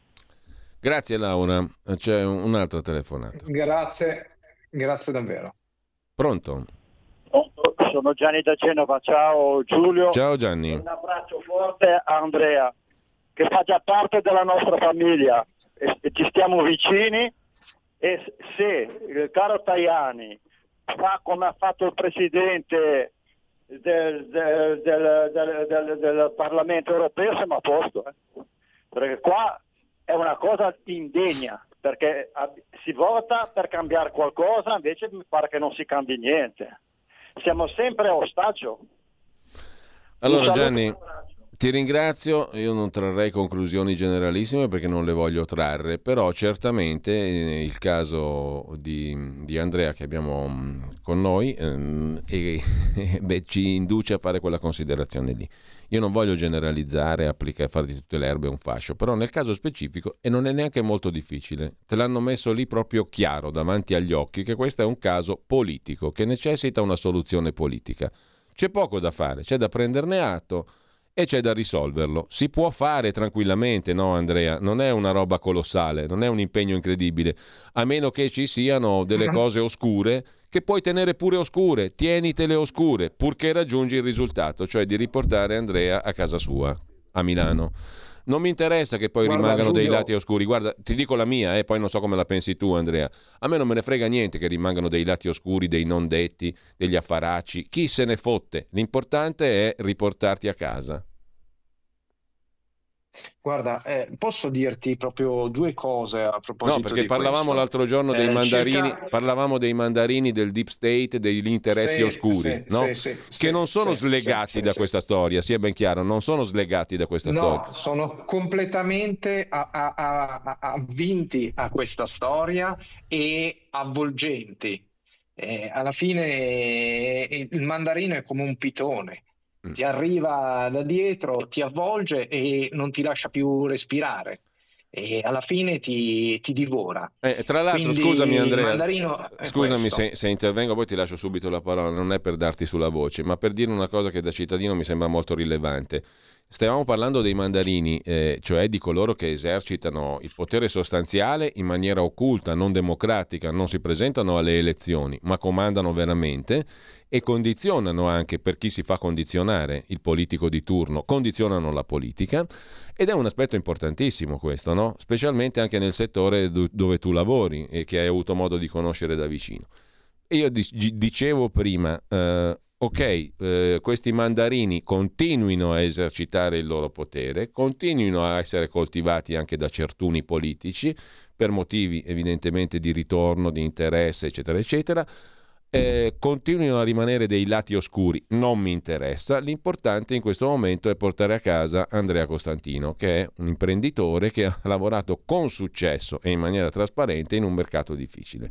Grazie Laura, c'è un'altra telefonata. Grazie, grazie davvero. Pronto? Sono Gianni da Genova, ciao Giulio. Ciao Gianni. Un abbraccio forte a Andrea, che fa già parte della nostra famiglia e, e ci stiamo vicini, e se il caro Tajani fa come ha fatto il presidente del, del, del, del, del, del Parlamento europeo siamo a posto, eh? Perché qua è una cosa indegna, perché si vota per cambiare qualcosa, invece mi pare che non si cambi niente, siamo sempre a ostaggio. Allora Gianni, ti ringrazio, io non trarrei conclusioni generalissime perché non le voglio trarre, però certamente il caso di, di Andrea che abbiamo con noi ehm, e, beh, ci induce a fare quella considerazione lì. Io non voglio generalizzare, applicare, fare di tutte le erbe un fascio, però nel caso specifico, e non è neanche molto difficile, te l'hanno messo lì proprio chiaro davanti agli occhi che questo è un caso politico che necessita una soluzione politica. C'è poco da fare, c'è da prenderne atto e c'è da risolverlo. Si può fare tranquillamente, no Andrea? Non è una roba colossale, non è un impegno incredibile, a meno che ci siano delle cose oscure che puoi tenere pure oscure, tienitele oscure, purché raggiungi il risultato, cioè di riportare Andrea a casa sua, a Milano. Non mi interessa che poi Guarda, rimangano Giulio, dei lati oscuri. Guarda, ti dico la mia, e poi non so come la pensi tu, Andrea. A me non me ne frega niente che rimangano dei lati oscuri, dei non detti, degli affaracci. Chi se ne fotte? L'importante è riportarti a casa. Guarda, eh, posso dirti proprio due cose a proposito No, perché di parlavamo questo. l'altro giorno dei Eh, mandarini, circa- parlavamo dei mandarini del deep state, degli interessi Sì, oscuri, sì, no? sì, sì, che sì, non sono sì, slegati sì, da sì. questa storia, sia ben chiaro, non sono slegati da questa storia. No, sono completamente a- a- a- a- avvinti a questa storia e avvolgenti. Eh, alla fine eh, il mandarino è come un pitone, Mm. ti arriva da dietro, ti avvolge e non ti lascia più respirare. E alla fine ti, ti divora. Eh, tra l'altro, Quindi scusami il Andrea, mandarino è scusami questo. se, se intervengo, poi ti lascio subito la parola, non è per darti sulla voce, ma per dire una cosa che da cittadino mi sembra molto rilevante. Stavamo parlando dei mandarini, eh, cioè di coloro che esercitano il potere sostanziale in maniera occulta, non democratica, non si presentano alle elezioni, ma comandano veramente e condizionano anche, per chi si fa condizionare, il politico di turno, condizionano la politica, ed è un aspetto importantissimo questo, no? Specialmente anche nel settore do- dove tu lavori e che hai avuto modo di conoscere da vicino. E io dic- dicevo prima, eh, ok, eh, questi mandarini continuino a esercitare il loro potere, continuino a essere coltivati anche da certuni politici, per motivi evidentemente di ritorno, di interesse, eccetera, eccetera, eh, continuino a rimanere dei lati oscuri, non mi interessa, l'importante in questo momento è portare a casa Andrea Costantino, che è un imprenditore che ha lavorato con successo e in maniera trasparente in un mercato difficile.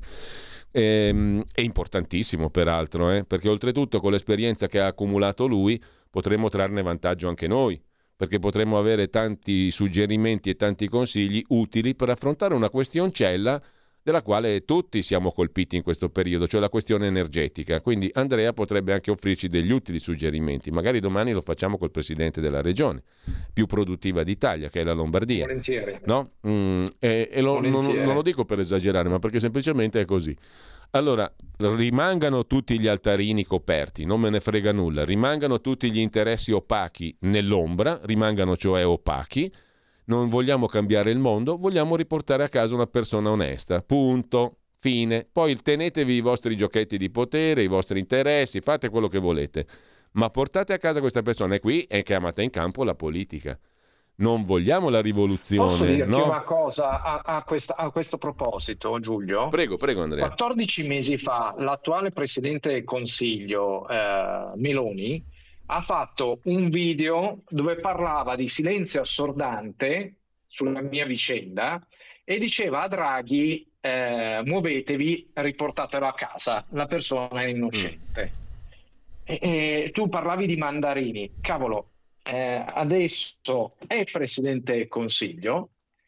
Ehm, è importantissimo peraltro, eh, perché oltretutto con l'esperienza che ha accumulato lui potremo trarne vantaggio anche noi, perché potremo avere tanti suggerimenti e tanti consigli utili per affrontare una questioncella della quale tutti siamo colpiti in questo periodo, cioè la questione energetica. Quindi Andrea potrebbe anche offrirci degli utili suggerimenti. Magari domani lo facciamo col presidente della regione più produttiva d'Italia, che è la Lombardia. Volentieri. No? Mm, e e lo- non, Volentieri. non lo dico per esagerare, ma perché semplicemente è così. Allora, rimangano tutti gli altarini coperti, non me ne frega nulla, rimangano tutti gli interessi opachi nell'ombra, rimangano cioè opachi. Non vogliamo cambiare il mondo, vogliamo riportare a casa una persona onesta. Punto. Fine. Poi tenetevi i vostri giochetti di potere, i vostri interessi, fate quello che volete. Ma portate a casa questa persona, e qui è chiamata in campo la politica. Non vogliamo la rivoluzione. Posso dirti no? una cosa a, a, questa- a questo proposito, Giulio? Prego, prego Andrea. quattordici mesi fa l'attuale Presidente del Consiglio eh, Meloni ha fatto un video dove parlava di silenzio assordante sulla mia vicenda e diceva a Draghi eh, muovetevi, riportatelo a casa, la persona è innocente. E, e tu parlavi di mandarini, cavolo, eh, adesso è Presidente del Consiglio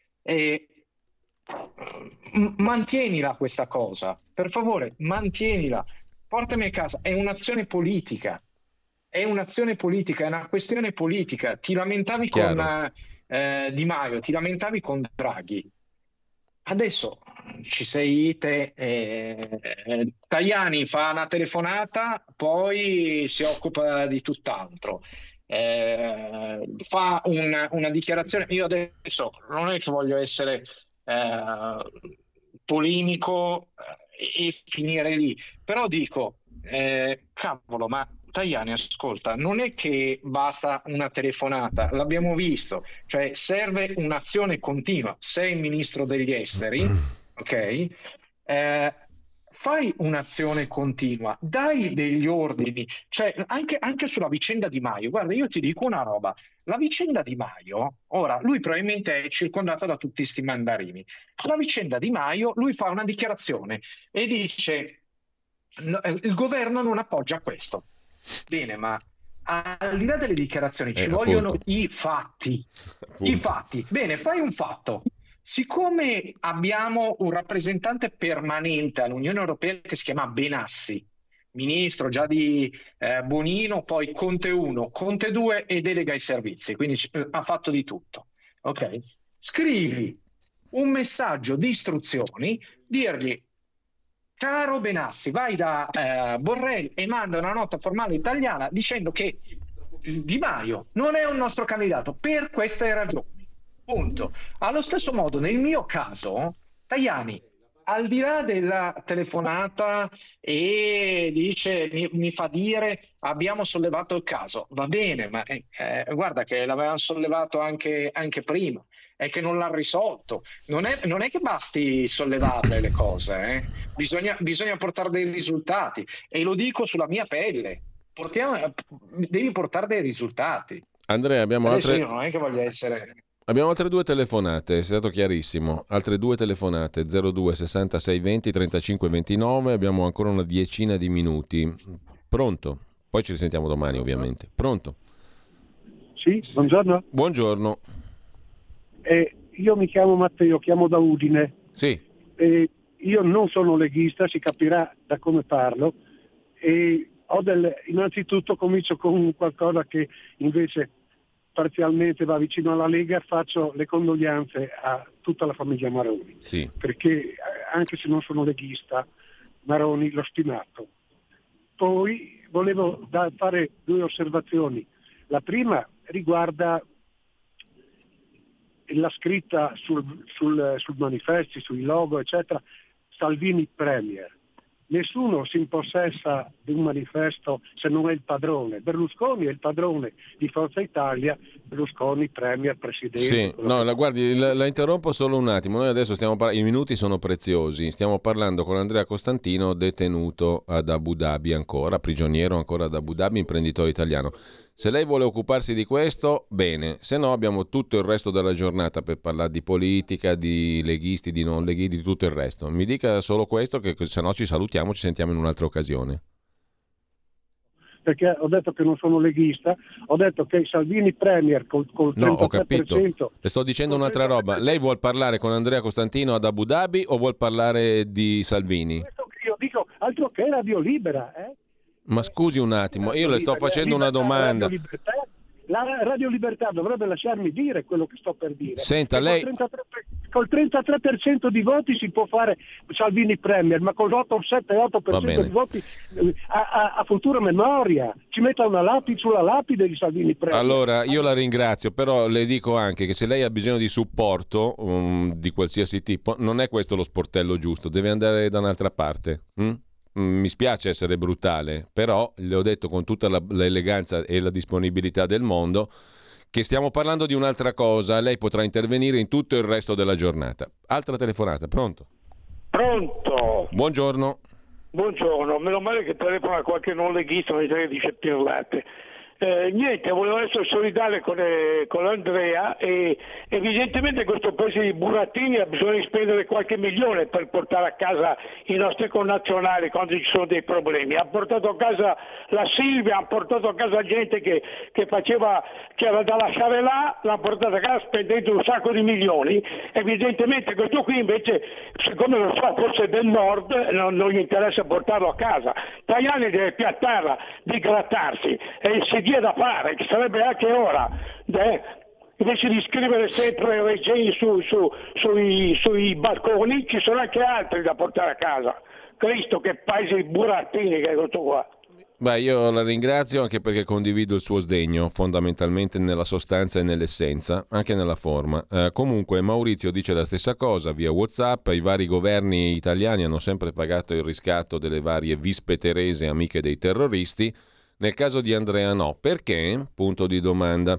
e m- mantienila questa cosa, per favore, mantienila, portami a casa, è un'azione politica. È un'azione politica, è una questione politica. Ti lamentavi Chiaro. con eh, Di Maio, ti lamentavi con Draghi. Adesso ci sei te. eh, eh, Tajani fa una telefonata, poi si occupa di tutt'altro. Eh, fa un- una dichiarazione. Io adesso non è che voglio essere eh, polemico eh, e finire lì, però dico, eh, cavolo, ma Tajani, ascolta, non è che basta una telefonata, l'abbiamo visto, cioè serve un'azione continua. Sei ministro degli esteri, ok? Eh, fai un'azione continua, dai degli ordini, cioè anche, anche sulla vicenda Di Maio. Guarda, io ti dico una roba, la vicenda Di Maio, ora lui probabilmente è circondato da tutti sti mandarini, la vicenda Di Maio, lui fa una dichiarazione e dice no, eh, il governo non appoggia questo. Bene, ma al di là delle dichiarazioni ci Eh, vogliono appunto. i fatti. Appunto. I fatti. Bene, fai un fatto. Siccome abbiamo un rappresentante permanente all'Unione Europea che si chiama Benassi, ministro già di eh, Bonino, poi Conte uno, Conte due e delega ai servizi, quindi eh, ha fatto di tutto. Ok? Scrivi un messaggio di istruzioni, dirgli: caro Benassi, vai da eh, Borrell e manda una nota formale italiana dicendo che Di Maio non è un nostro candidato per queste ragioni. Punto. Allo stesso modo, nel mio caso, Tajani, al di là della telefonata e dice, mi, mi fa dire abbiamo sollevato il caso, va bene, ma eh, eh, guarda che l'avevano sollevato anche, anche prima, è che non l'ha risolto. Non è, non è che basti sollevarle le cose, eh. Bisogna, bisogna portare dei risultati, e lo dico sulla mia pelle. Portiamo, devi portare dei risultati. Andrea, abbiamo Adesso altre... io non è che voglio essere... Abbiamo altre due telefonate, è stato chiarissimo. Altre due telefonate, zero due sessantasei venti trentacinque ventinove, abbiamo ancora una decina di minuti. Pronto? Poi ci risentiamo domani, ovviamente. Pronto? Sì, buongiorno. Buongiorno. Eh, io mi chiamo Matteo, chiamo da Udine. Sì. Eh, io non sono leghista, si capirà da come parlo. E ho delle... Innanzitutto comincio con qualcosa che invece parzialmente va vicino alla Lega. Faccio le condoglianze a tutta la famiglia Maroni, sì. Perché anche se non sono leghista, Maroni l'ho stimato. Poi volevo da fare due osservazioni. La prima riguarda la scritta sul, sul, sul manifesti, sui logo, eccetera, Salvini Premier. Nessuno si impossessa di un manifesto se non è il padrone. Berlusconi è il padrone di Forza Italia, Berlusconi Premier, Presidente. Sì, no, la, guardi, la, la interrompo solo un attimo. Noi adesso stiamo parlando, i minuti sono preziosi, stiamo parlando con Andrea Costantino, detenuto ad Abu Dhabi ancora, prigioniero ancora ad Abu Dhabi, imprenditore italiano. Se lei vuole occuparsi di questo, bene, se no abbiamo tutto il resto della giornata per parlare di politica, di leghisti, di non leghisti, di tutto il resto. Mi dica solo questo, che se no ci salutiamo, ci sentiamo in un'altra occasione. Perché ho detto che non sono leghista, ho detto che Salvini Premier col, col trentatré per cento... No, ho capito, le sto dicendo un'altra roba. Lei vuol parlare con Andrea Costantino ad Abu Dhabi o vuol parlare di Salvini? Questo che io dico, altro che Radio Libera, eh? Ma scusi un attimo, io le sto facendo una domanda. Radio Libertà, la Radio Libertà dovrebbe lasciarmi dire quello che sto per dire. Senta, e lei... Col trentatré, col trentatré per cento di voti si può fare Salvini Premier, ma con l'otto, sette, otto per cento di voti a, a, a futura memoria. Ci metta una lapide sulla lapide di Salvini Premier. Allora, io la ringrazio, però le dico anche che se lei ha bisogno di supporto um, di qualsiasi tipo, non è questo lo sportello giusto, deve andare da un'altra parte. Mm? Mi spiace essere brutale, però le ho detto con tutta la, l'eleganza e la disponibilità del mondo che stiamo parlando di un'altra cosa. Lei potrà intervenire in tutto il resto della giornata. Altra telefonata, pronto? Pronto? Buongiorno. Buongiorno, meno male che telefona qualche non leghista, non che dice pirlate. Eh, niente, volevo essere solidale con, eh, con Andrea e evidentemente questo paese di burattini ha bisogno di spendere qualche milione per portare a casa i nostri connazionali quando ci sono dei problemi. Ha portato a casa la Silvia, ha portato a casa gente che, che faceva, che era da lasciare là, l'ha portata a casa spendendo un sacco di milioni. Evidentemente questo qui invece, siccome lo so forse del nord, non, non gli interessa portarlo a casa. Tajani deve piattarla, di grattarsi e si dia da fare, che sarebbe anche ora, eh, invece di scrivere sempre Regeni su, su, sui, sui balconi, ci sono anche altri da portare a casa. Cristo, che paese di burattini che è questo qua. Beh, io la ringrazio anche perché condivido il suo sdegno, fondamentalmente nella sostanza e nell'essenza, anche nella forma. Eh, comunque Maurizio dice la stessa cosa via WhatsApp. I vari governi italiani hanno sempre pagato il riscatto delle varie vispe terese amiche dei terroristi. Nel caso di Andrea no. Perché? Punto di domanda.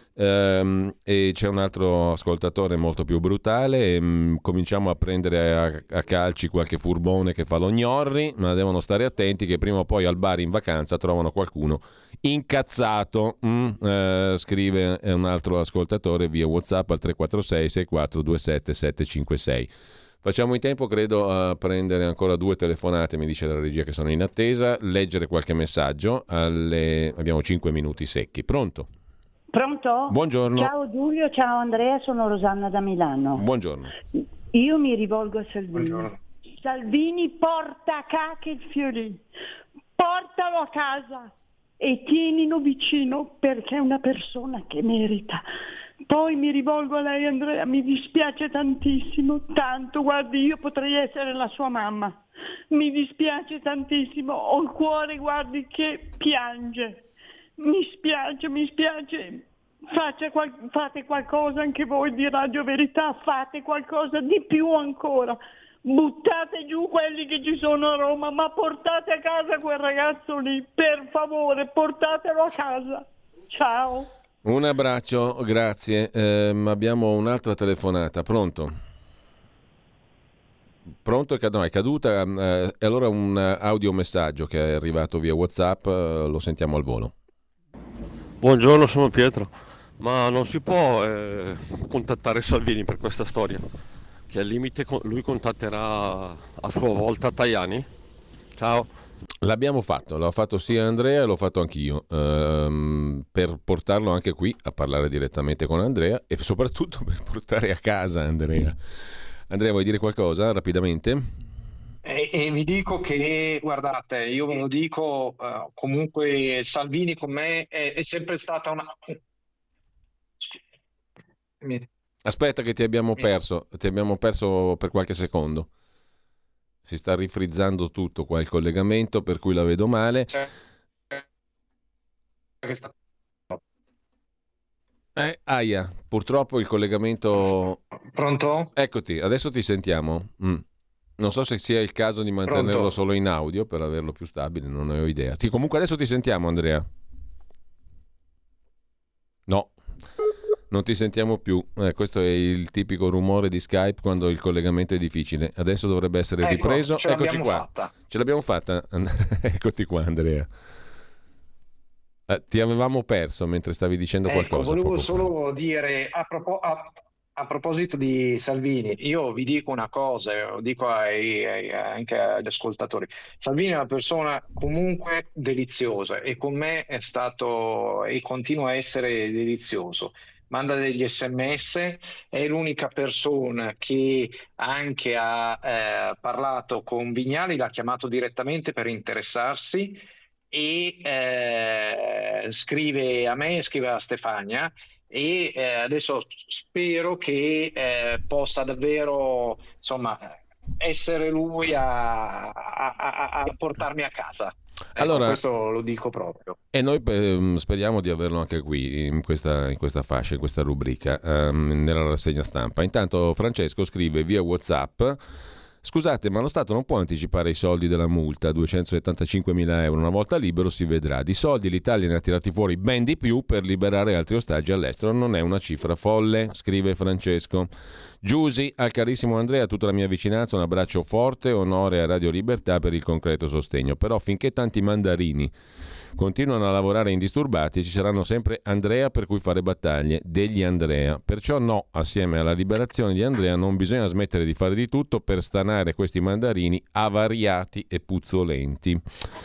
Ehm, e c'è un altro ascoltatore molto più brutale. Ehm, cominciamo a prendere a, a calci qualche furbone che fa lo gnorri, ma devono stare attenti che prima o poi al bar in vacanza trovano qualcuno incazzato. Mm, eh, scrive un altro ascoltatore via WhatsApp al tre quattro sei sei quattro due sette sette cinque sei. Facciamo in tempo, credo, a prendere ancora due telefonate, mi dice la regia che sono in attesa, leggere qualche messaggio, alle... abbiamo cinque minuti secchi. Pronto? Pronto? Buongiorno. Ciao Giulio, ciao Andrea, sono Rosanna da Milano. Buongiorno. Io mi rivolgo a Salvini. Buongiorno. Salvini, porta a casa il Fiorino, portalo a casa e tienilo vicino perché è una persona che merita. Poi mi rivolgo a lei Andrea, mi dispiace tantissimo, tanto, guardi, io potrei essere la sua mamma, mi dispiace tantissimo, ho il cuore, guardi, che piange, mi spiace, mi spiace, Faccia qual- fate qualcosa anche voi di Radio Verità, fate qualcosa di più ancora, buttate giù quelli che ci sono a Roma, ma portate a casa quel ragazzo lì, per favore, portatelo a casa. Ciao. Un abbraccio, grazie. Eh, abbiamo un'altra telefonata, pronto? Pronto? No, è caduta. Eh, e allora un audiomessaggio che è arrivato via WhatsApp, eh, lo sentiamo al volo. Buongiorno, sono Pietro. Ma non si può eh, contattare Salvini per questa storia? Che al limite lui contatterà a sua volta Tajani? Ciao. L'abbiamo fatto, l'ho fatto sia Andrea e l'ho fatto anch'io, ehm, per portarlo anche qui a parlare direttamente con Andrea e soprattutto per portare a casa Andrea. Andrea, vuoi dire qualcosa rapidamente? E, e vi dico che, guardate, io ve lo dico, uh, comunque Salvini con me è, è sempre stata una... Aspetta che ti abbiamo perso, ti abbiamo perso per qualche secondo. Si sta rifrizzando tutto qua il collegamento, per cui la vedo male. Eh, aia, purtroppo il collegamento... Pronto? Eccoti, adesso ti sentiamo. Mm. Non so se sia il caso di mantenerlo Pronto? Solo in audio per averlo più stabile, non ne ho idea. Sì, comunque adesso ti sentiamo, Andrea. No. Non ti sentiamo più, eh, questo è il tipico rumore di Skype quando il collegamento è difficile. Adesso dovrebbe essere Ecco, ripreso. ce Eccoci l'abbiamo qua. fatta. Ce l'abbiamo fatta. Eccoti qua, Andrea. Eh, ti avevamo perso mentre stavi dicendo Ecco, qualcosa. volevo poco solo dire a, propo- a- a proposito di Salvini, io vi dico una cosa, lo dico ai- ai- anche agli ascoltatori. Salvini è una persona comunque deliziosa e con me è stato e continua a essere delizioso. Manda degli sms, è l'unica persona che anche ha eh, parlato con Vignali, l'ha chiamato direttamente per interessarsi e eh, scrive a me, scrive a Stefania e eh, adesso spero che eh, possa davvero, insomma, essere lui a, a- a- a portarmi a casa. Ecco, Allora- questo lo dico proprio. E noi ehm, speriamo di averlo anche qui, in questa, in questa fascia, in questa rubrica, ehm, nella rassegna stampa. Intanto Francesco scrive via WhatsApp: scusate, ma lo Stato non può anticipare i soldi della multa, duecentosettantacinquemila euro, una volta libero si vedrà. Di soldi l'Italia ne ha tirati fuori ben di più per liberare altri ostaggi all'estero, non è una cifra folle, scrive Francesco. Giusi, al carissimo Andrea, tutta la mia vicinanza, un abbraccio forte, onore a Radio Libertà per il concreto sostegno. Però finché tanti mandarini continuano a lavorare indisturbati ci saranno sempre Andrea per cui fare battaglie, degli Andrea. Perciò no, assieme alla liberazione di Andrea non bisogna smettere di fare di tutto per stanare questi mandarini avariati e puzzolenti.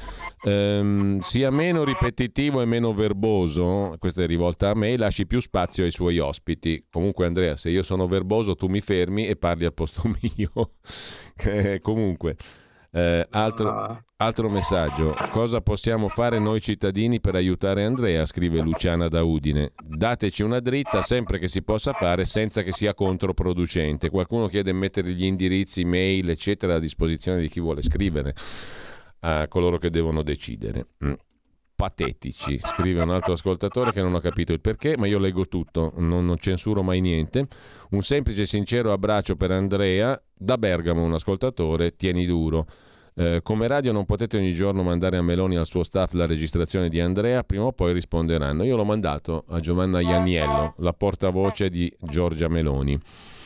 Ehm, sia meno ripetitivo e meno verboso, questa è rivolta a me, lasci più spazio ai suoi ospiti. Comunque Andrea, se io sono verboso tu mi fermi e parli al posto mio. Eh, comunque eh, altro, altro messaggio: cosa possiamo fare noi cittadini per aiutare Andrea? Scrive Luciana da Udine. Dateci una dritta sempre che si possa fare senza che sia controproducente. Qualcuno chiede di mettere gli indirizzi, mail eccetera a disposizione di chi vuole scrivere, a coloro che devono decidere. Mm. Patetici, scrive un altro ascoltatore che non ho capito il perché, ma io leggo tutto, non, non censuro mai niente. Un semplice e sincero abbraccio per Andrea, da Bergamo un ascoltatore, tieni duro. Eh, come radio non potete ogni giorno mandare a Meloni e al suo staff la registrazione di Andrea, prima o poi risponderanno. Io l'ho mandato a Giovanna Ianiello, la portavoce di Giorgia Meloni.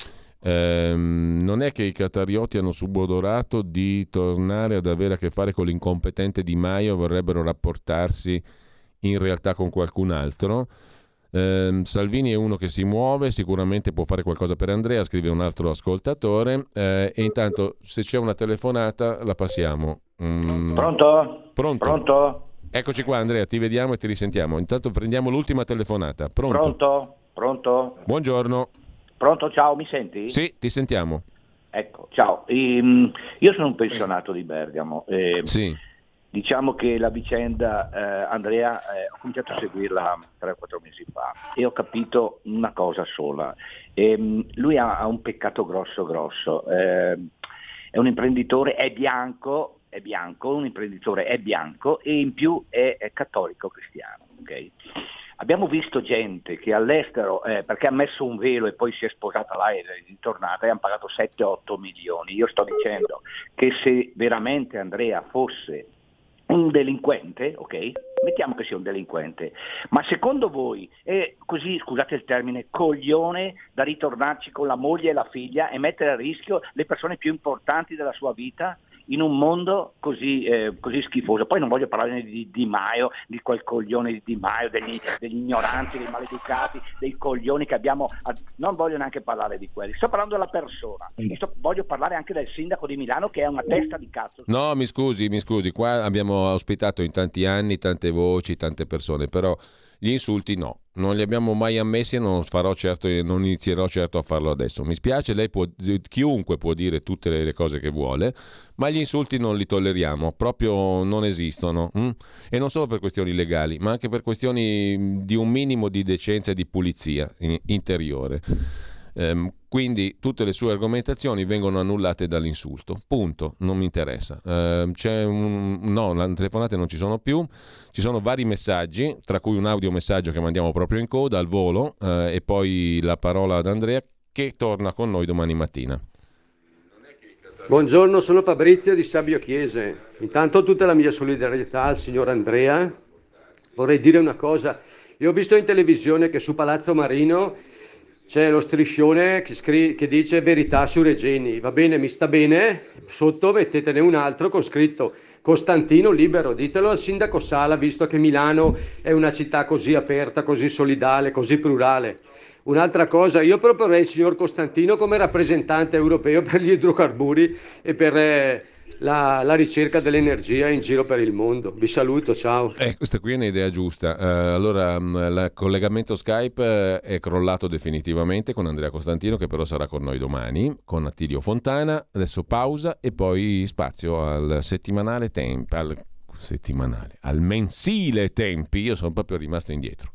Ehm, non è che i qatarioti hanno subodorato di tornare ad avere a che fare con l'incompetente Di Maio, vorrebbero rapportarsi in realtà con qualcun altro. Ehm, Salvini è uno che si muove, sicuramente può fare qualcosa per Andrea, scrive un altro ascoltatore. Eh, e intanto se c'è una telefonata la passiamo. Mm. Pronto? Pronto? Pronto? Eccoci qua Andrea, ti vediamo e ti risentiamo. Intanto prendiamo l'ultima telefonata. Pronto? Pronto? Pronto? Buongiorno. Pronto, ciao, mi senti? Sì, ti sentiamo. Ecco, ciao. Ehm, io sono un pensionato di Bergamo. Eh, sì. Diciamo che la vicenda, eh, Andrea, eh, ho cominciato a seguirla tre o quattro mesi fa e ho capito una cosa sola. Ehm, lui ha, ha un peccato grosso grosso. Eh, è un imprenditore, è bianco, è bianco, un imprenditore è bianco e in più è, è cattolico cristiano. Okay? abbiamo visto gente che all'estero, eh, perché ha messo un velo e poi si è sposata là e è ritornata, e hanno pagato sette otto milioni. Io sto dicendo che se veramente Andrea fosse un delinquente, ok? Mettiamo che sia un delinquente, ma secondo voi è così, scusate il termine, coglione da ritornarci con la moglie e la figlia e mettere a rischio le persone più importanti della sua vita in un mondo così, eh, così schifoso? Poi non voglio parlare di Di Maio, di quel coglione di Di Maio, degli, degli ignoranti, dei maleducati, dei coglioni che abbiamo, non voglio neanche parlare di quelli, sto parlando della persona, sto, voglio parlare anche del sindaco di Milano che è una testa di cazzo. No, mi scusi, mi scusi, qua abbiamo ospitato in tanti anni tante voci, tante persone, però gli insulti no, non li abbiamo mai ammessi e non farò certo, non inizierò certo a farlo adesso. Mi spiace, lei può, chiunque può dire tutte le cose che vuole, ma gli insulti non li tolleriamo, proprio non esistono. Hm? E non solo per questioni legali, ma anche per questioni di un minimo di decenza e di pulizia interiore. Ehm, quindi tutte le sue argomentazioni vengono annullate dall'insulto, punto, non mi interessa. Ehm, c'è un, no, le telefonate non ci sono più, ci sono vari messaggi, tra cui un audiomessaggio che mandiamo proprio in coda al volo, eh, e poi la parola ad Andrea che torna con noi domani mattina. Buongiorno, sono Fabrizio di Sabbio Chiese. Intanto tutta la mia solidarietà al signor Andrea. Vorrei dire una cosa, io ho visto in televisione che su Palazzo Marino c'è lo striscione che, scri- che dice verità su Regeni, va bene, mi sta bene, sotto mettetene un altro con scritto Costantino libero, ditelo al sindaco Sala, visto che Milano è una città così aperta, così solidale, così plurale. Un'altra cosa, io proporrei il signor Costantino come rappresentante europeo per gli idrocarburi e per eh, la, la ricerca dell'energia in giro per il mondo. Vi saluto, ciao. Eh, questa qui è un'idea giusta. Uh, allora, um, il collegamento Skype uh, è crollato definitivamente con Andrea Costantino, che però sarà con noi domani, con Attilio Fontana. Adesso pausa e poi spazio al settimanale Tempi, al settimanale, al mensile Tempi. Io sono proprio rimasto indietro.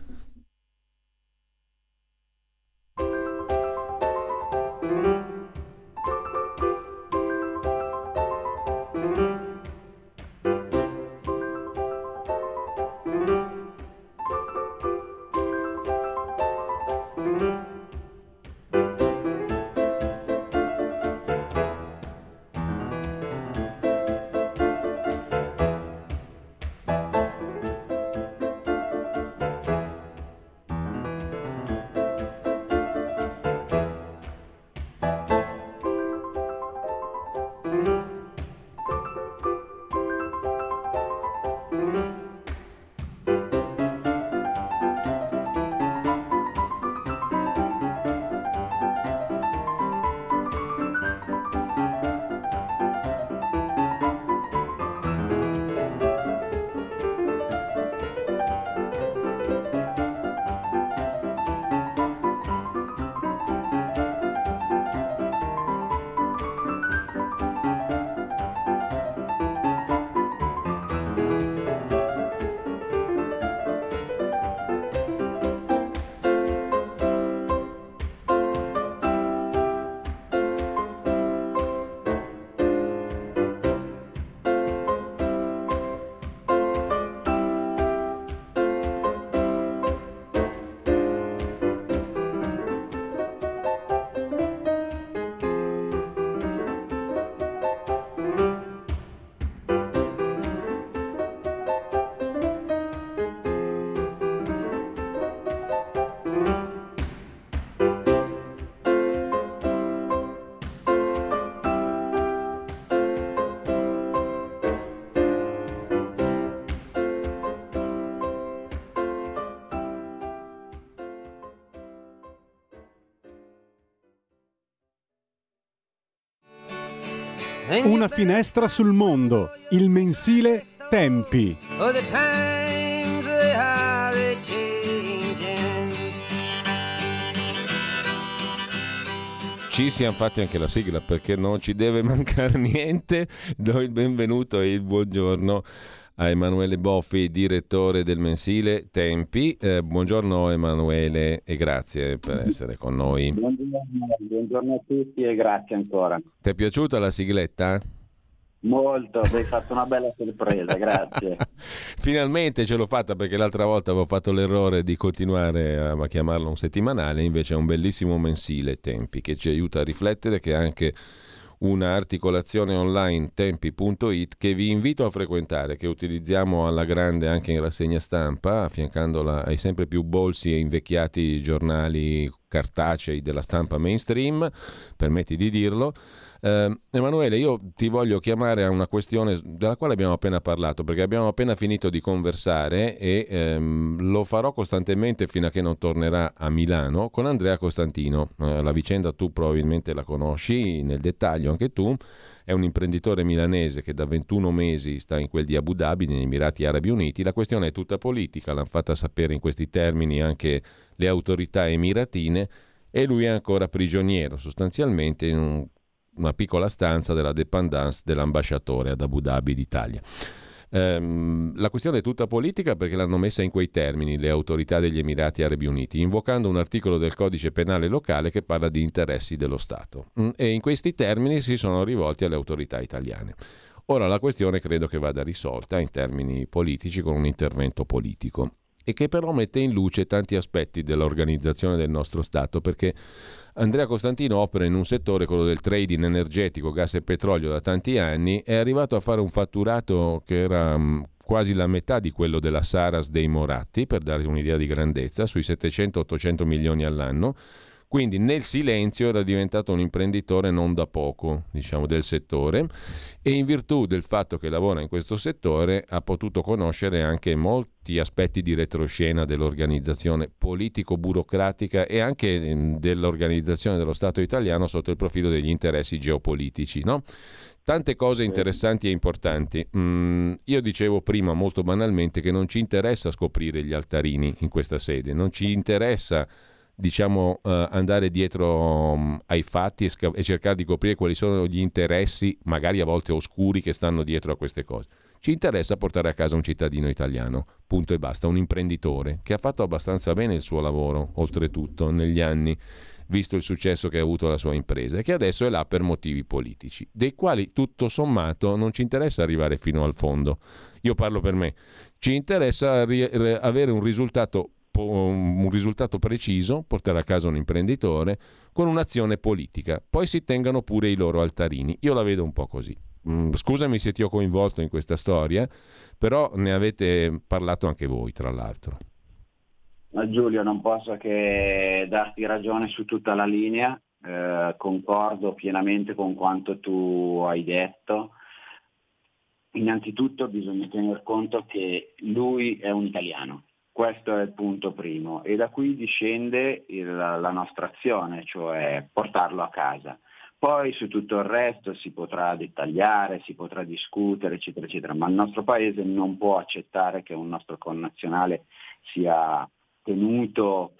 Una finestra sul mondo, il mensile Tempi. Ci siamo fatti anche la sigla perché non ci deve mancare niente. Do il benvenuto e il buongiorno a Emanuele Boffi, direttore del mensile Tempi. Eh, buongiorno Emanuele e grazie per essere con noi. Buongiorno, buongiorno a tutti e grazie ancora. Ti è piaciuta la sigletta? Molto, hai fatto una bella sorpresa, grazie. Finalmente ce l'ho fatta, perché l'altra volta avevo fatto l'errore di continuare a, a chiamarlo un settimanale, invece è un bellissimo mensile, Tempi, che ci aiuta a riflettere, che è anche una articolazione online, tempi punto it, che vi invito a frequentare, che utilizziamo alla grande anche in rassegna stampa, affiancandola ai sempre più bolsi e invecchiati giornali cartacei della stampa mainstream, permetti di dirlo. Eh, Emanuele, io ti voglio chiamare a una questione della quale abbiamo appena parlato, perché abbiamo appena finito di conversare e ehm, lo farò costantemente fino a che non tornerà a Milano, con Andrea Costantino. Eh, la vicenda tu probabilmente la conosci nel dettaglio, anche tu. È un imprenditore milanese che da ventuno mesi sta in quel di Abu Dhabi, negli Emirati Arabi Uniti. La questione è tutta politica, l'hanno fatta sapere in questi termini anche le autorità emiratine, e lui è ancora prigioniero sostanzialmente in un una piccola stanza della dépendance dell'ambasciatore ad Abu Dhabi d'Italia. Ehm, la questione è tutta politica perché l'hanno messa in quei termini le autorità degli Emirati Arabi Uniti, invocando un articolo del codice penale locale che parla di interessi dello Stato, e in questi termini si sono rivolti alle autorità italiane. Ora la questione credo che vada risolta in termini politici con un intervento politico, e che però mette in luce tanti aspetti dell'organizzazione del nostro Stato, perché Andrea Costantino opera in un settore, quello del trading energetico, gas e petrolio, da tanti anni, è arrivato a fare un fatturato che era mh, quasi la metà di quello della Saras dei Moratti, per dare un'idea di grandezza, sui settecento ottocento milioni all'anno. Quindi nel silenzio era diventato un imprenditore non da poco, diciamo, del settore, e in virtù del fatto che lavora in questo settore ha potuto conoscere anche molti aspetti di retroscena dell'organizzazione politico-burocratica e anche dell'organizzazione dello Stato italiano sotto il profilo degli interessi geopolitici, no? Tante cose interessanti e importanti. Mm, io dicevo prima molto banalmente che non ci interessa scoprire gli altarini in questa sede, non ci interessa diciamo uh, andare dietro um, ai fatti e, sca- e cercare di coprire quali sono gli interessi, magari a volte oscuri, che stanno dietro a queste cose. Ci interessa portare a casa un cittadino italiano, punto e basta, un imprenditore che ha fatto abbastanza bene il suo lavoro, oltretutto, negli anni, visto il successo che ha avuto la sua impresa, e che adesso è là per motivi politici, dei quali tutto sommato non ci interessa arrivare fino al fondo. Io parlo per me. Ci interessa ri- avere un risultato un risultato preciso, portare a casa un imprenditore con un'azione politica, poi si tengano pure i loro altarini. Io la vedo un po' così. Mm, scusami se ti ho coinvolto in questa storia, però ne avete parlato anche voi, tra l'altro. Ma Giulio, non posso che darti ragione su tutta la linea, eh, concordo pienamente con quanto tu hai detto. Innanzitutto bisogna tener conto che lui è un italiano. Questo è il punto primo, e da qui discende il, la nostra azione, cioè portarlo a casa. Poi su tutto il resto si potrà dettagliare, si potrà discutere, eccetera, eccetera, ma il nostro Paese non può accettare che un nostro connazionale sia tenuto,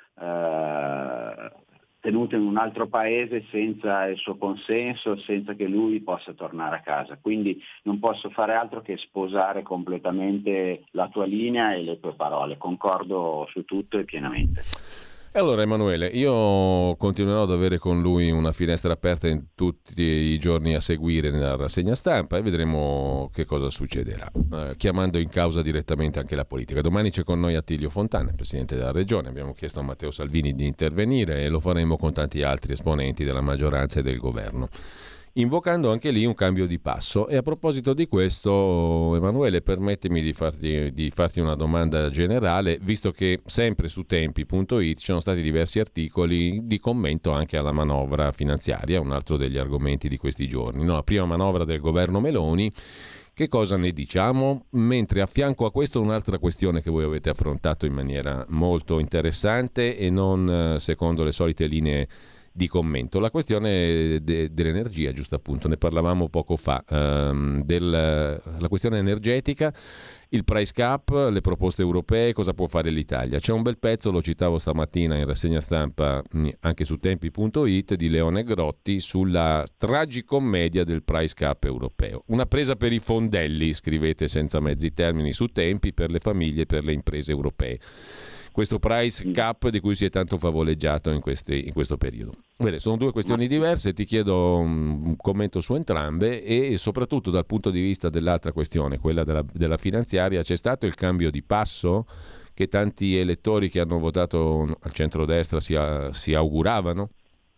eh, tenuto in un altro paese senza il suo consenso, senza che lui possa tornare a casa. Quindi non posso fare altro che sposare completamente la tua linea e le tue parole. Concordo su tutto e pienamente. Allora Emanuele, io continuerò ad avere con lui una finestra aperta in tutti i giorni a seguire nella rassegna stampa, e vedremo che cosa succederà, eh, chiamando in causa direttamente anche la politica. Domani c'è con noi Attilio Fontana, presidente della Regione. Abbiamo chiesto a Matteo Salvini di intervenire e lo faremo con tanti altri esponenti della maggioranza e del governo, invocando anche lì un cambio di passo. E a proposito di questo, Emanuele, permettimi di farti, di farti una domanda generale, visto che sempre su tempi punto it ci sono stati diversi articoli di commento anche alla manovra finanziaria, un altro degli argomenti di questi giorni, no? La prima manovra del governo Meloni. Che cosa ne diciamo? Mentre a fianco a questo un'altra questione che voi avete affrontato in maniera molto interessante e non secondo le solite linee di commento, la questione de- dell'energia, giusto appunto, ne parlavamo poco fa, ehm, del, la questione energetica, il price cap, le proposte europee, cosa può fare l'Italia. C'è un bel pezzo, lo citavo stamattina in rassegna stampa anche su tempi punto it, di Leone Grotti sulla tragicommedia del price cap europeo. Una presa per i fondelli, scrivete senza mezzi termini su Tempi, per le famiglie e per le imprese europee. questo price cap di cui si è tanto favoleggiato in, questi, in questo periodo. Bene, sono due questioni diverse, ti chiedo un commento su entrambe e soprattutto dal punto di vista dell'altra questione, quella della, della finanziaria. C'è stato il cambio di passo che tanti elettori che hanno votato al centrodestra si, si auguravano?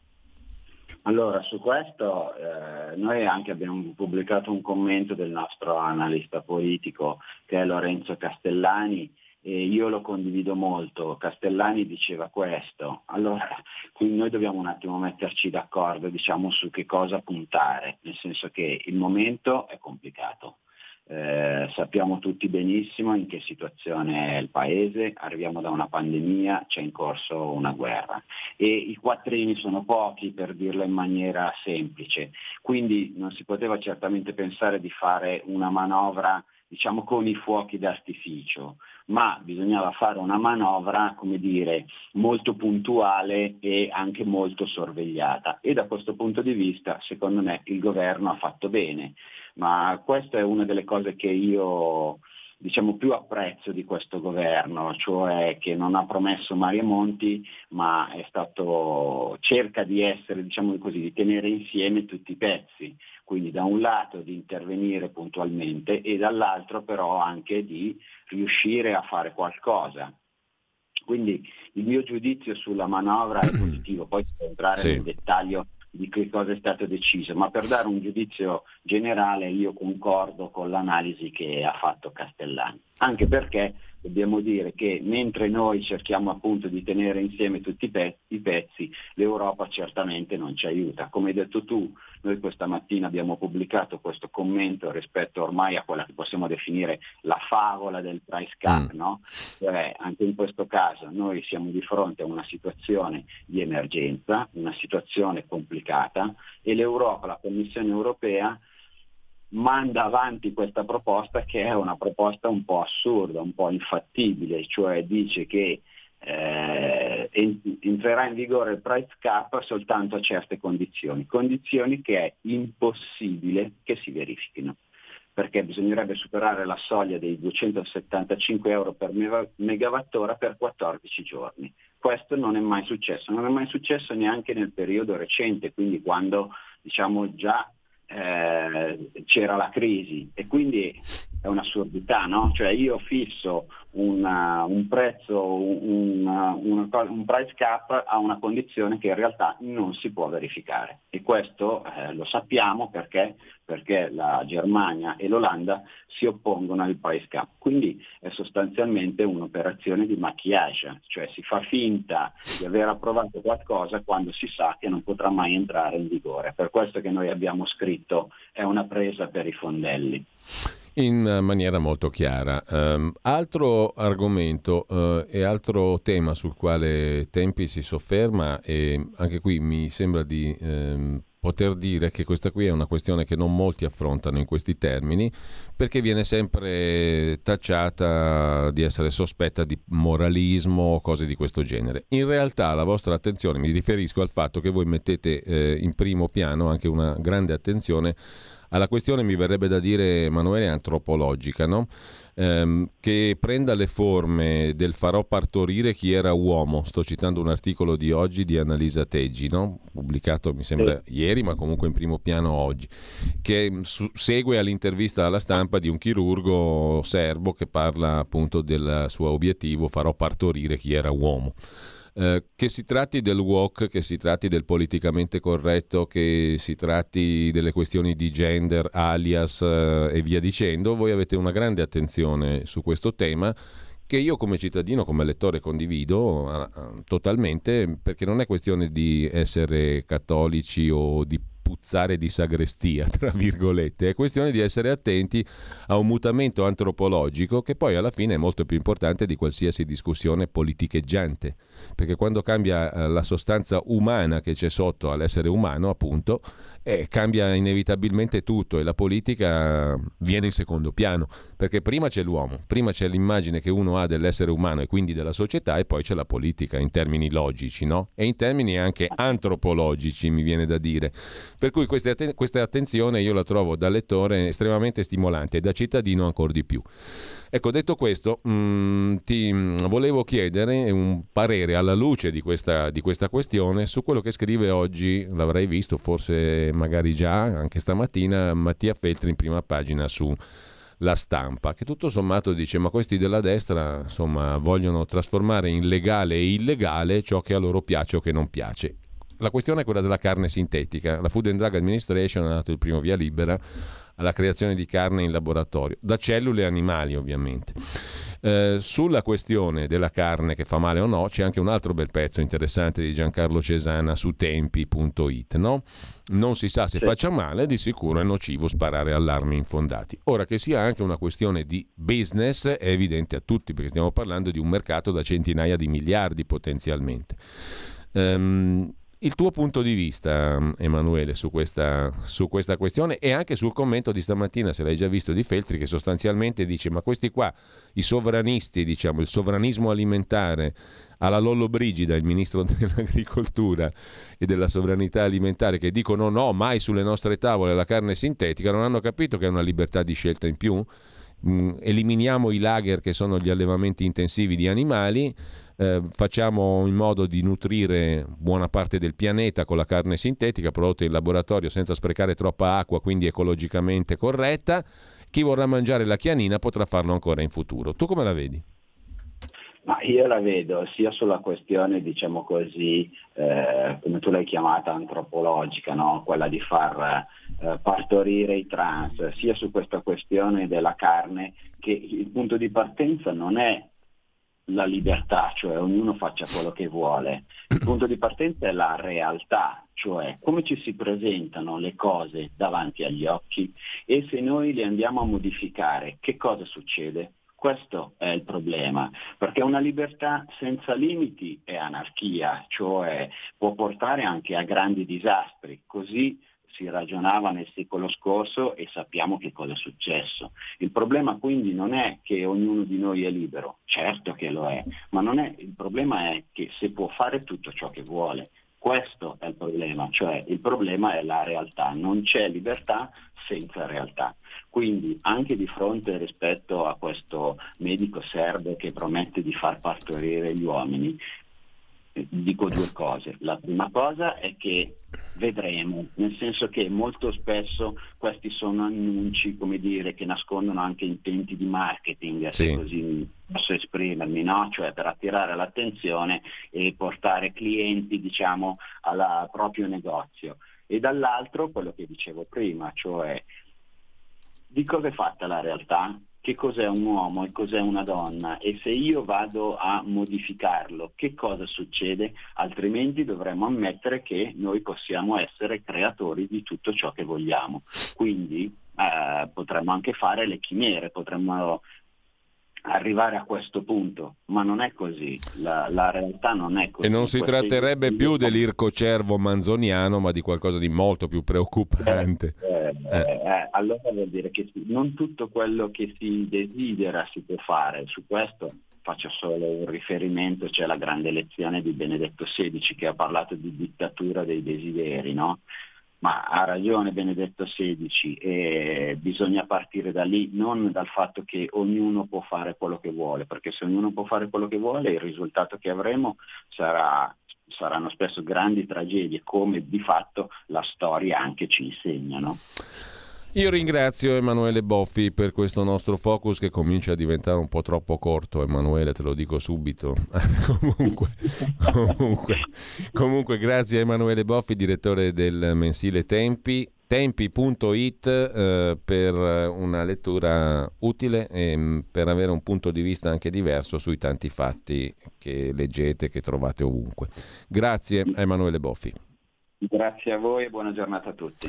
Allora, su questo eh, noi anche abbiamo pubblicato un commento del nostro analista politico che è Lorenzo Castellani, e io lo condivido molto. Castellani diceva questo, allora quindi noi dobbiamo un attimo metterci d'accordo, diciamo, su che cosa puntare, nel senso che il momento è complicato. Eh, sappiamo tutti benissimo in che situazione è il paese, arriviamo da una pandemia, c'è in corso una guerra e i quattrini sono pochi, per dirlo in maniera semplice, quindi non si poteva certamente pensare di fare una manovra, diciamo, con i fuochi d'artificio, ma bisognava fare una manovra, come dire, molto puntuale e anche molto sorvegliata, e da questo punto di vista secondo me il governo ha fatto bene. Ma questa è una delle cose che io, diciamo, più apprezzo di questo governo, cioè che non ha promesso mari e monti, ma è stato, cerca di essere, diciamo così, di tenere insieme tutti i pezzi, quindi da un lato di intervenire puntualmente e dall'altro però anche di riuscire a fare qualcosa. Quindi il mio giudizio sulla manovra è positivo, poi si può entrare sì. nel dettaglio di che cosa è stato deciso, ma per dare un giudizio generale io concordo con l'analisi che ha fatto Castellani, anche perché dobbiamo dire che mentre noi cerchiamo appunto di tenere insieme tutti i pezzi, i pezzi, l'Europa certamente non ci aiuta. Come hai detto tu, noi questa mattina abbiamo pubblicato questo commento rispetto ormai a quella che possiamo definire la favola del price cap, mm. no? Cioè, anche in questo caso noi siamo di fronte a una situazione di emergenza, una situazione complicata, e l'Europa, la Commissione europea, manda avanti questa proposta che è una proposta un po' assurda, un po' infattibile, cioè dice che eh, entrerà in vigore il price cap soltanto a certe condizioni, condizioni che è impossibile che si verifichino, perché bisognerebbe superare la soglia dei duecentosettantacinque euro per megawattora per quattordici giorni. Questo non è mai successo, non è mai successo neanche nel periodo recente, quindi quando, diciamo, già Eh, c'era la crisi, e quindi è un'assurdità, no? Cioè io fisso una, un prezzo, un, una, un price cap a una condizione che in realtà non si può verificare, e questo eh, lo sappiamo perché perché la Germania e l'Olanda si oppongono al price cap, quindi è sostanzialmente un'operazione di maquillage, cioè si fa finta di aver approvato qualcosa quando si sa che non potrà mai entrare in vigore. Per questo che noi abbiamo scritto è una presa per i fondelli. In maniera molto chiara. Um, altro argomento uh, e altro tema sul quale Tempi si sofferma, e anche qui mi sembra di um, poter dire che questa qui è una questione che non molti affrontano in questi termini, perché viene sempre tacciata di essere sospetta di moralismo o cose di questo genere. In realtà la vostra attenzione, mi riferisco al fatto che voi mettete eh, in primo piano anche una grande attenzione alla questione, mi verrebbe da dire, Emanuele, antropologica, no? Ehm, che prenda le forme del farò partorire chi era uomo. Sto citando un articolo di oggi di Annalisa Teggi, no? Pubblicato mi sembra sì. ieri, ma comunque in primo piano oggi, che su- segue all'intervista alla Stampa di un chirurgo serbo che parla appunto del suo obiettivo, farò partorire chi era uomo. Eh, che si tratti del woke, che si tratti del politicamente corretto, che si tratti delle questioni di gender, alias eh, e via dicendo, voi avete una grande attenzione su questo tema che io come cittadino, come lettore condivido eh, totalmente, perché non è questione di essere cattolici o di puzzare di sagrestia, tra virgolette, è questione di essere attenti a un mutamento antropologico che poi alla fine è molto più importante di qualsiasi discussione politicheggiante, perché quando cambia la sostanza umana che c'è sotto all'essere umano, appunto, eh, cambia inevitabilmente tutto e la politica viene in secondo piano, perché prima c'è l'uomo, prima c'è l'immagine che uno ha dell'essere umano e quindi della società, e poi c'è la politica in termini logici, no? E in termini anche antropologici, mi viene da dire. Per cui queste atten- questa attenzione io la trovo da lettore estremamente stimolante e da cittadino ancora di più. Ecco, detto questo, mh, ti mh, volevo chiedere un parere alla luce di questa, di questa questione su quello che scrive oggi, l'avrei visto forse magari già anche stamattina, Mattia Feltri in prima pagina su La Stampa, che tutto sommato dice: ma questi della destra insomma vogliono trasformare in legale e illegale ciò che a loro piace o che non piace. La questione è quella della carne sintetica. La Food and Drug Administration ha dato il primo via libera alla creazione di carne in laboratorio, da cellule animali ovviamente. Eh, sulla questione della carne che fa male o no c'è anche un altro bel pezzo interessante di Giancarlo Cesana su tempi punto it, no? Non si sa se sì. faccia male, di sicuro è nocivo sparare allarmi infondati. Ora, che sia anche una questione di business è evidente a tutti, perché stiamo parlando di un mercato da centinaia di miliardi potenzialmente. Um, Il tuo punto di vista, Emanuele, su questa, su questa questione, e anche sul commento di stamattina, se l'hai già visto, di Feltri, che sostanzialmente dice: ma questi qua, i sovranisti, diciamo, il sovranismo alimentare alla Lollobrigida, il ministro dell'agricoltura e della sovranità alimentare, che dicono no, mai sulle nostre tavole la carne sintetica, non hanno capito che è una libertà di scelta in più? Mm, eliminiamo i lager, che sono gli allevamenti intensivi di animali, Eh, facciamo in modo di nutrire buona parte del pianeta con la carne sintetica prodotta in laboratorio senza sprecare troppa acqua, quindi ecologicamente corretta. Chi vorrà mangiare la chianina potrà farlo ancora in futuro. Tu come la vedi? Ma io la vedo sia sulla questione, diciamo così, eh, come tu l'hai chiamata, antropologica, no? Quella di far eh, partorire i trans, sia su questa questione della carne, che il punto di partenza non è la libertà, cioè ognuno faccia quello che vuole. Il punto di partenza è la realtà, cioè come ci si presentano le cose davanti agli occhi, e se noi le andiamo a modificare, che cosa succede? Questo è il problema, perché una libertà senza limiti è anarchia, cioè può portare anche a grandi disastri. Così si ragionava nel secolo scorso e sappiamo che cosa è successo. Il problema quindi non è che ognuno di noi è libero, certo che lo è, ma non è, il problema è che se può fare tutto ciò che vuole. Questo è il problema, cioè il problema è la realtà, non c'è libertà senza realtà. Quindi anche di fronte rispetto a questo medico serbo che promette di far partorire gli uomini, dico due cose. La prima cosa è che vedremo, nel senso che molto spesso questi sono annunci, come dire, che nascondono anche intenti di marketing, sì. Se così posso esprimermi, no? Cioè per attirare l'attenzione e portare clienti, diciamo, al proprio negozio. E dall'altro quello che dicevo prima, cioè di cosa è fatta la realtà? Che cos'è un uomo e cos'è una donna, e se io vado a modificarlo, che cosa succede? Altrimenti dovremmo ammettere che noi possiamo essere creatori di tutto ciò che vogliamo. Quindi eh, potremmo anche fare le chimere, potremmo arrivare a questo punto, ma non è così, la, la realtà non è così. E non si Queste tratterebbe più dell'ircocervo manzoniano, ma di qualcosa di molto più preoccupante. Eh, eh, eh, allora vuol dire che non tutto quello che si desidera si può fare. Su questo faccio solo un riferimento, c'è la grande lezione di Benedetto sedicesimo che ha parlato di dittatura dei desideri, no? Ma ha ragione Benedetto sedicesimo, e bisogna partire da lì, non dal fatto che ognuno può fare quello che vuole, perché se ognuno può fare quello che vuole, il risultato che avremo sarà, saranno spesso grandi tragedie, come di fatto la storia anche ci insegna, no? Io ringrazio Emanuele Boffi per questo nostro focus che comincia a diventare un po' troppo corto, Emanuele, te lo dico subito. comunque, comunque, comunque, grazie a Emanuele Boffi, direttore del mensile Tempi, tempi punto it, eh, per una lettura utile e per avere un punto di vista anche diverso sui tanti fatti che leggete, che trovate ovunque. Grazie a Emanuele Boffi. Grazie a voi e buona giornata a tutti.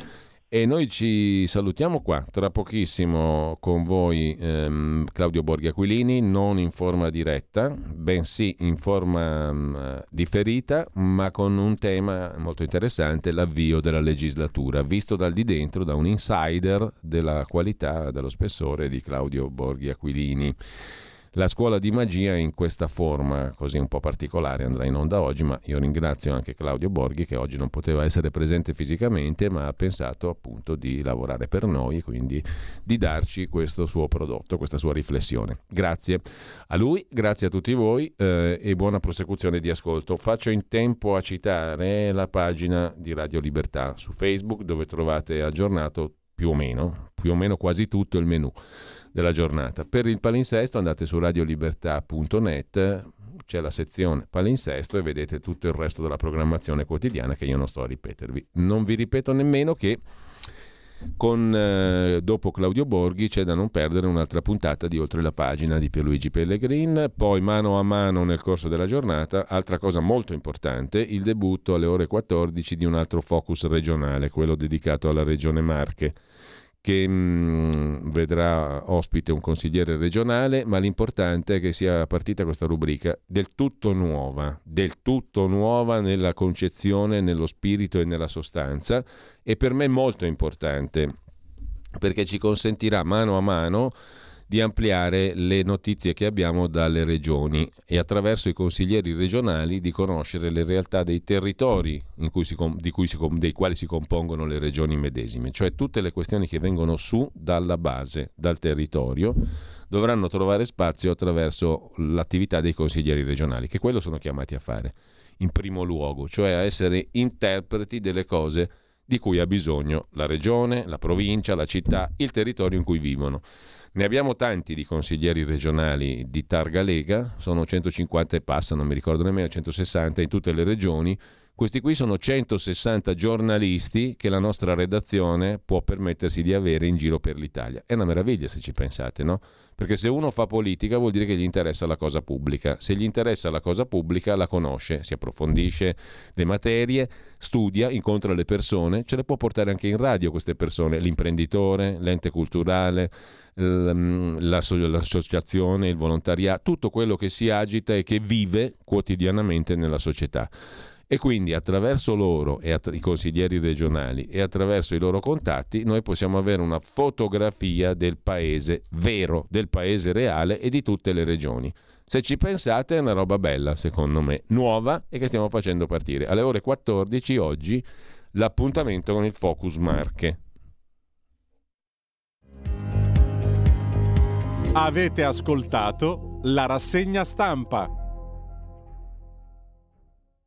E noi ci salutiamo qua, tra pochissimo con voi ehm, Claudio Borghi Aquilini, non in forma diretta, bensì in forma um, differita, ma con un tema molto interessante, l'avvio della legislatura, visto dal di dentro, da un insider della qualità, dello spessore di Claudio Borghi Aquilini. La scuola di magia in questa forma così un po' particolare andrà in onda oggi, ma io ringrazio anche Claudio Borghi che oggi non poteva essere presente fisicamente, ma ha pensato appunto di lavorare per noi e quindi di darci questo suo prodotto, questa sua riflessione. Grazie a lui, grazie a tutti voi eh, e buona prosecuzione di ascolto. Faccio in tempo a citare la pagina di Radio Libertà su Facebook, dove trovate aggiornato più o meno, più o meno quasi tutto il menù della giornata. Per il palinsesto andate su radiolibertà punto net, c'è la sezione palinsesto e vedete tutto il resto della programmazione quotidiana che io non sto a ripetervi. Non vi ripeto nemmeno che con eh, dopo Claudio Borghi c'è da non perdere un'altra puntata di Oltre la pagina di Pierluigi Pellegrin, poi mano a mano nel corso della giornata, altra cosa molto importante, il debutto alle ore quattordici di un altro focus regionale, quello dedicato alla regione Marche, che mh, vedrà ospite un consigliere regionale, ma l'importante è che sia partita questa rubrica del tutto nuova, del tutto nuova nella concezione, nello spirito e nella sostanza, e per me molto importante, perché ci consentirà mano a mano di ampliare le notizie che abbiamo dalle regioni e attraverso i consiglieri regionali di conoscere le realtà dei territori in cui si, di cui si, dei quali si compongono le regioni medesime, cioè tutte le questioni che vengono su dalla base, dal territorio, dovranno trovare spazio attraverso l'attività dei consiglieri regionali, che quello sono chiamati a fare in primo luogo, cioè a essere interpreti delle cose di cui ha bisogno la regione, la provincia, la città, il territorio in cui vivono. Ne abbiamo tanti di consiglieri regionali di targa Lega, sono centocinquanta e passa, non mi ricordo nemmeno, centosessanta in tutte le regioni. Questi qui sono centosessanta giornalisti che la nostra redazione può permettersi di avere in giro per l'Italia. È una meraviglia se ci pensate, no? Perché se uno fa politica vuol dire che gli interessa la cosa pubblica. Se gli interessa la cosa pubblica la conosce, si approfondisce le materie, studia, incontra le persone, ce le può portare anche in radio queste persone, l'imprenditore, l'ente culturale, l'associazione, il volontariato, tutto quello che si agita e che vive quotidianamente nella società. E quindi attraverso loro e att- i consiglieri regionali e attraverso i loro contatti noi possiamo avere una fotografia del paese vero, del paese reale e di tutte le regioni. Se ci pensate è una roba bella, secondo me, nuova e che stiamo facendo partire. Alle ore quattordici oggi l'appuntamento con il Focus Marche. Avete ascoltato la rassegna stampa.